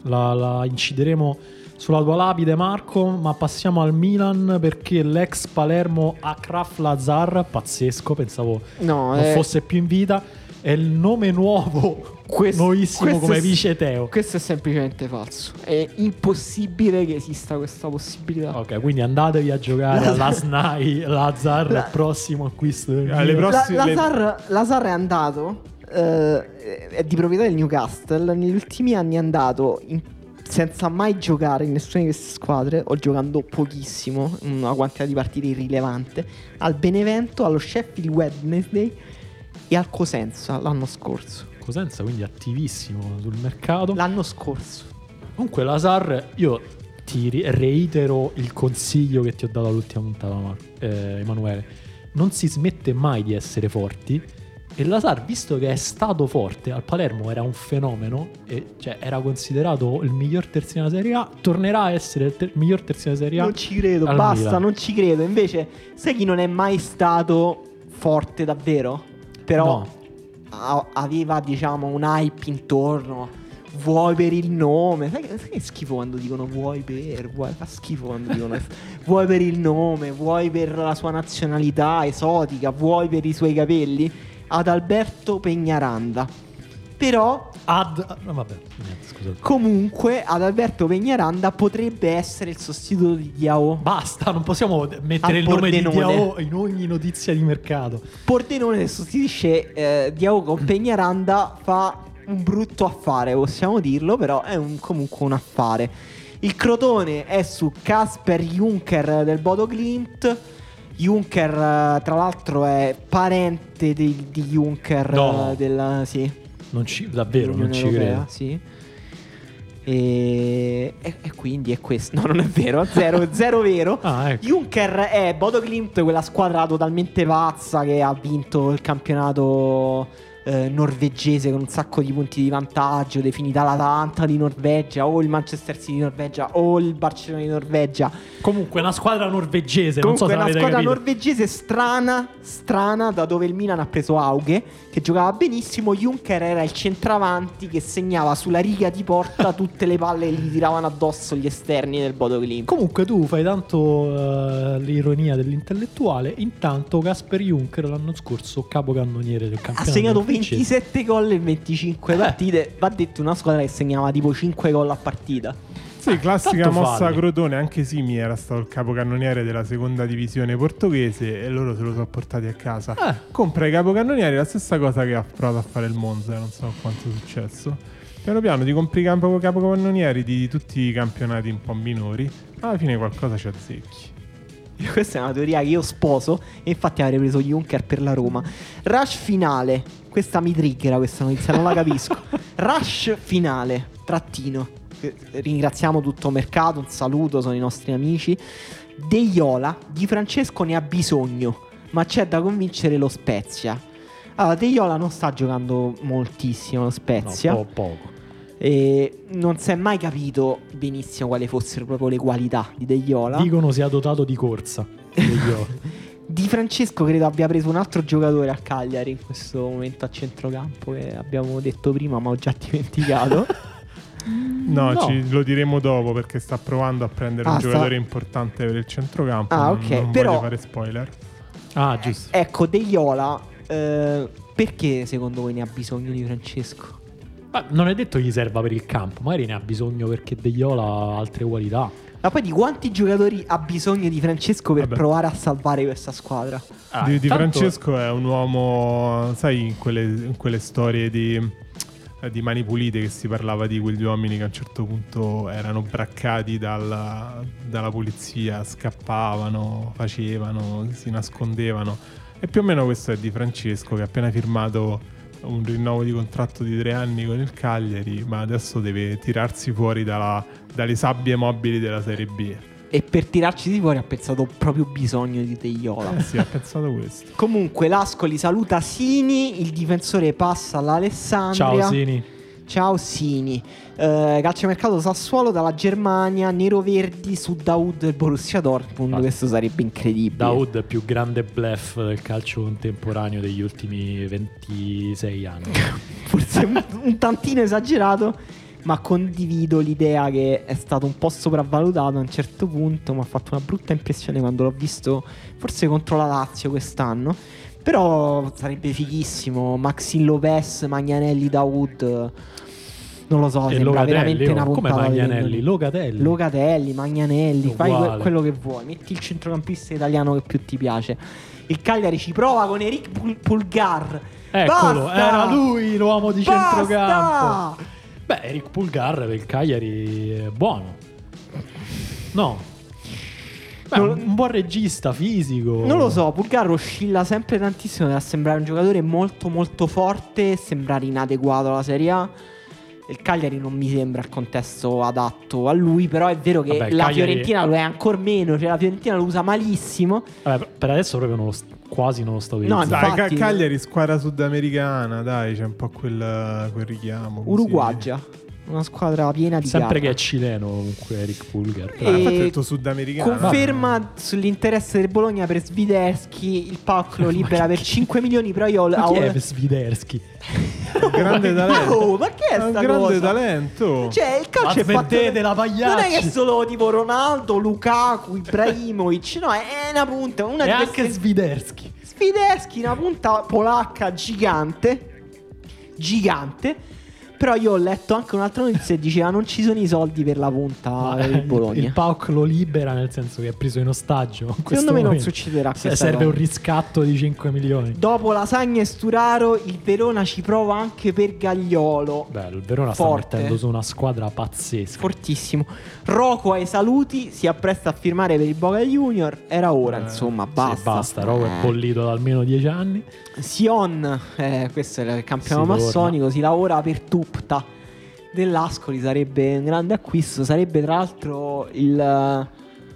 la, la incideremo sulla tua lapide, Marco, ma passiamo al Milan perché l'ex Palermo Akraf Lazar, pazzesco, pensavo No, non eh, fosse più in vita, è il nome nuovo, Questo- nuovissimo questo come è- vice Teo. Questo è semplicemente falso. È impossibile che esista questa possibilità. Ok, quindi andatevi a giocare Lazar- alla S N A I Lazar, La- il prossimo acquisto del Alle Milan. prossime- La- le- Lazar, Lazar è andato, eh, è di proprietà del Newcastle. Negli ultimi anni è andato in- senza mai giocare in nessuna di queste squadre, o giocando pochissimo, una quantità di partite irrilevante, al Benevento, allo Sheffield Wednesday e al Cosenza l'anno scorso. Cosenza quindi attivissimo sul mercato. L'anno scorso. Comunque Lazar, io ti ri- reitero il consiglio che ti ho dato all'ultima puntata, Mar- eh, Emanuele. Non si smette mai di essere forti. E Lazar, visto che è stato forte al Palermo, era un fenomeno, e cioè era considerato il miglior terzino della Serie A, tornerà a essere il ter- miglior terzino della Serie A. Non ci credo, al basta, Milan. non ci credo. Invece, sai chi non è mai stato forte davvero? Però No. a- aveva, diciamo, un hype intorno. Vuoi per il nome? Sai che, sai che schifo quando dicono vuoi per, vuoi, fa schifo quando dicono vuoi per il nome, vuoi per la sua nazionalità esotica, vuoi per i suoi capelli? Ad Alberto Peñaranda. Però Ad... no, vabbè, niente, scusate. comunque ad Alberto Peñaranda potrebbe essere il sostituto di Diao. Basta, non possiamo mettere Al il nome di Pordenone. Diao in ogni notizia di mercato. Pordenone che sostituisce eh, Diao con Peñaranda fa un brutto affare, possiamo dirlo, però è un- comunque un affare. Il Crotone è su Kasper Junker del Bodo Glimt. Junker, eh, tra l'altro, è parente di, di Junker No. eh, del, sì, Non ci, davvero, non dell'Unione ci Europea, credo. sì. E, e- e quindi è questo. No, non è vero, zero, zero vero. Ah, ecco. Junker è Bodo Glimt, quella squadra totalmente pazza che ha vinto il campionato eh, norvegese con un sacco di punti di vantaggio, definita l'Atalanta di Norvegia o il Manchester City di Norvegia o il Barcellona di Norvegia. Comunque una squadra norvegese, non so Comunque se è una l'avete squadra capito. norvegese strana, strana, da dove il Milan ha preso Auge, che giocava benissimo. Junker era il centravanti che segnava sulla riga di porta tutte le palle che gli tiravano addosso gli esterni del Bodo Glimt. Comunque tu fai tanto eh, l'ironia dell'intellettuale. Intanto Kasper Junker l'anno scorso capocannoniere del Ha campionato segnato norvegese. ventisette gol in venticinque Eh. partite. Va detto, una squadra che segnava tipo cinque gol a partita. Sì, classica tanto mossa falli. Crotone. Anche Simi era stato il capocannoniere della seconda divisione portoghese e loro se lo sono portati a casa. Eh. Compra i capocannonieri, la stessa cosa che ha provato a fare il Monza, non so quanto è successo. Piano piano ti compri i capo- capocannonieri di tutti i campionati un po' minori, alla fine qualcosa ci azzecchi. Questa è una teoria che io sposo, e infatti avrei preso Junker per la Roma. Rush finale. Questa mi triggera, questa notizia, non la capisco. Rush finale, trattino. Eh, Ringraziamo tutto mercato, un saluto, sono i nostri amici. De Iola, Di Francesco ne ha bisogno, ma c'è da convincere lo Spezia. Allora, De Iola non sta giocando moltissimo lo No, Spezia. po- poco. E non si è mai capito benissimo quali fossero proprio le qualità di De Iola. Dicono sia dotato di corsa. Io. Di Francesco credo abbia preso un altro giocatore a Cagliari in questo momento a centrocampo, che abbiamo detto prima ma ho già dimenticato. No, No. ci- lo diremo dopo perché sta provando a prendere Ah, un sta- giocatore importante per il centrocampo. Ah, non- ok, non però- voglio fare spoiler. Ah, giusto. Ecco, De Iola, eh, perché secondo voi ne ha bisogno Di Francesco? Ma non è detto gli serva per il campo, magari ne ha bisogno perché De Iola ha altre qualità. Ma poi di quanti giocatori ha bisogno Di Francesco per Vabbè. provare a salvare questa squadra? Ah, di, di intanto- Francesco è un uomo, sai, in quelle, in quelle storie di, eh, di Mani Pulite che si parlava di quegli uomini che a un certo punto erano braccati dalla, dalla polizia, scappavano, facevano, si nascondevano. E più o meno questo è Di Francesco, che ha appena firmato un rinnovo di contratto di tre anni con il Cagliari, ma adesso deve tirarsi fuori dalla- dalle sabbie mobili della Serie B. E per tirarci di fuori ha pensato proprio bisogno di De Iola. Eh sì, ha pensato questo. Comunque l'Ascoli saluta Sini, il difensore passa all'Alessandria. Ciao Sini. Ciao Sini. Eh, calciomercato Sassuolo dalla Germania, nero-verdi su Daoud del Borussia Dortmund. Ah. Questo sarebbe incredibile. Daoud è il più grande bluff del calcio contemporaneo degli ultimi ventisei anni. Forse un, un tantino esagerato. ma condivido l'idea che è stato un po' sopravvalutato a un certo punto. Mi ha fatto una brutta impressione quando l'ho visto, forse contro la Lazio quest'anno. Però sarebbe fighissimo. Maxi Lopez, Magnanelli, Daoud, non lo so, E sembra Locatelli, veramente oh, una come puntata di Magnanelli? tendoni. Locatelli. Locatelli, Magnanelli, fai que- Uguale. quello che vuoi. Metti il centrocampista italiano che più ti piace. Il Cagliari ci prova con Eric Pul- Pulgar. Eccolo, Basta! era lui l'uomo di Basta! centrocampo. Beh, Eric Pulgar per il Cagliari è buono. No. Beh, Non- un, un buon regista fisico. Non lo so, Pulgar oscilla sempre tantissimo da sembrare un giocatore molto molto forte e sembrare inadeguato alla Serie A. Il Cagliari non mi sembra il contesto adatto a lui, però è vero che Vabbè, il la Cagliari- Fiorentina lo è ancora meno, cioè la Fiorentina lo usa malissimo. Vabbè, per adesso proprio non lo st- quasi non lo sto No, utilizzando. Dai, Ca- infatti- Cagliari, squadra sudamericana, dai, c'è un po' quel, quel richiamo. così. Uruguaggia, una squadra piena di Sempre che garra. è cileno comunque Eric Pulgar. E- Ah, infatti ho detto sudamericana. Conferma sull'interesse del Bologna per Sviderski. Il P A O C lo libera per cinque milioni. Però io Ma ho chi è Sviderski? Un grande talento. Oh, ma che è È un sta grande cosa? talento. Cioè, il calcio Ma è fatto. smettete la Non è pagliacci. che è solo tipo Ronaldo, Lukaku, Ibrahimovic. No, è una punta. Una E di anche queste- Sviderski. Sviderski, una punta polacca gigante. Gigante. Però io ho letto anche un'altra notizia che diceva non ci sono i soldi per la punta del Bologna. Il P A O C lo libera, nel senso che è preso in ostaggio. in questo Secondo me non momento. succederà Se questa serve cosa. un riscatto di cinque milioni. Dopo Lasagna e Sturaro, il Verona ci prova anche per Gagliolo. Beh, il Verona sta Forte. mettendo su una squadra pazzesca. Fortissimo. Rocco ai saluti, si appresta a firmare per il Boca Junior. Era ora, Eh, insomma, Sì, basta. basta, Rocco è Eh. bollito da almeno dieci anni. Sion, eh, questo è il campionato Si torna. massonico, si lavora per Tupta. Dell'Ascoli sarebbe un grande acquisto. Sarebbe tra l'altro il,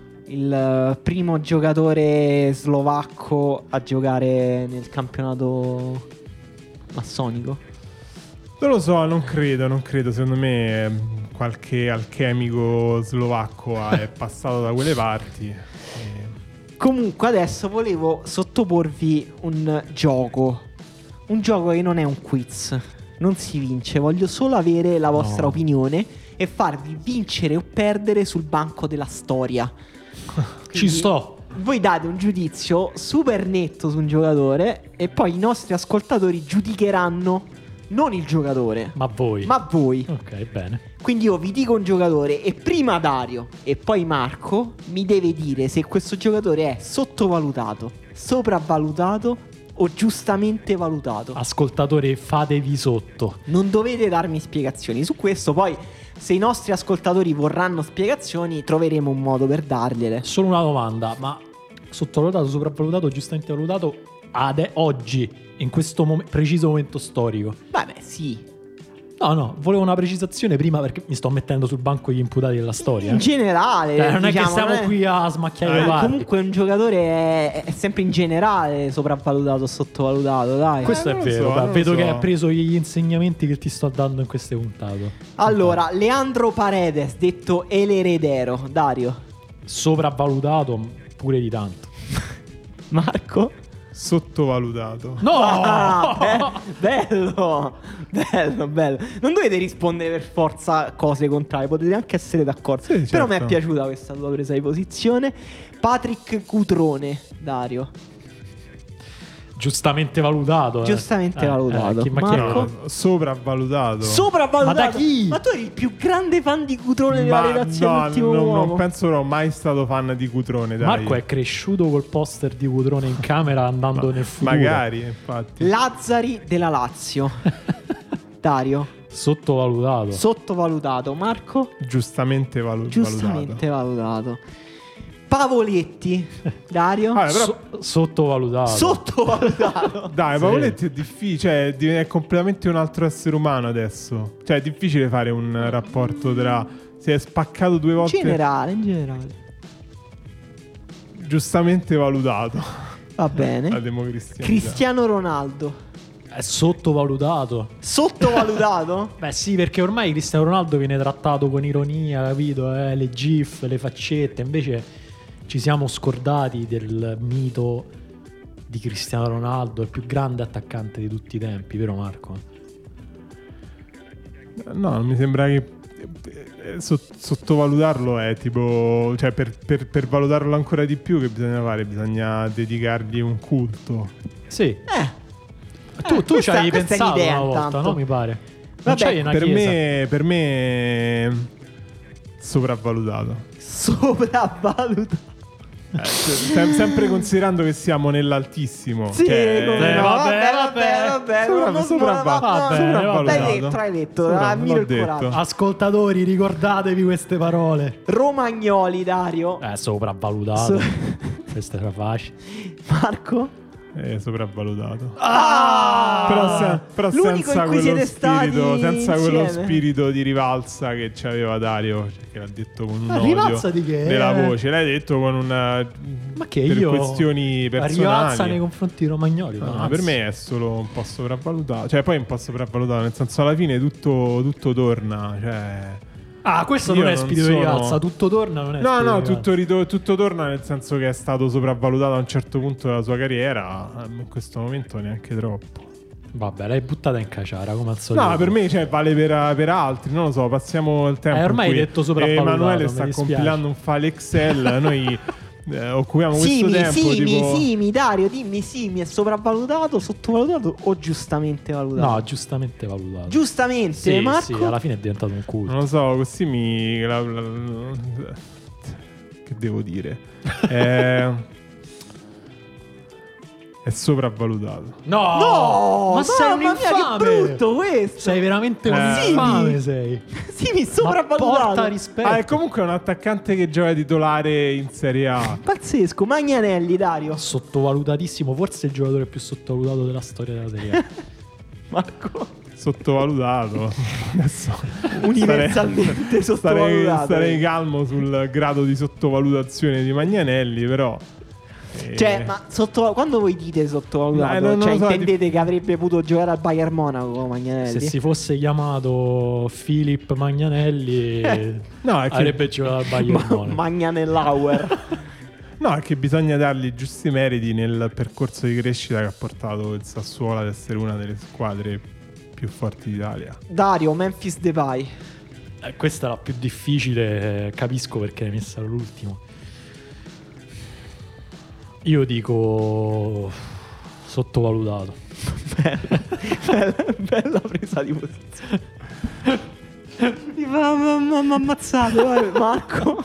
il primo giocatore slovacco a giocare nel campionato massonico. Non lo so, non credo, non credo. Secondo me eh, qualche alchemico slovacco ha- è passato da quelle parti. E- Comunque adesso volevo sottoporvi un gioco. Un gioco che non è un quiz. Non si vince, voglio solo avere la vostra No. opinione e farvi vincere o perdere sul banco della storia. Ci Quindi sto. Voi date un giudizio super netto su un giocatore e poi i nostri ascoltatori giudicheranno non il giocatore, Ma voi. ma voi. Ok, bene. Quindi io vi dico un giocatore e prima Dario e poi Marco mi deve dire se questo giocatore è sottovalutato, sopravvalutato o giustamente valutato. Ascoltatori, fatevi sotto. Non dovete darmi spiegazioni su questo, poi se i nostri ascoltatori vorranno spiegazioni troveremo un modo per dargliele. Solo una domanda, ma sottovalutato, sopravvalutato, giustamente valutato ad oggi, in questo mom- preciso momento storico? Vabbè, sì. No, no, volevo una precisazione prima perché mi sto mettendo sul banco gli imputati della storia. In generale, Eh, non è diciamo, che stiamo non è- qui a smacchiare Eh, le parti. Comunque un giocatore è, è sempre in generale sopravvalutato o sottovalutato, dai. Questo Eh, è non lo vero, so, beh, non lo vedo so. che hai preso gli insegnamenti che ti sto dando in queste puntate. Allora, Leandro Paredes, detto El Heredero. Dario. Sopravvalutato pure di tanto. Marco. Sottovalutato. No! Ah, be- bello, bello, bello. Non dovete rispondere per forza cose contrarie, potete anche essere d'accordo. Sì, Però mi è certo. piaciuta questa tua presa di posizione. Patrick Cutrone, Dario. Giustamente valutato. eh. Giustamente Eh, valutato. eh, chi- ma chi Marco? era? No, sopravvalutato. Sopravvalutato. Ma da chi? Ma tu eri il più grande fan di Cutrone della Ma redazione no, dell'ultimo non, uomo. non penso ero mai stato fan di Cutrone, dai. Marco è cresciuto col poster di Cutrone in camera andando nel futuro. Magari, infatti. Lazzari della Lazio. Dario. Sottovalutato. Sottovalutato. Marco. Giustamente valu- Giustamente valutato. Pavoletti. Dario. Vabbè, però- So- sottovalutato. Sottovalutato. Dai, Sì. Pavoletti è difficile, cioè div- è completamente un altro essere umano adesso. Cioè è difficile fare un rapporto tra... Si è spaccato due In volte. generale, in generale. Giustamente valutato. Va La bene. democristianità. Cristiano Ronaldo. È sottovalutato. Sottovalutato? Beh sì, perché ormai Cristiano Ronaldo viene trattato con ironia, capito? Eh, le gif, le faccette. Invece ci siamo scordati del mito di Cristiano Ronaldo, il più grande attaccante di tutti i tempi, vero Marco? No, mi sembra che sottovalutarlo è tipo, cioè per, per, per valutarlo ancora di più che bisogna fare? Bisogna dedicargli un culto. Sì. Eh. Tu, tu ci questa- avevi questa è pensato l'idea, una volta, intanto. no? Mi pare. Non Vabbè, c'hai una Per chiesa. me, per me sopravvalutato. Sopravvalutato. Eh, sem- sempre considerando che siamo nell'altissimo. Sì, che- come Eh, no, vabbè, vabbè, vabbè, Sopra- non- sopravva- no, no, sopravvalutato. L'hai detto, l'hai detto, Sopra- ammiro l'ho il detto. coraggio. Ascoltatori, ricordatevi queste parole. Romagnoli, Dario. Eh, sopravvalutato. So- Questo era facile. Marco? È sopravvalutato. Ah! Però, se- però L'unico senza in cui quello siete stati spirito, senza quello insieme. spirito di rivalsa che c'aveva Dario, cioè, che l'ha detto con un Ah, odio rivalsa di che? nella voce. L'hai detto con una Ma che per io questioni rivalsa personali. nei confronti di Romagnoli. No, no, no, anzi. per me è solo un po' sopravvalutato. Cioè, poi è un po' sopravvalutato, nel senso alla fine tutto, tutto torna. Cioè... Ah, questo Io non è non spirito di sono- rivalsa. Tutto torna, non è No, spirito no, di tutto, rivalsa. ritor- tutto torna nel senso che è stato sopravvalutato a un certo punto della sua carriera. In questo momento neanche troppo. Vabbè, l'hai buttata in caciara come al solito. No, per me cioè, vale per, per altri, non lo so, passiamo il tempo. Eh, ormai in cui hai detto sopravvalutato, Emanuele mi sta dispiace. compilando un file Excel, noi eh, occupiamo questo Simi, tempo. Simi, tipo... Simi, Dario, dimmi Simi, è sopravvalutato, sottovalutato o giustamente valutato? No, giustamente valutato. Giustamente, Sì, Marco? sì, alla fine è diventato un culto. Non lo so, così mi... la- la- la- che devo dire? Eh, è sopravvalutato. No! No, ma sei un mamma mia, infame! che brutto questo! Sei veramente un Eh. infame, sei. Simi, Ma porta sopravvalutato. rispetto. Ah, è comunque un attaccante che gioca titolare in Serie A. Pazzesco, Magnanelli, Dario. Sottovalutatissimo, forse il giocatore più sottovalutato della storia della Serie A. Marco. Sottovalutato. Adesso Universalmente starei, sottovalutato. starei calmo sul grado di sottovalutazione di Magnanelli, però. eh, Cioè, ma sotto, quando voi dite sottovalutato, Eh, non- non cioè lo so, intendete che avrebbe potuto giocare al Bayern Monaco Magnanelli? Se si fosse chiamato Filippo Magnanelli, no, è che, avrebbe giocato al Bayern Ma- Monaco. Magnanellauer. no, è che bisogna dargli i giusti meriti nel percorso di crescita che ha portato il Sassuolo ad essere una delle squadre più forti d'Italia. Dario, Memphis Depay. Eh, questa è la più difficile, eh, capisco perché l'hai messa all'ultimo. Io dico sottovalutato. bella, bella, bella presa di posizione. Mi fa mi ha ammazzato, vai, Marco.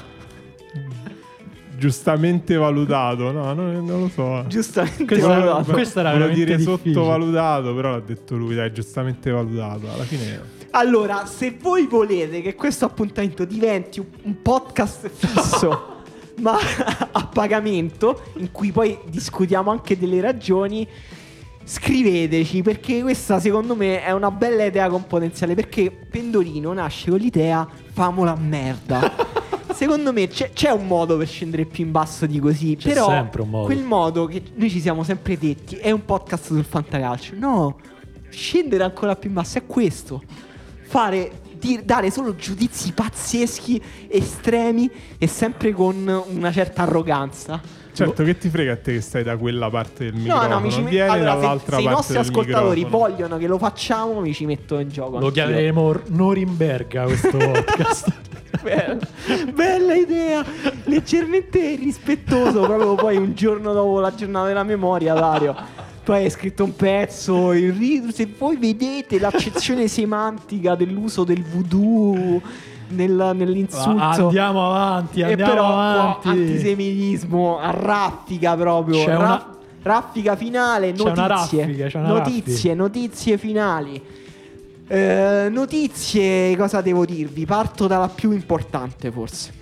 Giustamente valutato, no, non, non lo so. Giustamente Questo- valutato. questo era Volevo veramente dire difficile. sottovalutato, però l'ha detto lui, dai, giustamente valutato. Alla fine Allora, se voi volete che questo appuntamento diventi un, un podcast fisso, ma a pagamento, in cui poi discutiamo anche delle ragioni, scriveteci, perché questa secondo me è una bella idea con potenziale, perché Pendolino nasce con l'idea famola a merda. Secondo me c'è, c'è un modo per scendere più in basso di così. C'è però sempre un modo. quel modo che noi ci siamo sempre detti è un podcast sul fantacalcio. No, scendere ancora più in basso è questo. Fare, di- dare solo giudizi pazzeschi, estremi e sempre con una certa arroganza. certo, che ti frega a te che stai da quella parte del microfono, No, no, mi ci met- vieni allora, se, dall'altra se i parte nostri del ascoltatori microfono. vogliono che lo facciamo, mi ci metto in gioco. Lo anch'io. chiameremo Norimberga questo podcast. Bella, bella idea, leggermente rispettoso. Proprio poi un giorno dopo la giornata della memoria, Dario, poi hai scritto un pezzo. Il ri- se voi vedete l'accezione semantica dell'uso del voodoo nel- nell'insulto, Andiamo avanti, e andiamo però avanti. qua, antisemitismo a raffica proprio. C'è Ra- una- raffica finale, C'è una notizie, raffica, c'è una notizie, notizie finali. Eh, notizie, cosa devo dirvi? Parto dalla più importante forse.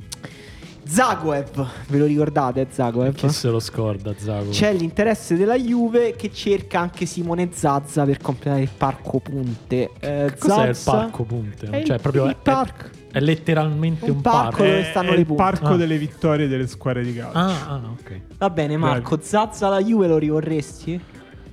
Zagoev, ve lo ricordate Zagoev? Chi se lo scorda, Zago? C'è l'interesse della Juve che cerca anche Simone Zazza per completare il parco punte. Eh, Cos'è il Zazza- parco punte? È il- Cioè, proprio il è, parco. è letteralmente Un un, parco parco. dove È, stanno è le il punte. parco Ah. delle vittorie delle squadre di calcio. Ah, ah, ok. Va bene Marco, Zazza alla Juve lo rivorresti?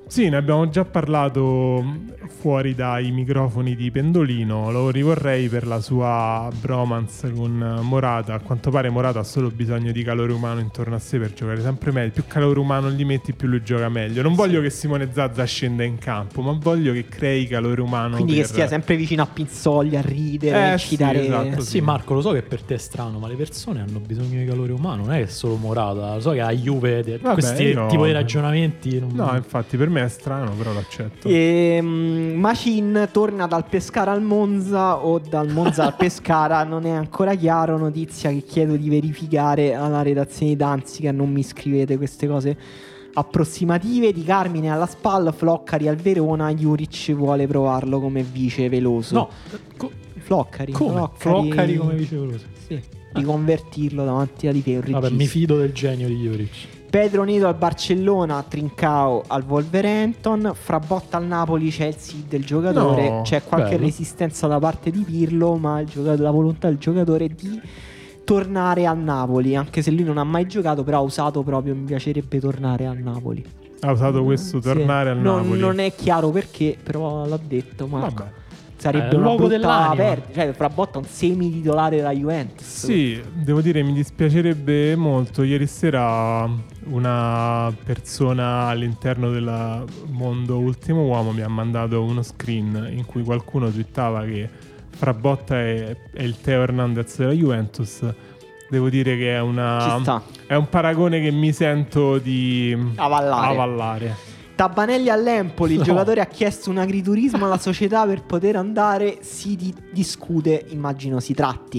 Sì, ne abbiamo già parlato fuori dai microfoni di Pendolino. Lo rivorrei per la sua bromance con Morata. A quanto pare Morata ha solo bisogno di calore umano intorno a sé per giocare sempre meglio. Più calore umano gli metti, più lui gioca meglio. Non voglio che Simone Zaza scenda in campo, ma voglio che crei calore umano. Quindi per... che stia sempre vicino a Pinzogli, a ridere, Eh, a incitare. sì, esatto, Eh sì, Marco, lo so che per te è strano, ma le persone hanno bisogno di calore umano, non è che solo Morata. Lo so che a Juve de- Vabbè, questi io- tipo di ragionamenti non... No, infatti per me è strano, però l'accetto. E, um, Macin torna dal Pescara al Monza o dal Monza al Pescara, non è ancora chiaro. Notizia che chiedo di verificare alla redazione di Danzica, non mi scrivete queste cose approssimative. Di Carmine alla Spal, Floccari al Verona, Juric vuole provarlo come vice Veloso. No, co- Floccari, come? Floccari, Floccari come vice Veloso. sì, di convertirlo davanti a di te, un Vabbè, regista. mi fido del genio di Juric. Pedro Neto al Barcellona, Trincao al Wolverhampton, Frabotta al Napoli, c'è il sì del giocatore, No, c'è qualche bello. resistenza da parte di Pirlo, ma il gioca- la volontà del giocatore è di tornare al Napoli, anche se lui non ha mai giocato, però ha usato proprio, mi piacerebbe tornare al Napoli. Ha usato questo Sì. tornare al Non- Napoli. Non è chiaro perché, però l'ha detto Marco. Vabbè. Sarebbe Eh, una luogo brutta dell'anima. perdita, cioè Frabotta è un semi-titolare della Juventus. Sì, devo dire mi dispiacerebbe molto. Ieri sera una persona all'interno del mondo Ultimo Uomo mi ha mandato uno screen in cui qualcuno twittava che Frabotta è, è il Teo Hernandez della Juventus. Devo dire che è, una, Ci sta. è un paragone che mi sento di Avallare. avallare. Tabanelli all'Empoli, il No. giocatore ha chiesto un agriturismo alla società per poter andare, si di- discute, immagino si tratti.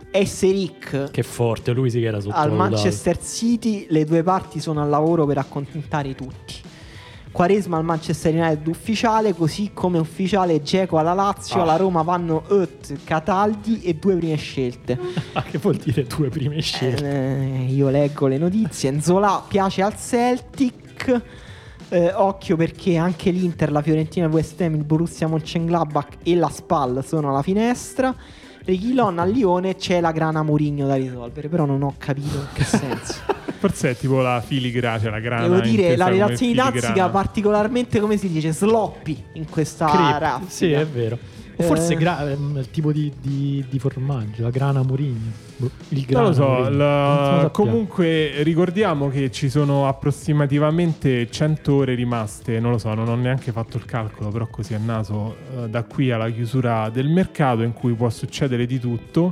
Esseric Che forte, lui sì che era al sottovalutato. Manchester City, le due parti sono al lavoro per accontentare tutti. Quaresma al Manchester United ufficiale, così come ufficiale Dzeko alla Lazio, Ah. alla Roma vanno Öt, Cataldi e due prime scelte. Ah, che vuol dire due prime scelte? Eh, io leggo le notizie. Nzola piace al Celtic. Eh, occhio perché anche l'Inter, la Fiorentina, il West Ham, il Borussia Mönchengladbach e la Spal sono alla finestra. Reguilon al Lione, c'è la grana Mourinho da risolvere, però non ho capito in che senso. Forse è tipo la filigrana, cioè la grana. Devo dire, intesa la come redazione di Danzica filigrana. particolarmente, come si dice, sloppy in questa Crepe. raffica. Sì, è vero. O forse Eh. gra- ehm, il tipo di, di, di formaggio, la grana Mourinho. Boh, Il grana Non lo so, Mourinho. la- Non lo sappiamo. comunque ricordiamo che ci sono approssimativamente cento ore rimaste, non lo so, non ho neanche fatto il calcolo, però così a naso, eh, da qui alla chiusura del mercato in cui può succedere di tutto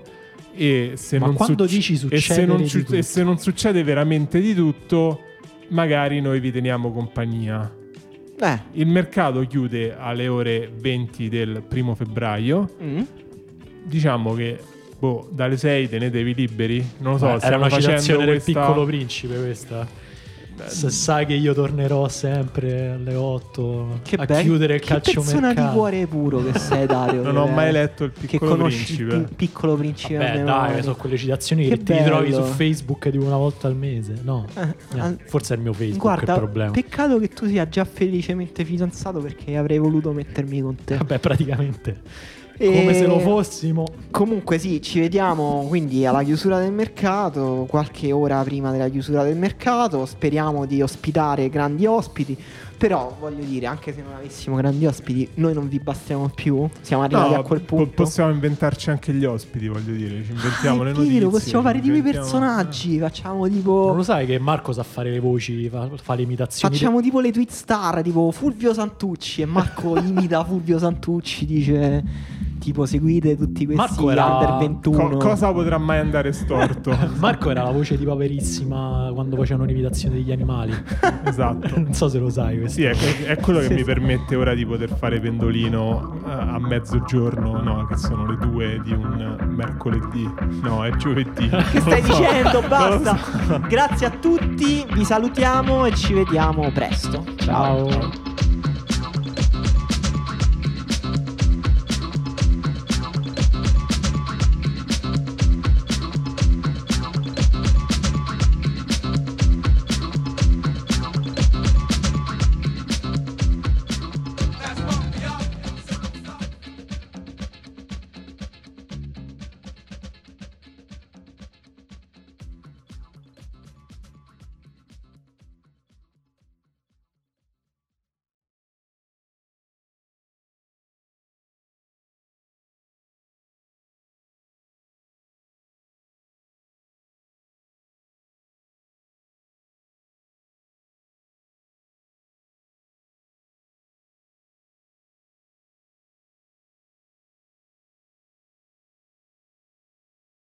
e se, Ma non, quando dici e se, succedere non di su- tutto? e se non succede veramente di tutto, magari noi vi teniamo compagnia. Eh. Il mercato chiude alle ore venti del primo febbraio. Mm. Diciamo che boh, dalle sei tenetevi liberi. Non lo so, Eh, era stiamo una facendo citazione del questa- Piccolo Principe questa. Se sai che io tornerò sempre alle otto Che a be- chiudere il che persona calciomercato. di cuore puro che sei, Dario. Non ho che- mai letto il che Piccolo conosci Principe. il pi- Piccolo Principe. Beh, a dai, memoria. sono quelle citazioni Che che, ti ritrovi bello. su Facebook tipo una volta al mese. No, Eh, Eh, al- forse è il mio Facebook Guarda, il problema. peccato che tu sia già felicemente fidanzato, perché avrei voluto mettermi con te. Vabbè, praticamente E- come se lo fossimo. Comunque sì, ci vediamo quindi alla chiusura del mercato, qualche ora prima della chiusura del mercato. Speriamo di ospitare grandi ospiti. Però voglio dire, anche se non avessimo grandi ospiti, noi non vi bastiamo più. Siamo arrivati No, a quel po- punto. possiamo inventarci anche gli ospiti, voglio dire. Ci inventiamo Ah, le è notizie. vero, possiamo fare ci tipo i inventiamo- personaggi. Facciamo Non tipo. lo sai che Marco sa fare le voci, fa, fa le imitazioni. Facciamo tipo le tweet star, tipo Fulvio Santucci. E Marco imita Fulvio Santucci, dice. Tipo seguite tutti questi Marco era- under ventuno. Co- cosa potrà mai andare storto? Marco era la voce di Paperissima quando facevano l'imitazione degli animali. Esatto. Non so se lo sai questo. Sì, è, è quello che Sì, mi sì. permette ora di poter fare Pendolino eh, a mezzogiorno, no, che sono le due di un mercoledì. No, è giovedì. Che stai dicendo? Basta. Grazie a tutti, vi salutiamo e ci vediamo presto. Ciao. Ciao.